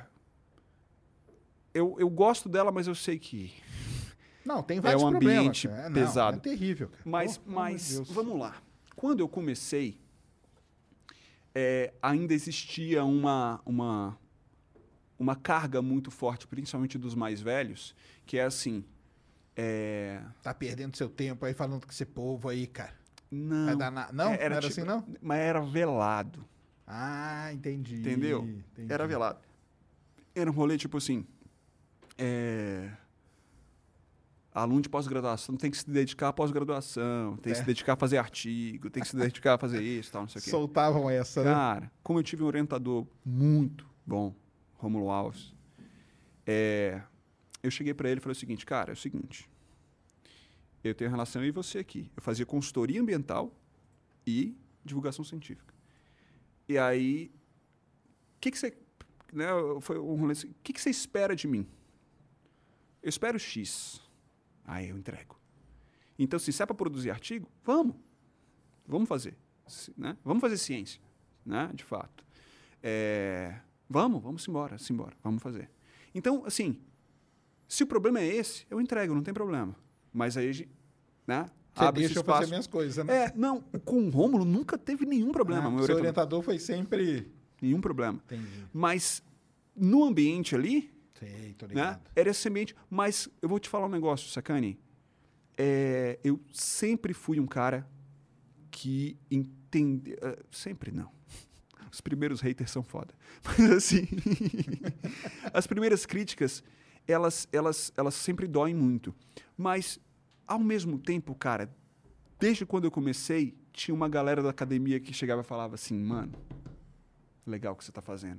eu, eu gosto dela, mas eu sei que... Não, tem vários é um problemas. ambiente cara. É, não, pesado. É terrível, cara. Mas, Oh, pelo amor de mas Deus. vamos lá. Quando eu comecei, é, ainda existia uma, uma, uma carga muito forte, principalmente dos mais velhos, que é assim... É... Tá perdendo seu tempo aí falando com esse povo aí, cara. Não. Vai dar na- Não? É, Não era tipo- assim, não? Mas era velado, Ah, entendi. entendeu? entendi. Era velado. Era um rolê tipo assim... É... Aluno de pós-graduação tem que se dedicar à pós-graduação, tem que É. se dedicar a fazer artigo, tem que se dedicar a fazer isso, tal, não sei o quê. Soltavam essa, né? Cara, como eu tive um orientador muito bom, Rômulo Alves, é, eu cheguei para ele e falei o seguinte, cara, é o seguinte, eu tenho relação eu e você aqui. Eu fazia consultoria ambiental e divulgação científica. E aí, o que, que você... Né, foi um rolê assim, o que, que você espera de mim? Eu espero X. Aí eu entrego. Então, se é para produzir artigo, vamos. Vamos fazer. Se- Né? Vamos fazer ciência, né? De fato. É, vamos, vamos embora, embora, vamos fazer. Então, assim, se o problema é esse, eu entrego, não tem problema. Mas aí, a gente, né? Você abre esse deixa eu fazer espaço. minhas coisas, né? É, não, com o Rômulo nunca teve nenhum problema. Ah, meu seu orientador. orientador foi sempre... Nenhum problema. Entendi. Mas no ambiente ali, Sei, tô né? ligado. Era esse ambiente. Mas eu vou te falar um negócio, Sacani. É, eu sempre fui um cara que entende... eh, sempre não. Os primeiros haters são foda. Mas assim... as primeiras críticas, elas, elas, elas sempre doem muito. Mas, ao mesmo tempo, cara, desde quando eu comecei, tinha uma galera da academia que chegava e falava assim, mano, legal o que você tá fazendo.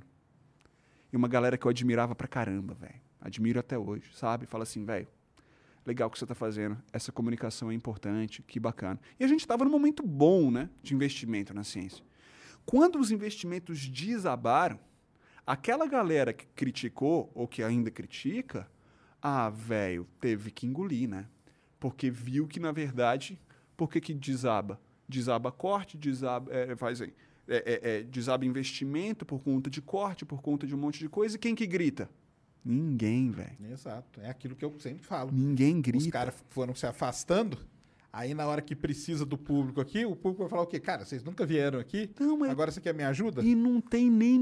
E uma galera que eu admirava pra caramba, velho. Admiro até hoje, sabe? Fala assim, velho, legal o que você tá fazendo. Essa comunicação é importante, que bacana. E a gente estava num momento bom, né? De investimento na ciência. Quando os investimentos desabaram, aquela galera que criticou, ou que ainda critica, ah, velho, teve que engolir, né? Porque viu que, na verdade, por que que desaba? Desaba corte, desaba... É, faz aí. É, é, é, desaba investimento por conta de corte, por conta de um monte de coisa. E quem que grita? Ninguém, velho. Exato. É aquilo que eu sempre falo. Ninguém grita. Os caras foram se afastando, aí na hora que precisa do público aqui, o público vai falar o quê? Cara, vocês nunca vieram aqui? Não, mas- Agora você quer me ajuda? E não tem nem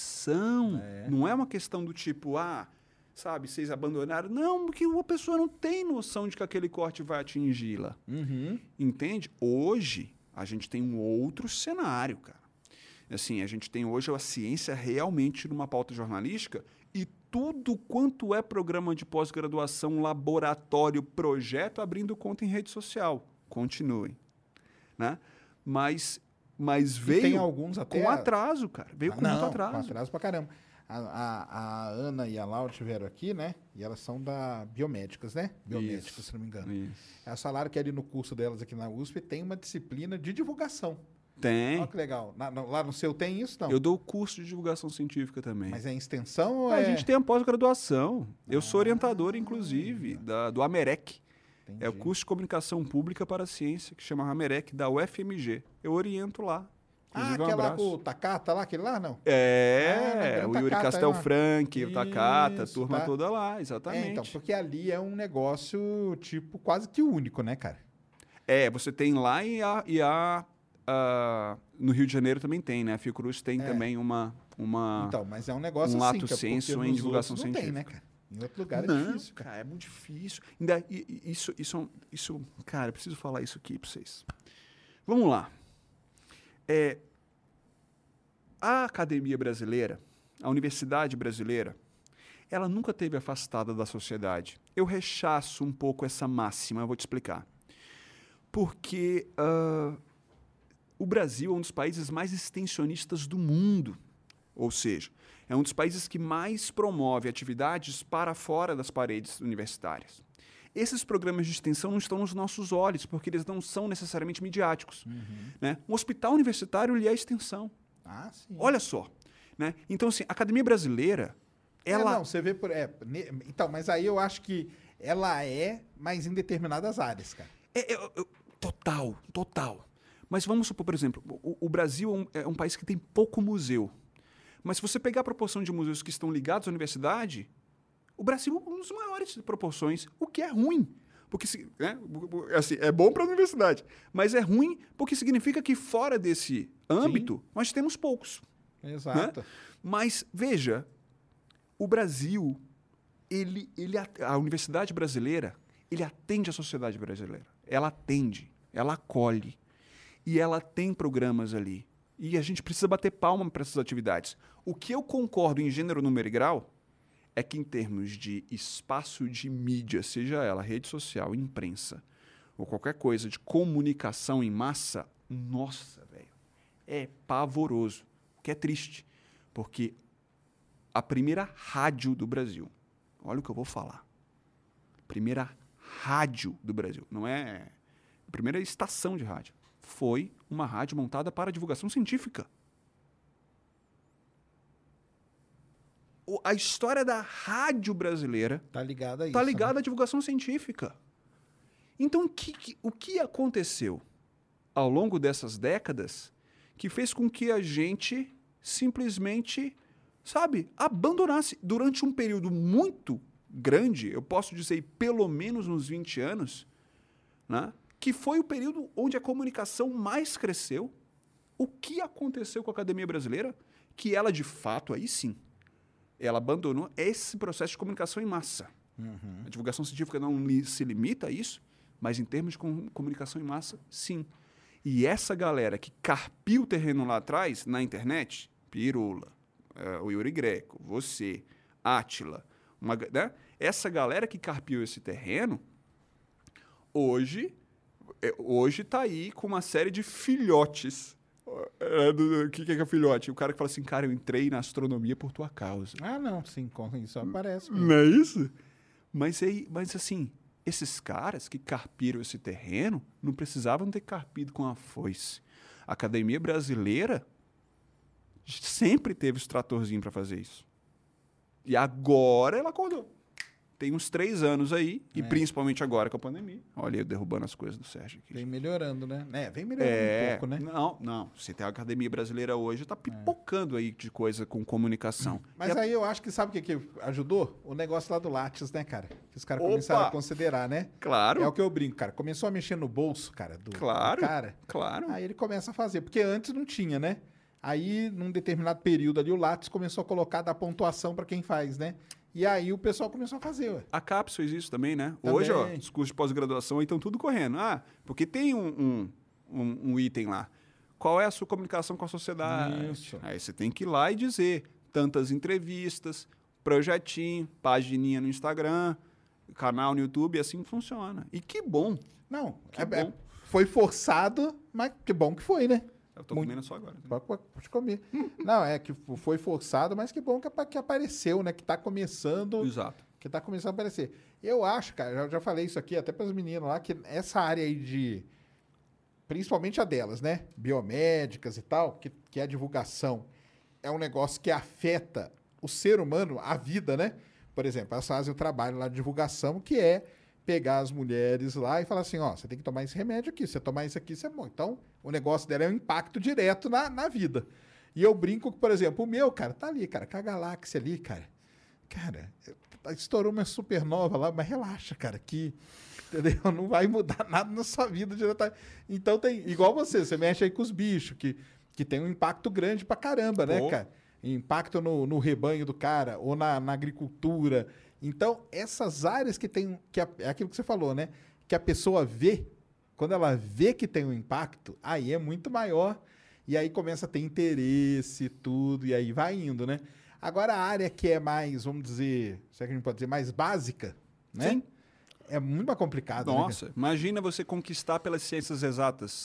noção. É. Não é uma questão do tipo, ah, sabe, vocês abandonaram. Não, porque a pessoa não tem noção de que aquele corte vai atingi-la. Uhum. Entende? Hoje, a gente tem um outro cenário, cara. Assim, a gente tem hoje a ciência realmente numa pauta jornalística e tudo quanto é programa de pós-graduação, laboratório, projeto, abrindo conta em rede social. Continuem. Né? Mas, mas veio tem alguns até- com atraso, cara. Veio Ah, com não, muito atraso. Com atraso pra caramba. A, a, a Ana e a Laura estiveram aqui, né? E elas são da Biomédicas, né? Biomédicas, Isso. se não me engano. Isso. Elas falaram que ali no curso delas aqui na U S P tem uma disciplina de divulgação. Tem. Olha que legal. Na- no- lá no seu tem isso, não? Eu dou curso de divulgação científica também. Mas é em extensão ou a é... gente tem a pós-graduação. Eu sou orientador, inclusive, da, do Amerec. Entendi. É o curso de comunicação pública para a ciência, que chama Amerec, da U F M G. Eu oriento lá. Ah, Inclusive, um aquela abraço. com o Takata lá, aquele lá, não? Ah, É, na o Grande Yuri Takata, Castel é uma- Frank, o Takata, a Isso, turma tá. toda lá, É, exatamente. então, porque ali é um negócio, tipo, quase que único, né, cara? É, você tem lá e a, e a, a- no Rio de Janeiro também tem, né? A Fiocruz tem É. também uma... uma Então, mas é um negócio um assim, lato cara, sensu porque em nos divulgação outros não tem, né, científica. cara? Em outro lugar Não, é difícil, cara. cara, é muito difícil. Ainda, e- e- isso, isso, isso, cara, eu preciso falar isso aqui para vocês. Vamos lá. É, a academia brasileira, a universidade brasileira, ela nunca teve afastada da sociedade. Eu rechaço um pouco essa máxima, eu vou te explicar. Porque ah, o Brasil é um dos países mais extensionistas do mundo. Ou seja, é um dos países que mais promove atividades para fora das paredes universitárias. Esses programas de extensão não estão nos nossos olhos, porque eles não são necessariamente midiáticos. Uhum. Né? Um hospital universitário ele é extensão. Ah, sim. Olha só. Né? Então, assim, a Academia Brasileira, ela... É, não, você vê por... É, ne... Então, mas aí eu acho que ela é, mas em determinadas áreas, cara. É, é, é, total, total. Mas vamos supor, por exemplo, o, o Brasil é um, é um país que tem pouco museu. Mas se você pegar a proporção de museus que estão ligados à universidade, o Brasil é um dos maiores de proporções, o que é ruim. Porque né, assim, é bom para a universidade, mas é ruim porque significa que fora desse âmbito, sim, nós temos poucos. Exato. Né? Mas, veja, o Brasil, ele, ele, a universidade brasileira, ele atende a sociedade brasileira. Ela atende, ela acolhe. E ela tem programas ali. E a gente precisa bater palma para essas atividades. O que eu concordo em gênero, número e grau é que, em termos de espaço de mídia, seja ela rede social, imprensa, ou qualquer coisa de comunicação em massa, nossa, velho, é pavoroso. O que é triste. Porque a primeira rádio do Brasil, olha o que eu vou falar. Primeira rádio do Brasil, não é a primeira estação de rádio. Foi uma rádio montada para divulgação científica. O, a história da rádio brasileira está ligada a isso. Está ligada né? à divulgação científica. Então, que, que, o que aconteceu ao longo dessas décadas que fez com que a gente simplesmente, sabe, abandonasse durante um período muito grande, eu posso dizer pelo menos uns vinte anos, né? Que foi o período onde a comunicação mais cresceu. O que aconteceu com a Academia Brasileira? Que ela, de fato, aí sim, ela abandonou esse processo de comunicação em massa. Uhum. A divulgação científica não li, se limita a isso, mas em termos de com, comunicação em massa, sim. E essa galera que carpiu o terreno lá atrás, na internet, Pirula, uh, o Yuri Greco, você, Átila, uma, né? Essa galera que carpiu esse terreno, hoje... Hoje está aí com uma série de filhotes. O que, que é filhote? O cara que fala assim, cara, eu entrei na astronomia por tua causa. Ah, não, sim, isso aparece mesmo. Não é isso? Mas, aí, mas assim, esses caras que carpiram esse terreno não precisavam ter carpido com a foice. A Academia Brasileira sempre teve os tratorzinhos para fazer isso. E agora ela acordou. Tem uns três anos aí, é. E principalmente agora com a pandemia. Olha eu derrubando as coisas do Sérgio aqui. Vem melhorando, né? É, vem melhorando é, um pouco, né? Não, não. Você tem a Academia Brasileira hoje, tá pipocando é. aí de coisa com comunicação. Mas e aí a... eu acho que sabe o que, que ajudou? O negócio lá do Lattes, né, cara? Que os caras começaram a considerar, né? Claro. É o que eu brinco, cara. Começou a mexer no bolso, cara, do, claro, do cara. Claro. Aí ele começa a fazer. Porque antes não tinha, né? Aí, num determinado período ali, o Lattes começou a colocar, dar pontuação para quem faz, né? E aí o pessoal começou a fazer, ué. A CAPES fez isso também, né? Também. Hoje, ó, os cursos de pós-graduação aí estão tudo correndo. Ah, porque tem um, um, um, um item lá. Qual é a sua comunicação com a sociedade? Isso. Aí você tem que ir lá e dizer tantas entrevistas, projetinho, pagininha no Instagram, canal no YouTube, e assim funciona. E que bom. Não, que é, bom. É, foi forçado, mas que bom que foi, né? Eu tô Muito... comendo só agora. Né? Pode, pode comer. Não, é que foi forçado, mas que bom que, que apareceu, né? Que tá começando... Exato. Que tá começando a aparecer. Eu acho, cara, já, já falei isso aqui até para as meninas lá, que essa área aí de... Principalmente a delas, né? Biomédicas e tal, que, que é a divulgação. É um negócio que afeta o ser humano, a vida, né? Por exemplo, elas fazem o trabalho lá de divulgação, que é pegar as mulheres lá e falar assim, ó, você tem que tomar esse remédio aqui, se você tomar isso aqui, você é bom. Então, o negócio dela é um impacto direto na, na vida. E eu brinco que, por exemplo, o meu, cara, tá ali, cara, com a galáxia ali, cara. Cara, estourou uma supernova lá, mas relaxa, cara, que, entendeu? Não vai mudar nada na sua vida diretamente. Então, tem, igual você, você mexe aí com os bichos, que, que tem um impacto grande pra caramba, né, Pô. cara? Impacto no, no rebanho do cara, ou na, na agricultura. Então, essas áreas que tem, que a, é aquilo que você falou, né? Que a pessoa vê, quando ela vê que tem um impacto, aí é muito maior, e aí começa a ter interesse, tudo, e aí vai indo, né? Agora, a área que é mais, vamos dizer, será que a gente pode dizer, mais básica, né? Sim. É muito mais complicado. Nossa, né? Imagina você conquistar pelas ciências exatas.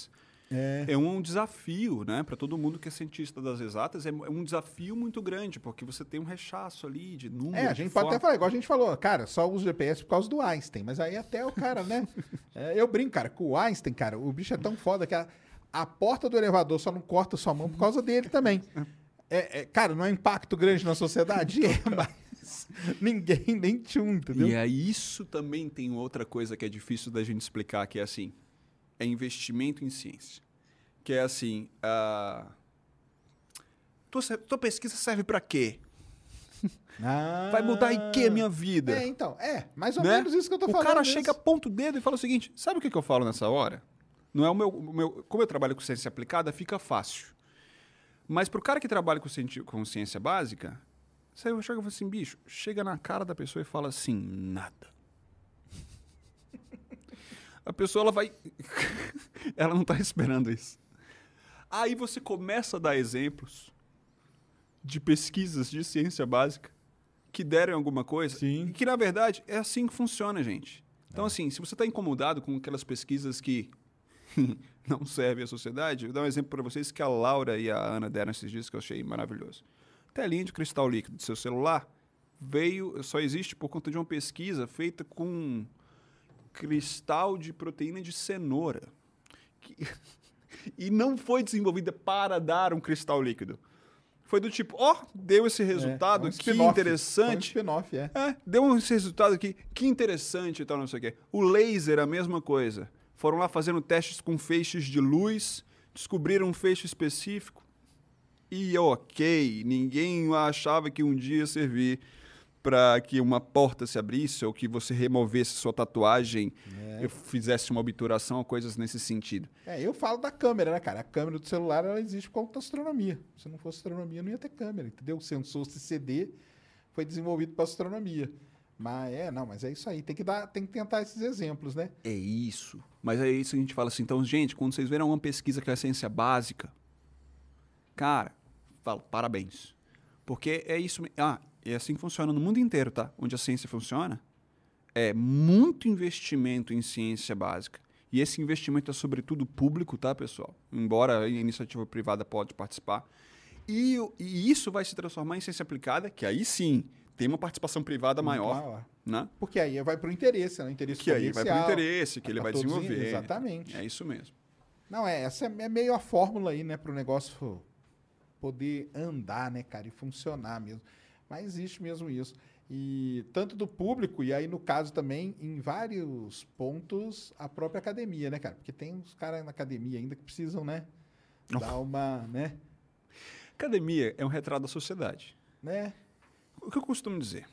É. É um desafio, né? Para todo mundo que é cientista das exatas, é um desafio muito grande, porque você tem um rechaço ali de números. É, a gente pode até falar, igual a gente falou, cara, só usa o G P S por causa do Einstein, mas aí até o cara, né? É, eu brinco, cara, com o Einstein, cara, o bicho é tão foda que a, a porta do elevador só não corta sua mão por causa dele também. É, é, cara, não é um impacto grande na sociedade? É, mas ninguém nem tchum, entendeu? E aí isso também tem outra coisa que é difícil da gente explicar, que é assim, é investimento em ciência. Que é assim, uh, tua, tua pesquisa serve para quê? Ah, Vai mudar em que a minha vida? É, então, é, mais ou Né? menos isso que eu tô o falando. cara mesmo. chega, aponta o dedo e fala o seguinte, sabe o que, que eu falo nessa hora? Não é o meu, o meu, como eu trabalho com ciência aplicada, fica fácil. Mas pro cara que trabalha com, ciência, com ciência básica, você chega e fala assim, bicho, chega na cara da pessoa e fala assim, nada. A pessoa, ela vai... ela não tá esperando isso. Aí você começa a dar exemplos de pesquisas de ciência básica que deram alguma coisa. Sim. E que, na verdade, é assim que funciona, gente. Então, é. assim, se você está incomodado com aquelas pesquisas que não servem à sociedade, eu vou dar um exemplo para vocês que a Laura e a Ana deram esses dias que eu achei maravilhoso. Telinha de cristal líquido do seu celular veio, só existe por conta de uma pesquisa feita com cristal de proteína de cenoura. Que... E não foi desenvolvida para dar um cristal líquido. Foi do tipo, ó, oh, deu esse resultado, é, um que interessante. Foi um spin-off, é. É, deu esse resultado aqui, que interessante e tal, não sei o quê. O laser, a mesma coisa. Foram lá fazendo testes com feixes de luz, descobriram um feixe específico. E ok, ninguém achava que um dia ia servir para que uma porta se abrisse ou que você removesse sua tatuagem, é. fizesse uma obturação ou coisas nesse sentido. É, eu falo da câmera, né, cara? A câmera do celular, ela existe por conta da astronomia. Se não fosse astronomia, não ia ter câmera, entendeu? O sensor C D foi desenvolvido para astronomia. Mas é, não, mas é isso aí. Tem que dar, tem que tentar esses exemplos, né? É isso. Mas é isso que a gente fala assim. Então, gente, quando vocês verem uma pesquisa que é ciência básica, cara, falo, parabéns. Porque é isso. Ah, é assim que funciona no mundo inteiro, tá? Onde a ciência funciona, é muito investimento em ciência básica. E esse investimento é sobretudo público, tá, pessoal? Embora a iniciativa privada pode participar. E, e isso vai se transformar em ciência aplicada, que aí sim tem uma participação privada muito maior. maior. Né? Porque aí vai para o interesse, né? O interesse que comercial. Que aí vai para o interesse, que ele vai desenvolver. Exatamente. É isso mesmo. Não, é, essa é meio a fórmula aí, né? Para o negócio poder andar, né, cara? E funcionar mesmo. Mas existe mesmo isso. E tanto do público, e aí no caso também, em vários pontos, a própria academia, né, cara? Porque tem uns caras na academia ainda que precisam, né? Oh. Dar uma, né? Academia é um retrato da sociedade. Né? O que eu costumo dizer?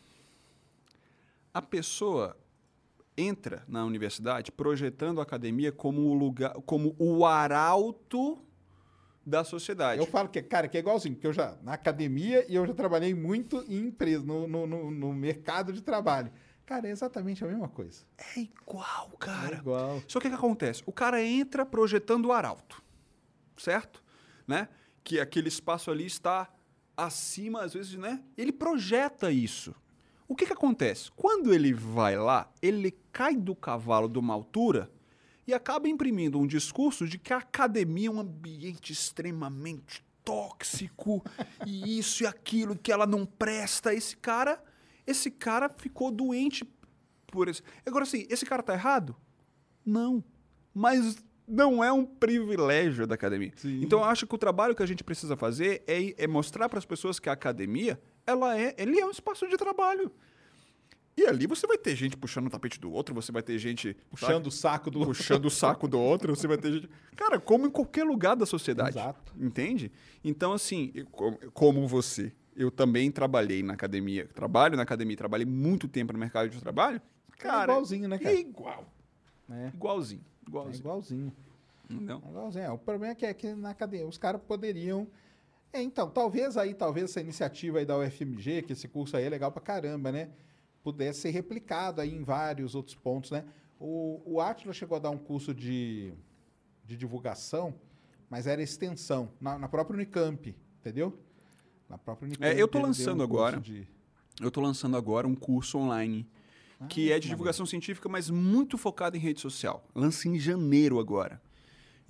A pessoa entra na universidade projetando a academia como o lugar, como o arauto da sociedade. Eu falo que, cara, que é igualzinho, porque eu já, na academia, e eu já trabalhei muito em empresa, no, no, no, no mercado de trabalho. Cara, é exatamente a mesma coisa. É igual, cara. É igual. Só que o que acontece? O cara entra projetando o arauto, certo? Né? Que aquele espaço ali está acima, às vezes, né? Ele projeta isso. O que que acontece? Quando ele vai lá, ele cai do cavalo de uma altura e acaba imprimindo um discurso de que a academia é um ambiente extremamente tóxico e isso e aquilo, que ela não presta. Esse cara, esse cara ficou doente por isso. Agora, assim, esse cara tá errado? Não. Mas não é um privilégio da academia. Sim. Então, eu acho que o trabalho que a gente precisa fazer é, é mostrar para as pessoas que a academia, ela é, ele é um espaço de trabalho. E ali você vai ter gente puxando o tapete do outro, você vai ter gente... Puxando sabe? o saco do outro. Puxando o saco do outro, você vai ter gente... Cara, como em qualquer lugar da sociedade. Exato. Entende? Então, assim, eu, como você, eu também trabalhei na academia, trabalho na academia, trabalhei muito tempo no mercado de trabalho. Cara, é igualzinho, né, cara? É igual. É. Igualzinho. Igualzinho. É igualzinho. Não. É igualzinho. É, o problema é que, é que na academia os caras poderiam... É, então, talvez aí, talvez essa iniciativa aí da U F M G, que esse curso aí é legal pra caramba, né? Pudesse ser replicado aí em vários outros pontos, né? O, o Átila chegou a dar um curso de, de divulgação, mas era extensão, na, na própria Unicamp, entendeu? Na própria Unicamp. É, eu tô lançando um agora, de... eu tô lançando agora um curso online, ah, que é de divulgação científica, mas muito focado em rede social. Lança em janeiro agora.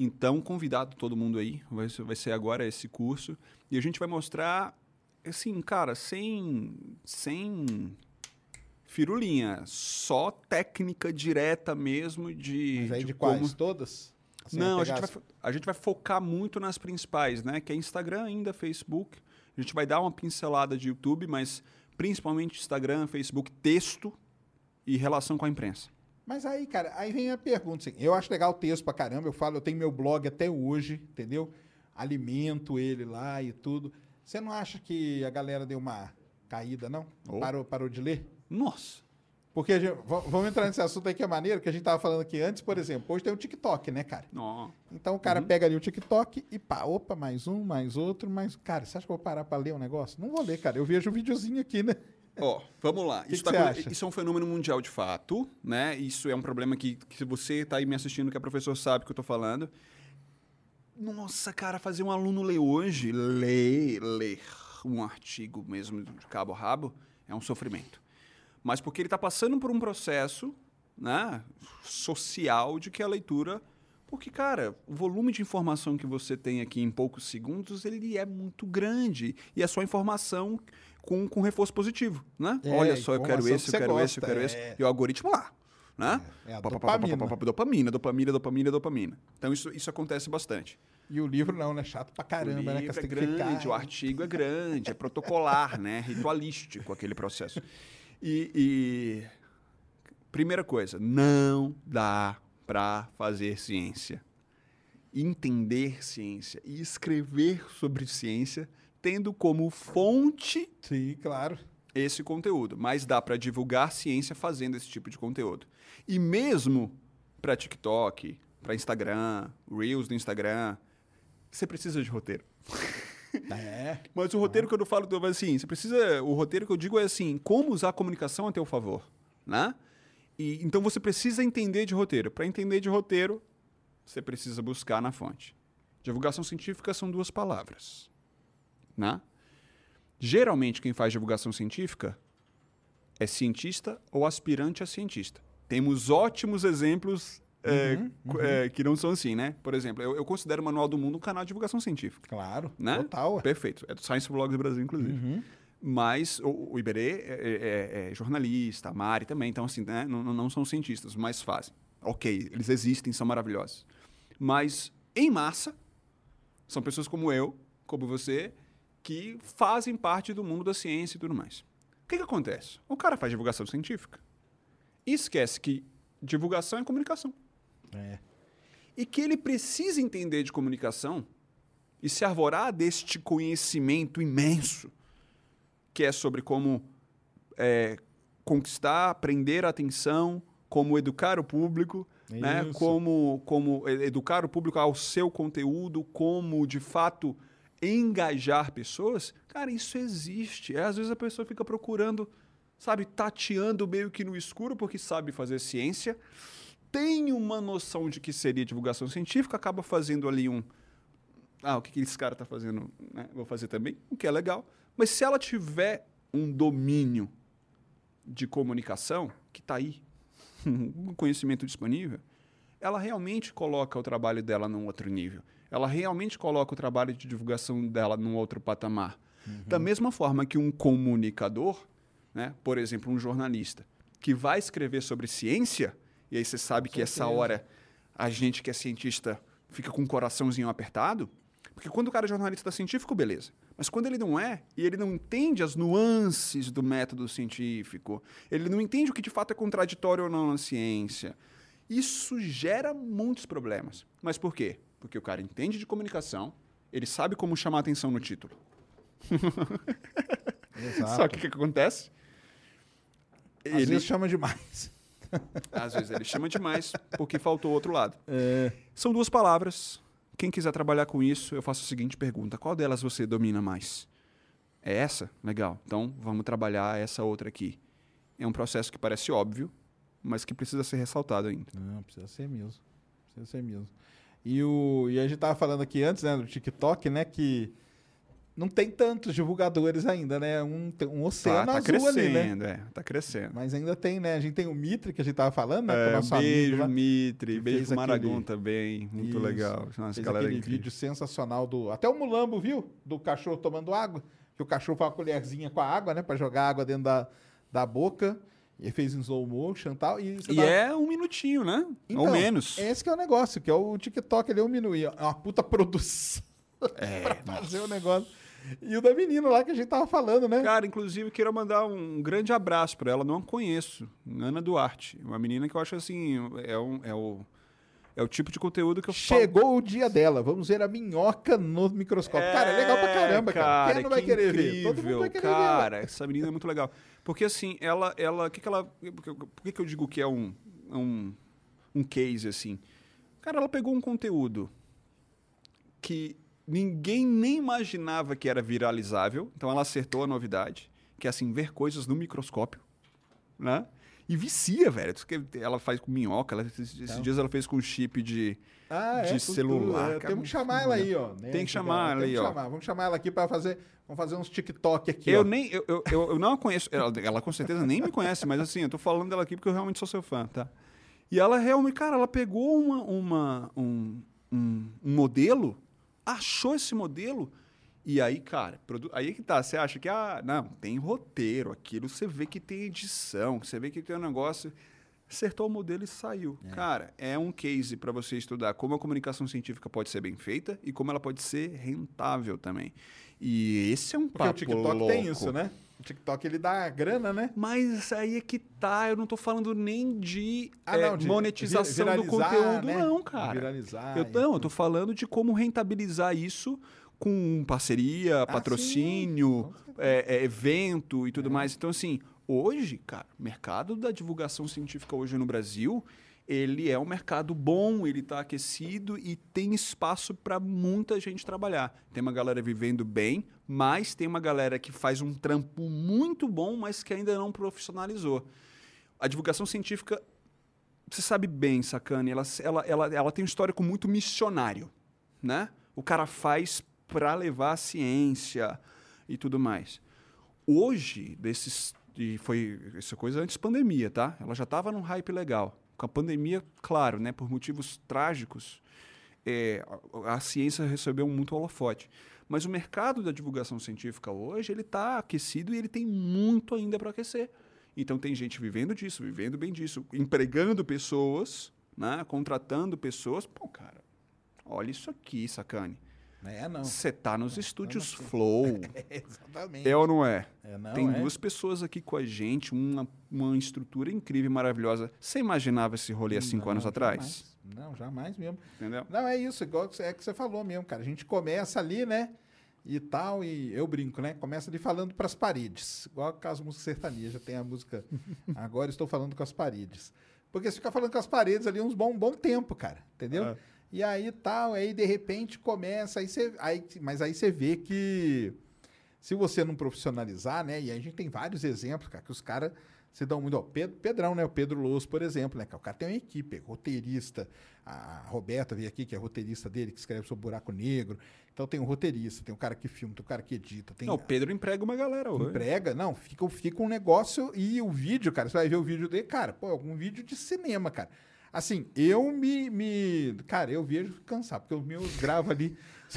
Então, convidado todo mundo aí, vai ser, vai ser agora esse curso. E a gente vai mostrar, assim, cara, sem, sem firulinha, só técnica direta mesmo de... Mas aí de de como... quais? Todas? Assim, Não, vai a gente, pegar vai, a gente vai focar muito nas principais, né? Que é Instagram ainda, Facebook. A gente vai dar uma pincelada de YouTube, mas principalmente Instagram, Facebook, texto e relação com a imprensa. Mas aí, cara, aí vem a pergunta. Assim, eu acho legal o texto pra caramba. Eu falo, eu tenho meu blog até hoje, entendeu? Alimento ele lá e tudo. Você não acha que a galera deu uma caída, não? Oh. Parou, parou de ler? Nossa! Porque a gente, v- vamos entrar nesse assunto aí que é maneiro, que a gente tava falando aqui antes, por exemplo. Hoje tem o TikTok, né, cara? Não. Então o cara Uhum. pega ali o TikTok e pá, opa, mais um, mais outro, mais... Cara, você acha que eu vou parar pra ler um negócio? Não vou ler, cara. Eu vejo um videozinho aqui, né? Ó, vamos lá. Que Isso, que tá você co- acha? isso é um fenômeno mundial de fato, né? Isso é um problema que, que se você está aí me assistindo, que é professor, sabe que eu tô falando. Nossa, cara, fazer um aluno ler hoje, ler, ler um artigo mesmo de cabo a rabo, é um sofrimento. Mas porque ele está passando por um processo, né, social de que a leitura... Porque, cara, o volume de informação que você tem aqui em poucos segundos, ele é muito grande. E é só informação com, com reforço positivo, né? É, Olha só, eu quero informação esse, que eu quero você esse, eu quero gosta, esse. é. E o algoritmo lá, né? É, é a Pá, pá, pá, pá, dopamina. pá, pá, pá, Dopamina, dopamina, dopamina, dopamina. Então, isso, isso acontece bastante. E o livro não, né? Chato pra caramba, o né? livro Que é você tem que grande, ficar... o artigo é grande, é protocolar, né? Ritualístico aquele processo. E, e primeira coisa, não dá para fazer ciência, entender ciência e escrever sobre ciência tendo como fonte Sim, claro. esse conteúdo. Mas dá para divulgar ciência fazendo esse tipo de conteúdo. E mesmo para TikTok, para Instagram, Reels do Instagram, você precisa de roteiro. É. Mas o roteiro que eu não falo, assim, você precisa, o roteiro que eu digo é assim, como usar a comunicação a teu favor, né? E, então você precisa entender de roteiro. Para entender de roteiro, você precisa buscar na fonte. Divulgação científica são duas palavras, né? Geralmente quem faz divulgação científica é cientista ou aspirante a cientista. Temos ótimos exemplos é, Uhum, cu- é, que não são assim, né? Por exemplo, eu, eu considero o Manual do Mundo um canal de divulgação científica. Claro, Né? total. ué. Perfeito. É do Science Vlogs Brasil, inclusive. Uhum. Mas o, o Iberê é, é- é jornalista, a Mari também. Então, assim, né? não, não são cientistas, mas fazem. Ok, eles existem, são maravilhosos. Mas, em massa, são pessoas como eu, como você, que fazem parte do mundo da ciência e tudo mais. O que, que acontece? O cara faz divulgação científica e esquece que divulgação é comunicação. É. E que ele precisa entender de comunicação e se arvorar deste conhecimento imenso que é sobre como é, conquistar, prender a atenção, como educar o público, né? Isso. como, como e- educar o público ao seu conteúdo, como, de fato, engajar pessoas. Cara, isso existe. É, às vezes a pessoa fica procurando, sabe, tateando meio que no escuro porque sabe fazer ciência, tem uma noção de que seria divulgação científica, acaba fazendo ali um... Ah, o que, que esse cara está fazendo? Né? Vou fazer também, o que é legal. Mas se ela tiver um domínio de comunicação, que está aí, um conhecimento disponível, ela realmente coloca o trabalho dela num outro nível. Ela realmente coloca o trabalho de divulgação dela num outro patamar. Uhum. Da mesma forma que um comunicador, né, por exemplo, um jornalista, que vai escrever sobre ciência, e aí você sabe que essa hora a gente que é cientista fica com o coraçãozinho apertado, porque quando o cara é jornalista científico, beleza. Mas quando ele não é, e ele não entende as nuances do método científico, ele não entende o que de fato é contraditório ou não na ciência, isso gera muitos problemas. Mas por quê? Porque o cara entende de comunicação, ele sabe como chamar a atenção no título. Exato. Só que o que, que acontece? Às Ele, vezes chama demais. às vezes ele chama demais porque faltou o outro lado. É. São duas palavras. Quem quiser trabalhar com isso, eu faço a seguinte pergunta. Qual delas você domina mais? É essa? Legal. Então, vamos trabalhar essa outra aqui. É um processo que parece óbvio, mas que precisa ser ressaltado ainda. Não, precisa ser mesmo. Precisa ser mesmo. E, o, e a gente tava falando aqui antes, né, do TikTok, né, que não tem tantos divulgadores ainda, né? Um, tem um oceano Tá, tá azul ali, né? crescendo, é, tá crescendo. Mas ainda tem, né? A gente tem o Mitre, que a gente tava falando, né? com o É, nosso beijo, amigo lá, Mitre, que beijo fez pro Maragão aquele- também, muito Isso. legal. Nossa, Fez galera aquele incrível. vídeo sensacional do... Até o Mulambo, viu? Do cachorro tomando água. Que o cachorro faz uma colherzinha com a água, né? Pra jogar água dentro da, da boca. E ele fez em slow motion e tal. E, você E tava- é um minutinho, né? Então, Ou menos. Esse que é o negócio, que é o TikTok, ele é um minuto. É uma puta produção É, pra fazer o negócio. E o da menina lá que a gente tava falando, né? Cara, inclusive, quero mandar um grande abraço pra ela. Não a conheço. Ana Duarte. Uma menina que eu acho assim. É, um, é, o, é o tipo de conteúdo que eu Chegou o dia dela. Vamos ver a minhoca no microscópio. falo. cara, é legal pra caramba, cara. Quem não vai que querer ver? incrível, Todo mundo vai querer ver. cara, essa menina é muito legal. Porque assim, ela. ela que que ela por que, que eu digo que é um, um, um case assim? Cara, ela pegou um conteúdo que ninguém nem imaginava que era viralizável. Então ela acertou a novidade, que é assim, ver coisas no microscópio, né? E vicia, velho. Ela faz com minhoca, ela, esses Então. dias ela fez com chip de, Ah, de tudo, celular. é. cara, Temos que chamar ela aí, ó. né? Tem que chamar ela Tem aí, que ó. chamar. Vamos chamar ela aqui pra fazer... Vamos fazer uns TikTok aqui, Eu ó. nem, eu, eu, eu, eu não a conheço, ela, ela com certeza nem me conhece, mas assim, eu tô falando dela aqui porque eu realmente sou seu fã, tá? E ela realmente, cara, ela pegou uma, uma, um, um, um modelo, achou esse modelo, e aí, cara, produ... aí que tá, você acha que, ah, não, tem roteiro, aquilo, você vê que tem edição, você vê que tem um negócio, acertou o modelo e saiu. É. Cara, é um case para você estudar como a comunicação científica pode ser bem feita e como ela pode ser rentável também. E esse é um Porque papo o TikTok louco. tem isso, né? O TikTok, ele dá grana, né? Mas aí é que tá, eu não tô falando nem de, Ah, é, não, de monetização vi- do viralizar, conteúdo, né? não, cara. Viralizar Eu, e não, eu tudo. tô falando de como rentabilizar isso com parceria, patrocínio, sim. é, é, evento e tudo mais. Então, assim, hoje, cara, o mercado da divulgação científica hoje no Brasil, ele é um mercado bom, ele está aquecido e tem espaço para muita gente trabalhar. Tem uma galera vivendo bem, mas tem uma galera que faz um trampo muito bom, mas que ainda não profissionalizou. A divulgação científica, você sabe bem, Sacane, ela, ela, ela, ela tem um histórico muito missionário, né? O cara faz para levar a ciência e tudo mais. Hoje, desses, e foi essa coisa antes da pandemia, tá? Ela já estava num hype legal. Com a pandemia, claro, né, por motivos trágicos, é, a, a ciência recebeu muito holofote. Mas o mercado da divulgação científica hoje, ele está aquecido e ele tem muito ainda para aquecer. Então tem gente vivendo disso, vivendo bem disso, empregando pessoas, né, contratando pessoas. Pô, cara, olha isso aqui, Sacane. É, não. Você tá nos É, estúdios não, Flow. É, exatamente. É ou não é? É, não, Tem é. duas pessoas aqui com a gente, uma, uma estrutura incrível e maravilhosa. Você imaginava esse rolê há cinco Não, anos atrás? jamais. Não, jamais mesmo. Entendeu? Não, é isso, igual que você- é que você falou mesmo, cara. A gente começa ali, né? E tal, e eu brinco, né? Começa ali falando para as paredes. Igual com as músicas sertanejas, tem a música Agora Estou Falando com as Paredes. Porque você fica falando com as paredes ali uns bom, bom tempo, cara. Entendeu? É. E aí tal, aí de repente começa, aí você, aí, mas aí você vê que se você não profissionalizar, né? E aí a gente tem vários exemplos, cara, que os caras se dão muito. Ó, Pedro, Pedrão, né? O Pedro Lous, por exemplo, né? Que o cara tem uma equipe, é roteirista. A Roberta veio aqui, que é roteirista dele, que escreve sobre buraco negro. Então tem um roteirista, tem um cara que filma, tem um cara que edita. Tem Não, o Pedro emprega uma galera hoje. emprega, não, fica, fica um negócio. E o vídeo, cara, você vai ver o vídeo dele, cara, pô, é algum vídeo de cinema, cara. Assim, eu me, me. Cara, eu vejo cansar, porque os meus gravam ali.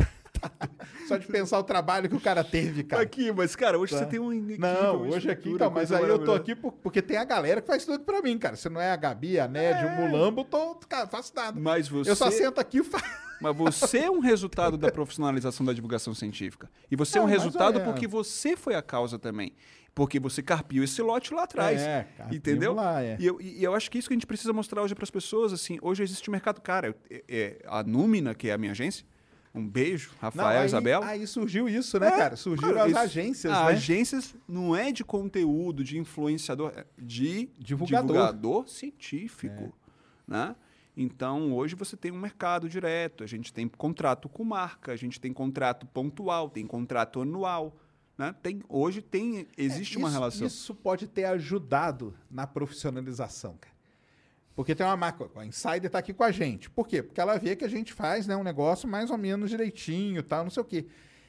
Só de pensar o trabalho que o cara teve, cara. Aqui, mas, cara, hoje Tá. você tem um equipe, Não, uma hoje aqui, estrutura, então, mas coisa aí eu tô maravilhosa. aqui por- porque tem a galera que faz tudo pra mim, cara. Se não é a Gabi, a Ned, o Mulambo, eu tô, cara, faço nada. Mas você... Eu só sento aqui e faço. Mas você é um resultado da profissionalização da divulgação científica. E você é um Não, mais ou resultado menos. porque você foi a causa também. Porque você carpiu esse lote lá atrás. É, carpimos entendeu? lá, é. E, eu, e eu acho que isso que a gente precisa mostrar hoje para as pessoas. Assim, hoje existe um mercado. Cara, eu- é- é, a Númina, que é a minha agência, um beijo, Rafael, Não, aí, Isabela. aí surgiu isso, né, É, cara? Surgiram cara, as isso- agências, ah, né? Agências não é de conteúdo, de influenciador, é de Divulgador. divulgador científico, né? Então, hoje você tem um mercado direto, a gente tem contrato com marca, a gente tem contrato pontual, tem contrato anual, né? Tem, hoje tem, existe É, uma isso- relação. Isso pode ter ajudado na profissionalização, cara. Porque tem uma marca, a Insider tá aqui com a gente. Por quê? Porque ela vê que a gente faz, né, um negócio mais ou menos direitinho, tal, não sei o quê.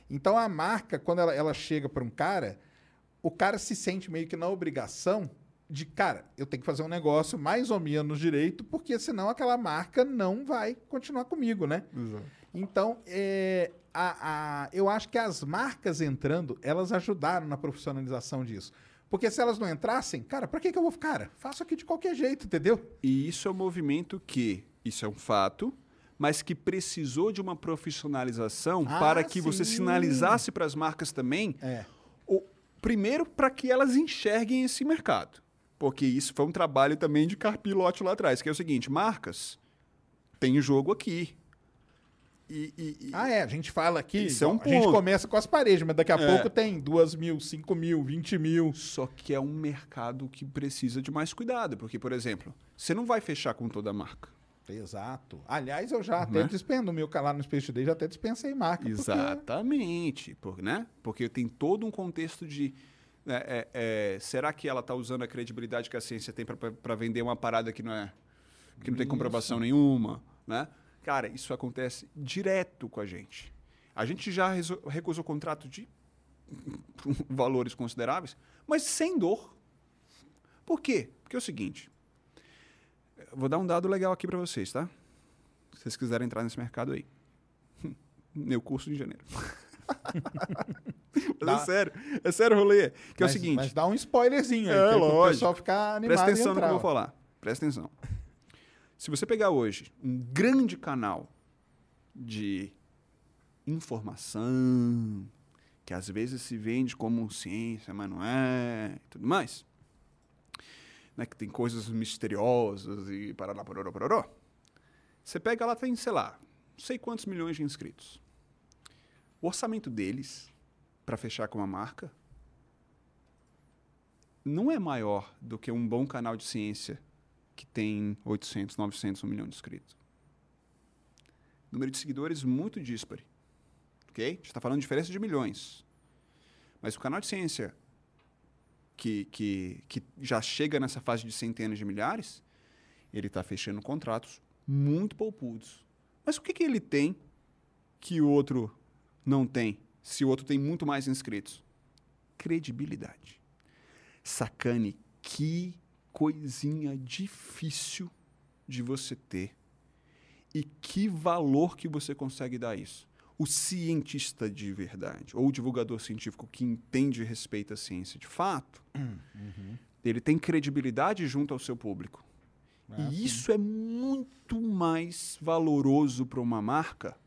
Então a marca, quando ela, ela chega para um cara, o cara se sente meio que na obrigação de, cara, eu tenho que fazer um negócio mais ou menos direito, porque senão aquela marca não vai continuar comigo, né? Exato. Então, é, a, a, eu acho que as marcas entrando, elas ajudaram na profissionalização disso. Porque se elas não entrassem, cara, pra que, que eu vou ficar? Cara, faço aqui de qualquer jeito, entendeu? E isso é um movimento que, isso é um fato, mas que precisou de uma profissionalização Ah, para que você sim. sinalizasse para as marcas também, É. o, primeiro para que elas enxerguem esse mercado. Porque isso foi um trabalho também de carpilote lá atrás, que é o seguinte, marcas, tem jogo aqui. E, e, e... Ah, é, a gente fala aqui, Isso é um a gente ponto. começa com as paredes, mas daqui a É. pouco tem duas mil, cinco mil, vinte mil. Só que é um mercado que precisa de mais cuidado, porque, por exemplo, você não vai fechar com toda a marca. Exato. Aliás, eu já até Né? dispendo o meu canal no Space Today, já até dispensei marca. porque- Exatamente, por, né? Porque tem todo um contexto de... né, é, é, será que ela está usando a credibilidade que a ciência tem para vender uma parada que não, é, que não tem comprovação nenhuma, né? Cara, isso acontece direto com a gente. A gente já reso- recusou contrato de valores consideráveis, mas sem dor. Por quê? Porque é o seguinte, eu vou dar um dado legal aqui para vocês, tá? Se vocês quiserem entrar nesse mercado aí. Meu curso de janeiro. Mas Dá. é sério, é sério o rolê. Que é o Mas- seguinte. Mas dá um spoilerzinho aí, É, que é pro lógico. pessoal ficar animado Presta e atenção no que entrar, eu vou ó. falar. Presta atenção. Se você pegar hoje um grande canal de informação, que às vezes se vende como ciência, mas não é, e tudo mais, né, que tem coisas misteriosas e parará, pororó, pororó, você pega lá, tem, sei lá, não sei quantos milhões de inscritos. O orçamento deles, para fechar com uma marca, não é maior do que um bom canal de ciência que tem oitocentos, novecentos, um milhão de inscritos. Número de seguidores muito díspare. Ok? A gente está falando de diferença de milhões. Mas o canal de ciência que, que, que já chega nessa fase de centenas de milhares, ele está fechando contratos muito poupudos. Mas o que, que ele tem que o outro não tem, se o outro tem muito mais inscritos? Credibilidade. Sacane, que coisinha difícil de você ter e que valor que você consegue dar a isso. O cientista de verdade, ou o divulgador científico que entende e respeita a ciência de fato, Uhum. ele tem credibilidade junto ao seu público. Ah, e sim. isso é muito mais valoroso para uma marca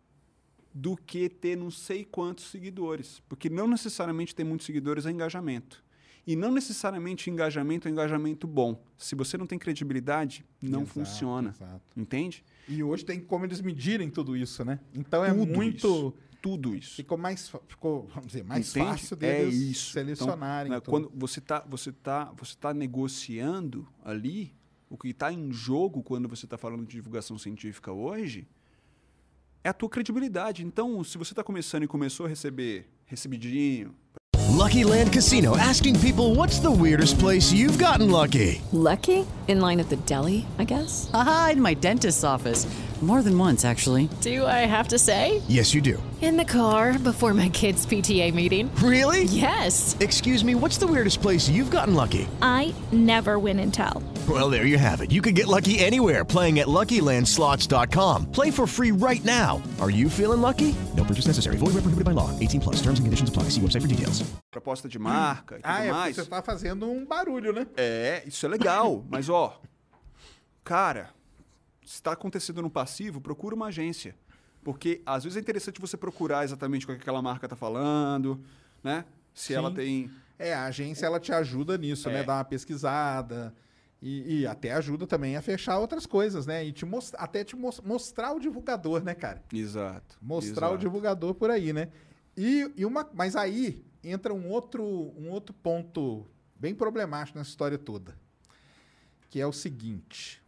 do que ter não sei quantos seguidores. Porque não necessariamente ter muitos seguidores é engajamento. E não necessariamente engajamento é engajamento bom. Se você não tem credibilidade, não Exato, funciona. exato. Entende? E hoje tem como eles medirem tudo isso, né? Então é Tudo muito... isso. Tudo isso. Ficou mais, fa- ficou, vamos dizer, mais Entende? fácil É deles isso. selecionarem. Então, né, tudo. quando você está você tá, você tá negociando ali, o que está em jogo quando você está falando de divulgação científica hoje é a tua credibilidade. Então, se você está começando e começou a receber recebidinho, Lucky Land Casino, asking people, what's the weirdest place you've gotten lucky? Lucky? In line at the deli, I guess? Aha, in my dentist's office. More than once, actually. Do I have to say? Yes, you do. In the car before my kids' P T A meeting. Really? Yes. Excuse me, what's the weirdest place you've gotten lucky? I never win and tell. Well, there you have it. You can get lucky anywhere, playing at Lucky Land Slots dot com. Play for free right now. Are you feeling lucky? No purchase necessary. Void where prohibited by law. eighteen plus. Terms and conditions apply. See website for details. proposta de marca e tudo Ah, é porque mais. você tá fazendo um barulho, né? É, isso é legal. Mas, ó, cara, se está acontecendo no passivo, procura uma agência. Porque, às vezes, é interessante você procurar exatamente o que aquela marca está falando, né? Se Sim. ela tem... É, a agência ela te ajuda nisso, É. né? Dar uma pesquisada e, e até ajuda também a fechar outras coisas, né? E te most- até te mos- mostrar o divulgador, né, cara? Exato. Mostrar exato. o divulgador por aí, né? E, e uma, mas aí entra um outro, um outro ponto bem problemático nessa história toda, que é o seguinte: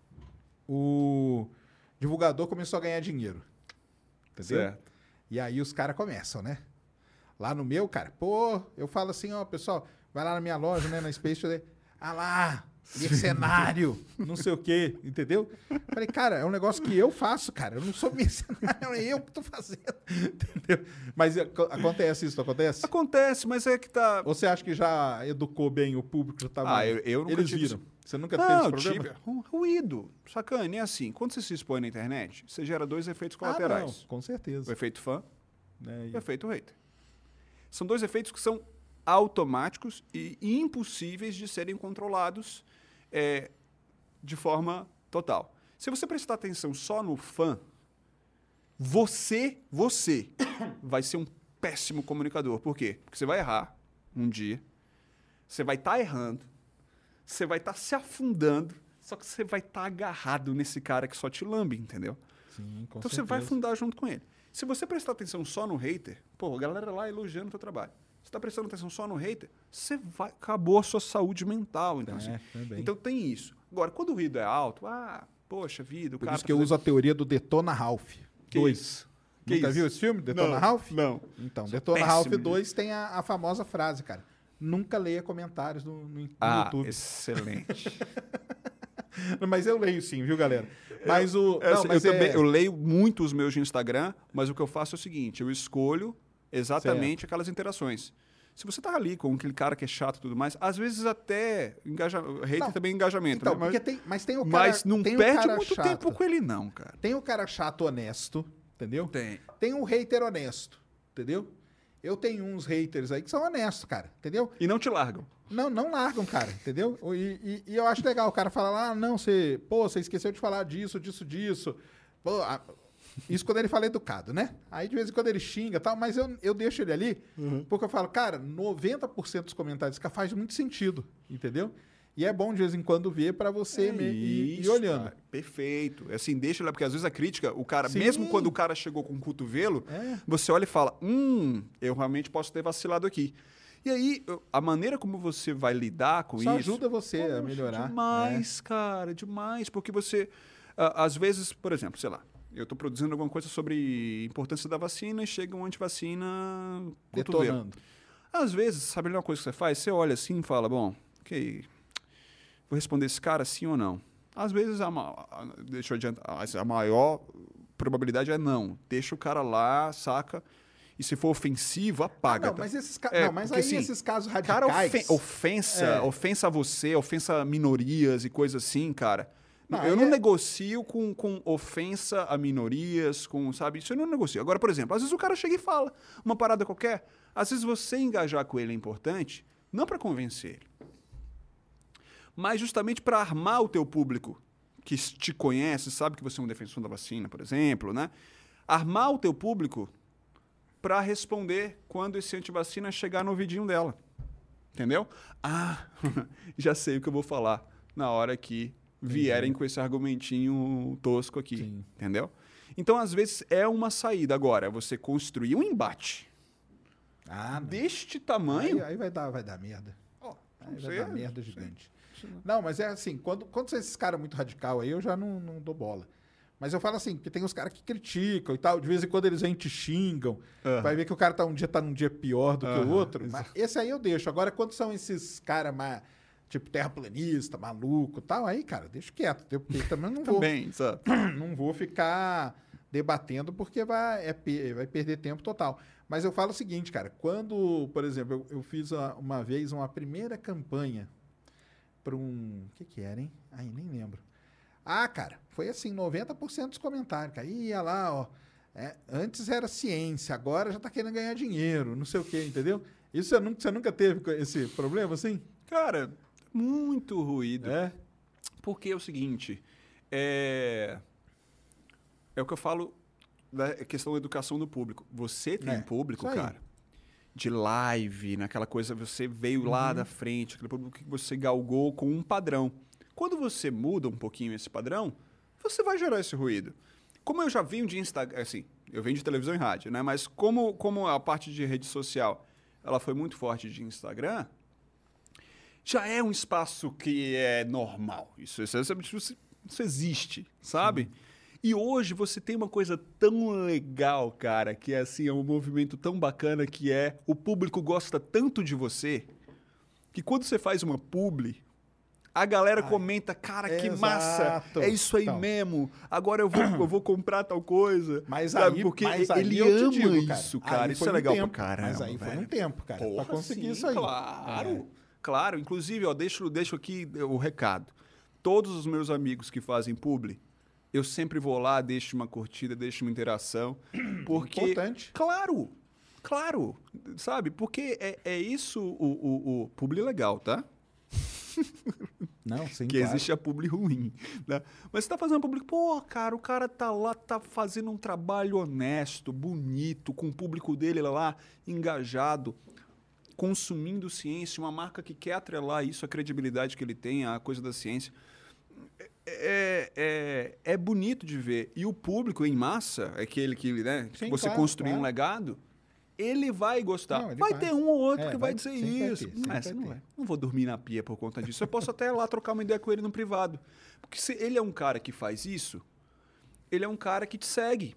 o divulgador começou a ganhar dinheiro, entendeu? Certo. E aí os caras começam, né? Lá no meu, cara, pô, eu falo assim, ó, pessoal, vai lá na minha loja, né, na Space Today. Ah lá, mercenário, não sei o quê, entendeu? Falei, cara, é um negócio que eu faço, cara. Eu não sou mercenário, é eu que tô fazendo, entendeu? Mas acontece isso, não acontece? Acontece, mas é que tá... Ou você acha que já educou bem o público? Já tava... Ah, eu, eu nunca Eles tive... viram. Você nunca não, teve esse problema? Tive. Um ruído. Sacane, é assim, quando você se expõe na internet, você gera dois efeitos colaterais. Ah, não, com certeza. O efeito fã é, e o efeito hater. São dois efeitos que são automáticos e impossíveis de serem controlados é, de forma total. Se você prestar atenção só no fã, você, você vai ser um péssimo comunicador. Por quê? Porque você vai errar um dia, você vai estar tá errando, você vai estar tá se afundando, só que você vai estar tá agarrado nesse cara que só te lambe, entendeu? Sim, com então certeza. você vai afundar junto com ele. Se você prestar atenção só no hater, pô, a galera lá elogiando o teu trabalho. Você está prestando atenção só no hater, você vai, acabou a sua saúde mental. Então, é, assim, também. então tem isso. Agora, quando o ruído é alto, ah, poxa vida, o Por cara... isso tá que eu fazendo... uso a teoria do Detona Ralph dois. Isso? Que Nunca isso? viu esse filme, Detona Não, Ralph? não. Então, Sou Detona péssimo Ralph nisso. dois tem a, a famosa frase, cara. Nunca leia comentários no, no, no Ah, YouTube. excelente. Mas eu leio sim, viu, galera? Mas o... É, não, assim, mas eu, é... também, eu leio muito os meus de Instagram, mas o que eu faço é o seguinte, eu escolho exatamente aquelas interações. Se você tá ali com aquele cara que é chato e tudo mais, às vezes até engaja... hater Não, também é engajamento, Então, né? Mas, porque tem, mas tem o cara... mas não tem o perde cara muito chato. tempo com ele não, cara. Tem o cara chato honesto, entendeu? Tem. Tem o hater honesto, entendeu? Eu tenho uns haters aí que são honestos, cara, entendeu? E não te largam. Não, não largam, cara, entendeu? E, e, e eu acho legal, o cara fala lá, ah, não, você, pô, você esqueceu de falar disso, disso, disso. Pô, a- isso quando ele fala educado, né? Aí de vez em quando ele xinga e tal, mas eu, eu deixo ele ali, porque eu falo, cara, noventa por cento dos comentários desse cara faz muito sentido, entendeu? E é bom de vez em quando ver pra você É me- ir, ir isso, olhando. cara. Perfeito. É assim, deixa lá, porque às vezes a crítica, o cara, Sim. mesmo quando o cara chegou com o cotovelo, É. você olha e fala, hum, eu realmente posso ter vacilado aqui. E aí, eu- a maneira como você vai lidar com Só isso... ajuda você a Poxa, melhorar. Demais, cara, demais. Porque você, ah, às vezes, por exemplo, sei lá, eu estou produzindo alguma coisa sobre importância da vacina e chega um antivacina cotovelo. Detonando. Às vezes, sabe uma coisa que você faz? Você olha assim e fala, bom, ok, vou responder esse cara sim ou não. Às vezes, a, ma- a- deixa eu adiantar, a maior probabilidade é não. Deixa o cara lá, saca? E se for ofensivo, apaga. Não, mas esses, ca- É, não, mas porque, aí assim, esses casos Cara, radicais... ofen- ofensa, É. ofensa a você, ofensa a minorias e coisas assim, cara. Não, eu aí não é- negocio com, com ofensa a minorias, com, sabe? Isso eu não negocio. Agora, por exemplo, às vezes o cara chega e fala uma parada qualquer. Às vezes você engajar com ele é importante, não para convencer ele, mas justamente para armar o teu público que s- te conhece, sabe que você é um defensor da vacina, por exemplo, né? Armar o teu público para responder quando esse antivacina chegar no ouvidinho dela. Entendeu? Ah, já sei o que eu vou falar na hora que vierem com esse argumentinho tosco aqui. Sim. Entendeu? Então, às vezes, é uma saída. Agora, é você construir um embate Ah, não. deste Aí, tamanho. aí vai, dar, vai dar merda. Ó, Aí não vai sei, dar merda gigante. Não, mas é assim, quando, quando são esses caras muito radical aí, eu já não, não dou bola. Mas eu falo assim, porque tem os caras que criticam e tal, de vez em quando eles vêm e te xingam, Aham. vai ver que o cara tá um dia tá num dia pior do que o Aham, outro. exato. Mas esse aí eu deixo. Agora, quando são esses caras mais, tipo, terraplanista, maluco e tal, aí, cara, deixa quieto, entendeu? Porque também não vou, Também, exato. não vou ficar debatendo porque vai, é, pe- vai perder tempo total. Mas eu falo o seguinte, cara, quando, por exemplo, eu, eu fiz uma, uma vez uma primeira campanha para um... O que que era, hein? Ai, nem lembro. Ah, cara, foi assim, noventa por cento dos comentários, cara. Ia lá, ó. é, antes era ciência, agora já tá querendo ganhar dinheiro, não sei o quê, entendeu? Isso você nunca, você nunca teve esse problema, assim? Cara, muito ruído. É? Porque é o seguinte, é, é o que eu falo da questão da educação do público. Você tem É, público, isso aí. cara, de live, naquela coisa, você veio Uhum. lá da frente, aquele público que você galgou com um padrão. Quando você muda um pouquinho esse padrão, você vai gerar esse ruído. Como eu já venho de Instagram, assim, eu venho de televisão e rádio, né? Mas como, como a parte de rede social, ela foi muito forte de Instagram, já é um espaço que é normal. Isso, isso, isso, isso existe, sabe? E hoje você tem uma coisa tão legal, cara, que é assim, é um movimento tão bacana que é o público gosta tanto de você que quando você faz uma publi, A galera Ai, comenta, cara, que exato. massa, é isso aí então. mesmo, agora eu vou, eu vou comprar tal coisa. Mas sabe? aí, Porque mas ele aí ama digo, cara, isso, cara, isso é legal tempo, pra caramba. Mas aí foi velho. um tempo, cara, Porra, pra conseguir sim, isso aí. Claro, é. claro. Inclusive, ó, deixo, deixo aqui o recado. Todos os meus amigos que fazem publi, eu sempre vou lá, deixo uma curtida, deixo uma interação. Porque, importante. Claro, claro, sabe? Porque é, é isso o, o, o publi legal, tá? Não, sim, que claro. existe a publi ruim, né? Mas você tá fazendo publi, pô, cara, o cara tá lá, tá fazendo um trabalho honesto, bonito, com o público dele lá, engajado, consumindo ciência, uma marca que quer atrelar isso, a credibilidade que ele tem, a coisa da ciência. É, é, é bonito de ver. E o público em massa, aquele que, né, sim, que você claro, construiu claro. um legado, ele vai gostar. Não, ele vai, vai ter um ou outro é, que vai, vai dizer vai isso. ter, Mas vai não, ter. é. Não vou dormir na pia por conta disso. Eu posso até ir lá trocar uma ideia com ele no privado. Porque se ele é um cara que faz isso, ele é um cara que te segue.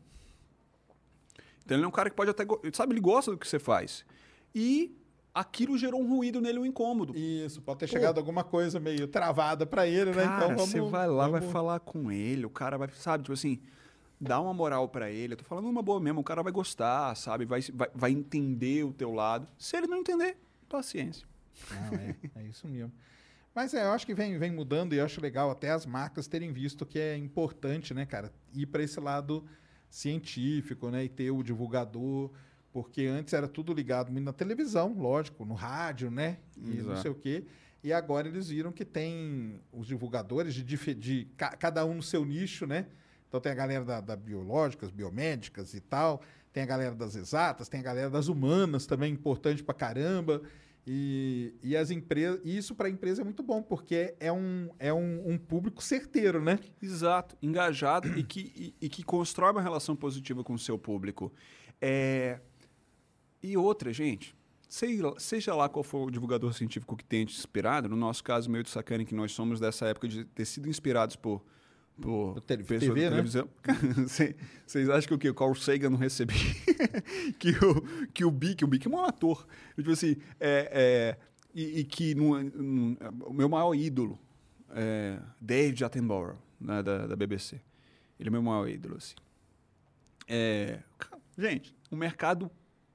Então ele é um cara que pode até... Sabe, ele gosta do que você faz. E aquilo gerou um ruído nele, um incômodo. Isso, pode ter Pô. chegado alguma coisa meio travada pra ele, né? Cara, Então vamos... você vai lá, vamos... vai falar com ele, o cara vai, sabe, tipo assim... Dá uma moral pra ele. Eu tô falando uma boa mesmo. O cara vai gostar, sabe? Vai, vai, vai entender o teu lado. Se ele não entender, paciência. Não, é, é isso mesmo. Mas é, eu acho que vem, vem mudando e eu acho legal até as marcas terem visto que é importante, né, cara? Ir para esse lado científico, né? E ter o divulgador. Porque antes era tudo ligado muito na televisão, lógico, no rádio, né? E Exato. não sei o quê. E agora eles viram que tem os divulgadores de, de, de ca, cada um no seu nicho, né? Então tem a galera da, da biológicas, biomédicas e tal, tem a galera das exatas, tem a galera das humanas também, importante pra caramba. E, e as empresas, e isso para a empresa é muito bom, porque é um, é um, um público certeiro, né? Exato, engajado e que, e, e que constrói uma relação positiva com o seu público. É... E outra, gente, seja, seja lá qual for o divulgador científico que tenha te inspirado, no nosso caso, meio do Sacane, que nós somos dessa época de ter sido inspirados por por tele, pessoa T V, da televisão. Né? Vocês acham que o quê? O Carl Sagan não recebia? que, o, que o Bic, o Bic é um ator. Tipo assim, é, é, e, e que no, no, o meu maior ídolo é David Attenborough, né, da, da B B C. Ele é meu maior ídolo, assim. É, gente, um mercado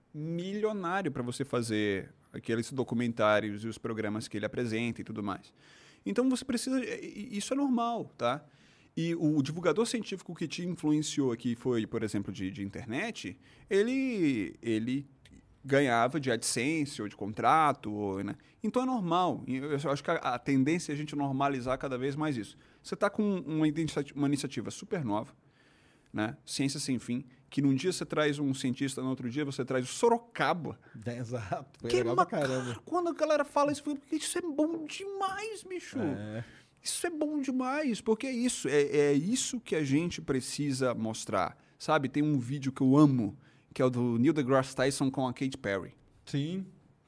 milionário para você fazer aqueles documentários e os programas que ele apresenta e tudo mais. Então você precisa... Isso é normal, tá? E o divulgador científico que te influenciou aqui foi, por exemplo, de, de internet, ele, ele ganhava de AdSense ou de contrato, ou, né? Então é normal. Eu acho que a, a tendência é a gente normalizar cada vez mais isso. Você está com uma iniciativa, uma iniciativa super nova, né? Ciência Sem Fim, que num dia você traz um cientista, no outro dia você traz o Sorocaba. É, exato, foi que legal é uma, pra caramba. cara, quando a galera fala isso, porque isso é bom demais, bicho. É. Isso é bom demais, porque é isso, é, é isso que a gente precisa mostrar, sabe? Tem um vídeo que eu amo, que é o do Neil deGrasse Tyson com a Katy Perry. Sim.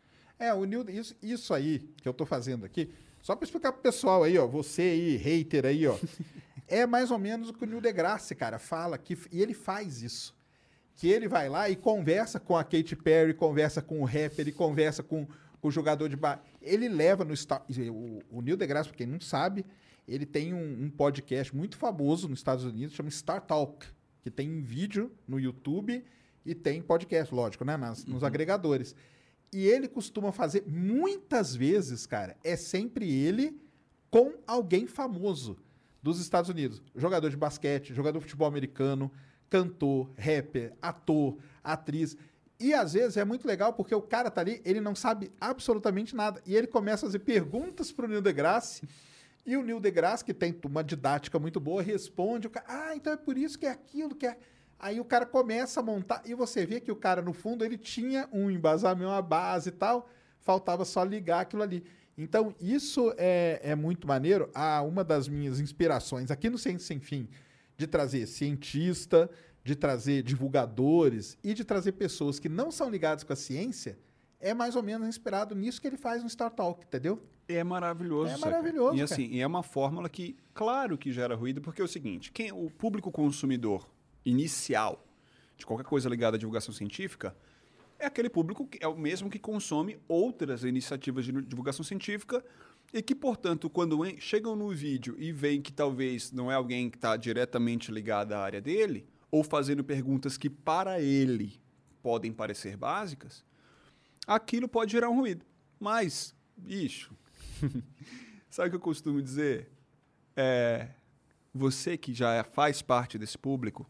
É, o Neil, isso, isso aí que eu tô fazendo aqui, só para explicar pro pessoal aí, ó, você aí, hater aí, ó, é mais ou menos o que o Neil deGrasse, cara, fala, que, e ele faz isso, que ele vai lá e conversa com a Katy Perry, conversa com o rapper, ele conversa com... o jogador de bar, ele leva no Star, o, o Neil deGrasse, para quem não sabe, ele tem um, um podcast muito famoso nos Estados Unidos, chama Star Talk, que tem vídeo no YouTube e tem podcast, lógico, né, nas, nos uhum. agregadores. E ele costuma fazer muitas vezes, cara, é sempre ele com alguém famoso dos Estados Unidos, jogador de basquete, jogador de futebol americano, cantor, rapper, ator, atriz. E, às vezes, é muito legal porque o cara tá ali, ele não sabe absolutamente nada. E ele começa a fazer perguntas pro Neil deGrasse. E o Neil deGrasse, que tem uma didática muito boa, responde. O cara, ah, então é por isso que é aquilo, que é... Aí o cara começa a montar. E você vê que o cara, no fundo, ele tinha um embasamento, uma base e tal. Faltava só ligar aquilo ali. Então, isso é, é muito maneiro. Ah, uma das minhas inspirações aqui no Ciência Sem Fim, de trazer cientista... de trazer divulgadores e de trazer pessoas que não são ligadas com a ciência, é mais ou menos inspirado nisso que ele faz no Star Talk, entendeu? É maravilhoso. É saca? maravilhoso, E assim, e é uma fórmula que, claro que gera ruído, porque é o seguinte, quem, o público consumidor inicial de qualquer coisa ligada à divulgação científica é aquele público que é o mesmo que consome outras iniciativas de divulgação científica e que, portanto, quando en- chegam no vídeo e veem que talvez não é alguém que está diretamente ligado à área dele, ou fazendo perguntas que para ele podem parecer básicas, aquilo pode gerar um ruído. Mas, bicho, sabe o que eu costumo dizer? É, você que já faz parte desse público,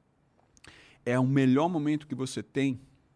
é o melhor momento que você tem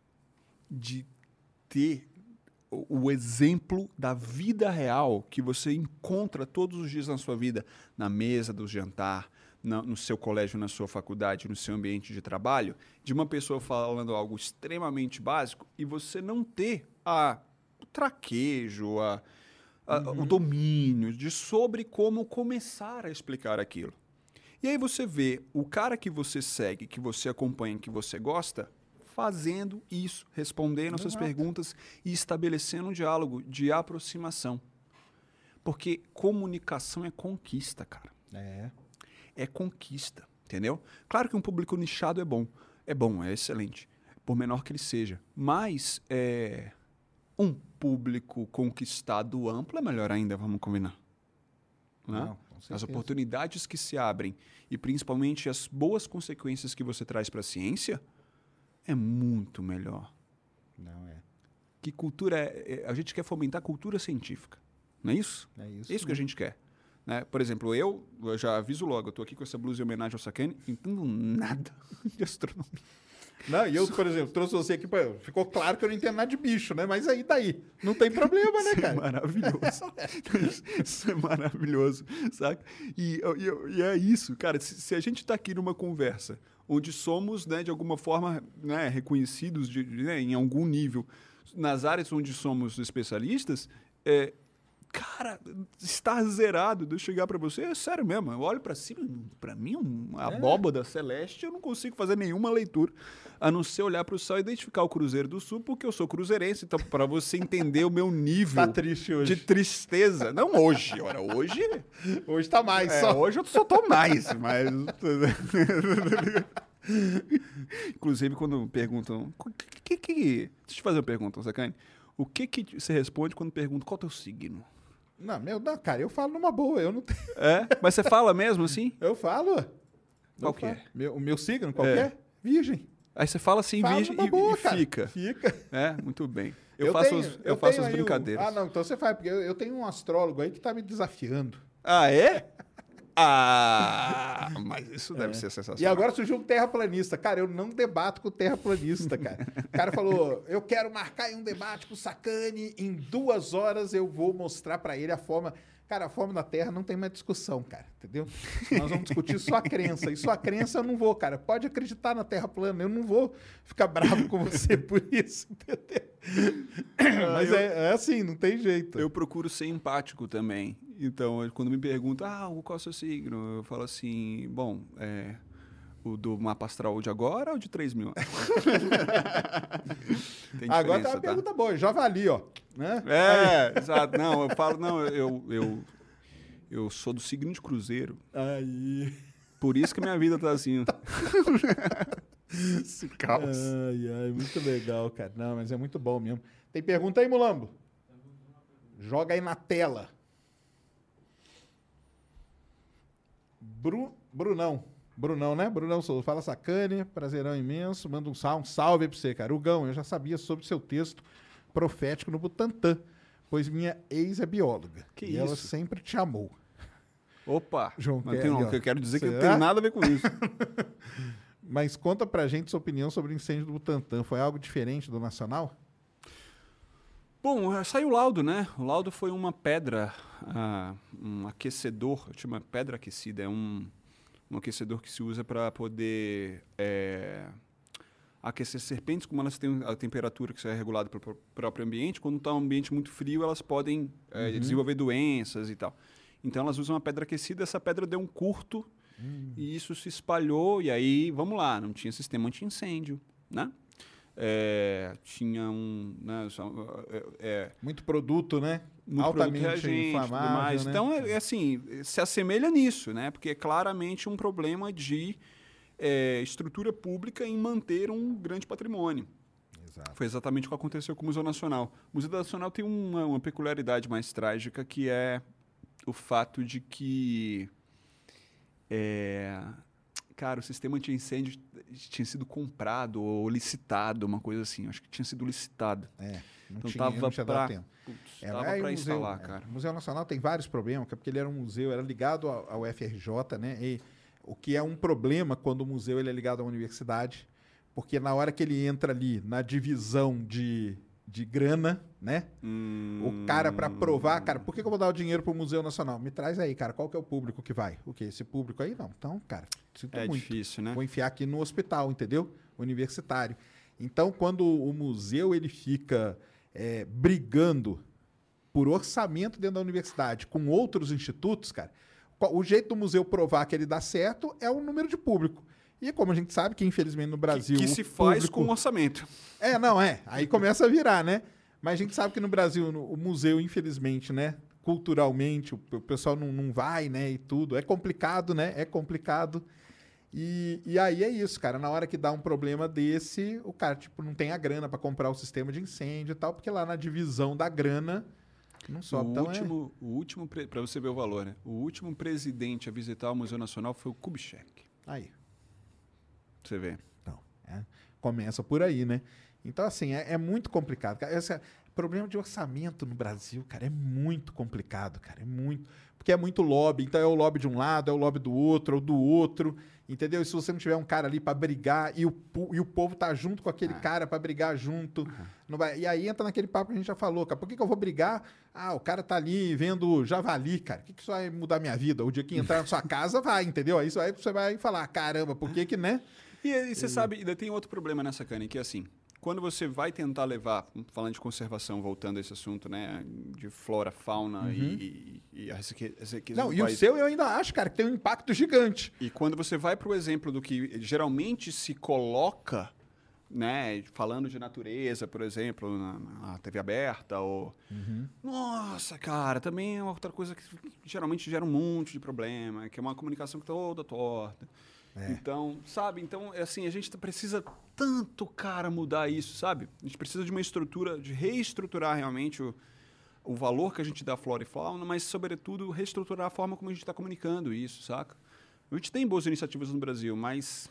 de ter o, o exemplo da vida real que você encontra todos os dias na sua vida, na mesa do jantar, na, no seu colégio, na sua faculdade, no seu ambiente de trabalho, de uma pessoa falando algo extremamente básico e você não ter a, o traquejo, a, a, uhum. o domínio de sobre como começar a explicar aquilo. E aí você vê o cara que você segue, que você acompanha, que você gosta, fazendo isso, respondendo as suas perguntas e estabelecendo um diálogo de aproximação. Porque comunicação é conquista, cara. É. É conquista, entendeu? Claro que um público nichado é bom. É bom, é excelente. Por menor que ele seja. Mas é, um público conquistado amplo é melhor ainda, vamos combinar. Né? Não. As oportunidades que se abrem e principalmente as boas consequências que você traz para a ciência é muito melhor. Não é. Que cultura é, é? A gente quer fomentar a cultura científica, não é isso? É isso. É isso que a gente quer. Né? Por exemplo, eu, eu já aviso logo, eu estou aqui com essa blusa em homenagem ao Sakane, não entendo nada de astronomia. Não, e eu, por exemplo, trouxe você aqui para... Ficou claro que eu não entendo nada de bicho, né? Mas aí, daí. Não tem problema, né, cara? Isso é maravilhoso. Isso é maravilhoso, saca? E, e, e é isso, cara. Se, se a gente está aqui numa conversa onde somos, né, de alguma forma, né, reconhecidos de, de, né, em algum nível nas áreas onde somos especialistas, é, cara, estar zerado de eu chegar para você, é sério mesmo. Eu olho para cima, para mim, uma É. abóbada celeste, eu não consigo fazer nenhuma leitura, a não ser olhar para o céu e identificar o Cruzeiro do Sul, porque eu sou cruzeirense. Então, para você entender o meu nível Tá triste hoje. de tristeza. Não hoje, ora, hoje... Hoje tá mais, É, só. hoje eu só tô mais, mas... Inclusive, quando perguntam... Que, que, que... Deixa eu te fazer uma pergunta, Sakane. O que que você responde quando perguntam qual é o teu signo? Não, meu, não, cara, eu falo numa boa, eu não tenho... É? Mas você fala mesmo assim? Eu falo. Qual Eu que é? falo. Meu, o meu signo, qual que é? Virgem. Aí você fala assim, Falo virgem, numa e, boa, e cara. fica. Fica. É, muito bem. Eu, faço, tenho- os- eu faço tenho as aí o- brincadeiras. Ah, não, então você faz, porque eu, eu tenho um astrólogo aí que tá me desafiando. Ah, é? Ah, mas isso deve ser sensacional. E agora surgiu um terraplanista. Cara, eu não debato com o terraplanista, cara. O cara falou, eu quero marcar aí um debate com o Sakane, em duas horas eu vou mostrar pra ele a forma... Cara, a forma da Terra não tem mais discussão, cara, entendeu? Nós vamos discutir sua crença. E sua crença eu não vou, cara. Pode acreditar na Terra plana, eu não vou ficar bravo com você por isso, entendeu? Mas eu- é, é assim, não tem jeito. Eu procuro ser empático também. Então, quando me perguntam, ah, qual é o seu signo? Eu falo assim, bom, é, o do mapa astral de agora ou de três mil anos? Tem Agora diferença, tá uma tá? pergunta boa, javali, ó. Né? É, exato. Não, eu falo, não, eu, eu, eu sou do signo de Cruzeiro. Aí... Por isso que minha vida tá assim. Esse caos. Ai, ai, muito legal, cara. Não, mas é muito bom mesmo. Tem pergunta aí, Mulambo? Joga aí na tela. Bru... Brunão. Brunão, né? Brunão Souza. Fala, Sakane. Prazerão imenso. Manda um salve, um salve aí pra você, cara. Hugão, eu já sabia sobre seu texto profético no Butantã, pois minha ex é bióloga. Que e isso? ela sempre te amou. Opa, João não Kelly, tem, não, ó. eu quero dizer que não Será? tem nada a ver com isso. Mas conta pra gente sua opinião sobre o incêndio do Butantã. Foi algo diferente do Nacional? Bom, eh, saiu o laudo, né? O laudo foi uma pedra, ah, um aquecedor, chama pedra aquecida, é um, um aquecedor que se usa para poder eh, aquecer serpentes, como elas têm a temperatura que é regulada pelo pró- próprio ambiente. Quando está um ambiente muito frio, elas podem eh, Uhum. desenvolver doenças e tal. Então elas usam uma pedra aquecida, essa pedra deu um curto Hum. e isso se espalhou, e aí, vamos lá, não tinha sistema anti-incêndio, né? É, tinha um... Né, só, é, é, Muito produto, né? muito Altamente produto reagente, tudo inflamável, mais. né? Então, é, é assim, se assemelha nisso, né? Porque é claramente um problema de é, estrutura pública em manter um grande patrimônio. Exato. Foi exatamente o que aconteceu com o Museu Nacional. O Museu Nacional tem uma, uma peculiaridade mais trágica, que é o fato de que... É, cara, o sistema anti-incêndio tinha sido comprado ou licitado, uma coisa assim. Acho que tinha sido licitado. É, não então tinha, tava não tinha dado pra, tempo. putz, É, tava aí pra o museu, instalar, é, cara. O Museu Nacional tem vários problemas, porque ele era um museu, era ligado ao, ao F R J, né? E o que é um problema quando o museu ele é ligado à universidade, porque na hora que ele entra ali na divisão de, de grana, né? Hum... O cara, para provar, cara, por que, que eu vou dar o dinheiro pro Museu Nacional? Me traz aí, cara, qual que é o público que vai? O quê? Esse público aí? Não. Então, cara, sinto É muito. difícil, né? Vou enfiar aqui no hospital, entendeu? Universitário. Então, quando o museu ele fica é, brigando por orçamento dentro da universidade com outros institutos, cara, o jeito do museu provar que ele dá certo é o número de público. E como a gente sabe que, infelizmente, no Brasil... Que, que se faz público... com orçamento. É, não, é. Aí começa a virar, né? Mas a gente sabe que no Brasil, no, o museu, infelizmente, né? Culturalmente, o, o pessoal não, não vai, né? E tudo. É complicado, né? É complicado. E, e aí é isso, cara. Na hora que dá um problema desse, o cara, tipo, não tem a grana para comprar o sistema de incêndio e tal, porque lá na divisão da grana não sobe. O então último, o último para você ver o valor, né? O último presidente a visitar o Museu Nacional foi o Kubitschek. É... Aí. Você vê. Então, é, começa por aí, né? Então, assim, é, é muito complicado. Cara. Esse é, problema de orçamento no Brasil, cara, é muito complicado, cara. É muito. Porque é muito lobby. Então, é o lobby de um lado, é o lobby do outro, ou do outro. Entendeu? E se você não tiver um cara ali para brigar e o, e o povo tá junto com aquele ah. cara para brigar junto. Uhum. Não vai, e aí entra naquele papo que a gente já falou, cara. Por que, que eu vou brigar? Ah, o cara tá ali vendo javali, cara. O que, que isso vai mudar minha vida? O dia que entrar na sua casa, vai, entendeu? Aí você vai falar, caramba, por que que, né? E, e você e... sabe, ainda tem outro problema nessa cana, que é assim, quando você vai tentar levar, falando de conservação, voltando a esse assunto, né, de flora, fauna uhum. e, e a riqueza Não, e país. O seu eu ainda acho, cara, que tem um impacto gigante. E quando você vai para o exemplo do que geralmente se coloca, né, falando de natureza, por exemplo, na, na T V aberta, ou... Uhum. Nossa, cara, também é outra coisa que geralmente gera um monte de problema, que é uma comunicação toda torta. É. Então, sabe? Então, assim, a gente precisa tanto, cara, mudar isso, sabe? A gente precisa de uma estrutura, de reestruturar realmente o, o valor que a gente dá à flora e fauna, mas, sobretudo, reestruturar a forma como a gente está comunicando isso, saca? A gente tem boas iniciativas no Brasil, mas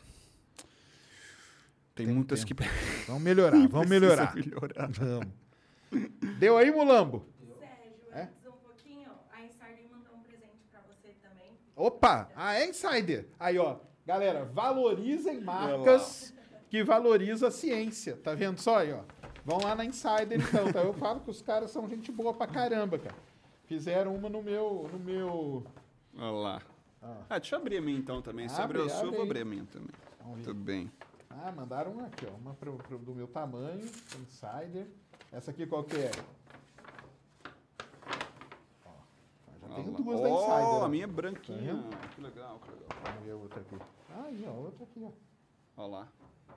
tem, tem muitas tempo. que... Vamos melhorar, vamos melhorar. melhorar. Vamos. Deu aí, Mulambo? Sérgio, é? antes um pouquinho, a Insider mandou um presente para você também. Opa! Ah, é Insider. Aí, ó. Galera, valorizem marcas que valorizam a ciência. Tá vendo só aí, ó? Vão lá na Insider, então. Tá? Eu falo que os caras são gente boa pra caramba, cara. Fizeram uma no meu... No meu... Olha lá. Ah, ah deixa eu abrir a minha, então, também. Se abre, abrir a sua, eu vou aí. abrir a minha também. Tudo bem. Ah, mandaram uma aqui, ó. Uma pro, pro, do meu tamanho, Insider. Essa aqui qual que é? Ó, já tenho duas oh, da Insider. Oh, ó. a minha é branquinha. Tá que legal, que legal. Vamos ver a outra aqui. Ah, aí, ó, outra aqui, ó. Olha lá.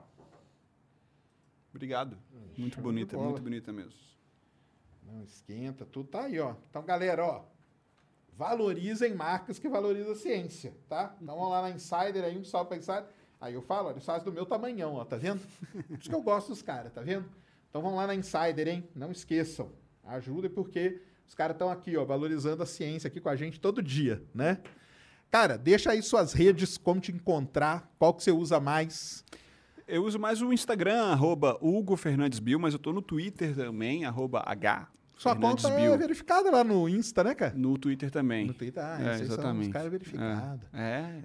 Obrigado. Ixi, muito bonita, muito bonita mesmo. Não esquenta, tudo tá aí, ó. Então, galera, ó, valorizem marcas que valorizam a ciência, tá? Então, vamos lá na Insider aí, um salve pra Insider. Aí eu falo, olha, eles fazem do meu tamanhão, ó, tá vendo? Por isso que eu gosto dos caras, tá vendo? Então, vamos lá na Insider, hein? Não esqueçam. Ajudem porque os caras estão aqui, ó, valorizando a ciência aqui com a gente todo dia, né? Cara, deixa aí suas redes, como te encontrar, qual que você usa mais. Eu uso mais o Instagram, arroba Hugo Fernandes Bill, mas eu tô no Twitter também, arroba H. Sua Fernandes conta Bill. é verificada lá no Insta, né, cara? No Twitter também. No Twitter, ah, é, esses exatamente. são os caras verificados. É,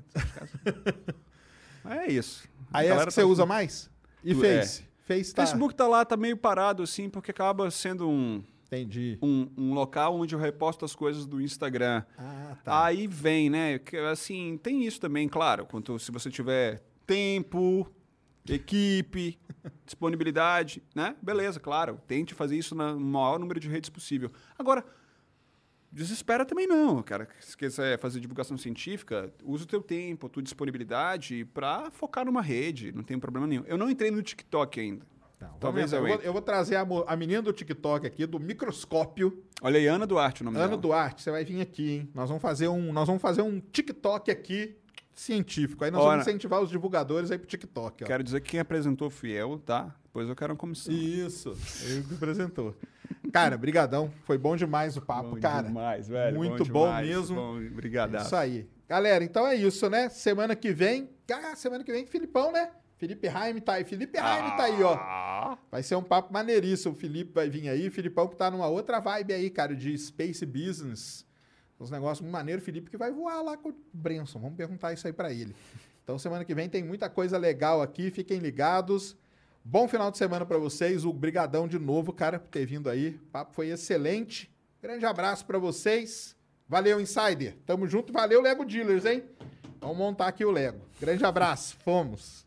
é, é isso. Aí essa que você tá... usa mais? E tu, Face? É. Face tá... Facebook tá lá, tá meio parado, assim, porque acaba sendo um... Entendi. Um, um local onde eu reposto as coisas do Instagram. Ah, tá. Aí vem, né? Assim, tem isso também, claro. Quanto, se você tiver tempo, equipe, disponibilidade, né? Beleza, claro. Tente fazer isso no maior número de redes possível. Agora, desespera também não, cara. Se quiser fazer divulgação científica, usa o teu tempo, a tua disponibilidade para focar numa rede. Não tem problema nenhum. Eu não entrei no TikTok ainda. Não, Talvez eu, eu, vou, eu vou trazer a, a menina do TikTok aqui, do microscópio. Olha aí, Ana Duarte o nome Ana dela. Duarte, você vai vir aqui, hein? Nós vamos fazer um, nós vamos fazer um TikTok aqui científico. Aí nós Ora, vamos incentivar os divulgadores aí pro TikTok. Ó. Quero dizer que quem apresentou fui eu, tá? Depois eu quero uma comissão. Isso, ele me apresentou. Cara, brigadão. Foi bom demais o papo, Bom cara. demais, velho. Muito bom, bom demais, mesmo. Bom, obrigado. Isso aí. Galera, então é isso, né? Semana que vem... Ah, semana que vem, Filipão, né? Felipe Raime tá aí. Felipe Raime ah. tá aí, ó. Vai ser um papo maneiríssimo. O Felipe vai vir aí. Filipão que tá numa outra vibe aí, cara, de Space Business. Uns negócios muito maneiros. Felipe que vai voar lá com o Brenson. Vamos perguntar isso aí pra ele. Então, semana que vem tem muita coisa legal aqui. Fiquem ligados. Bom final de semana pra vocês. O brigadão de novo, cara, por ter vindo aí. O papo foi excelente. Grande abraço pra vocês. Valeu, Insider. Tamo junto. Valeu, Lego Dealers, hein? Vamos montar aqui o Lego. Grande abraço. Fomos.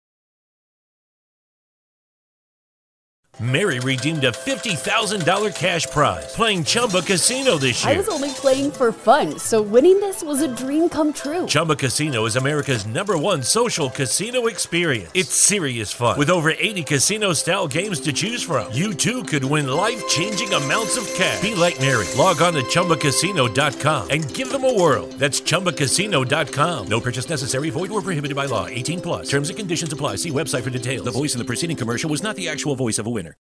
Mary redeemed a fifty thousand dollars cash prize playing Chumba Casino this year. I was only playing for fun, so winning this was a dream come true. Chumba Casino is America's number one social casino experience. It's serious fun. With over eighty casino-style games to choose from, you too could win life-changing amounts of cash. Be like Mary. Log on to Chumba Casino dot com and give them a whirl. That's Chumba Casino dot com. No purchase necessary. Void or prohibited by law. eighteen plus. Terms and conditions apply. See website for details. The voice in the preceding commercial was not the actual voice of a winner.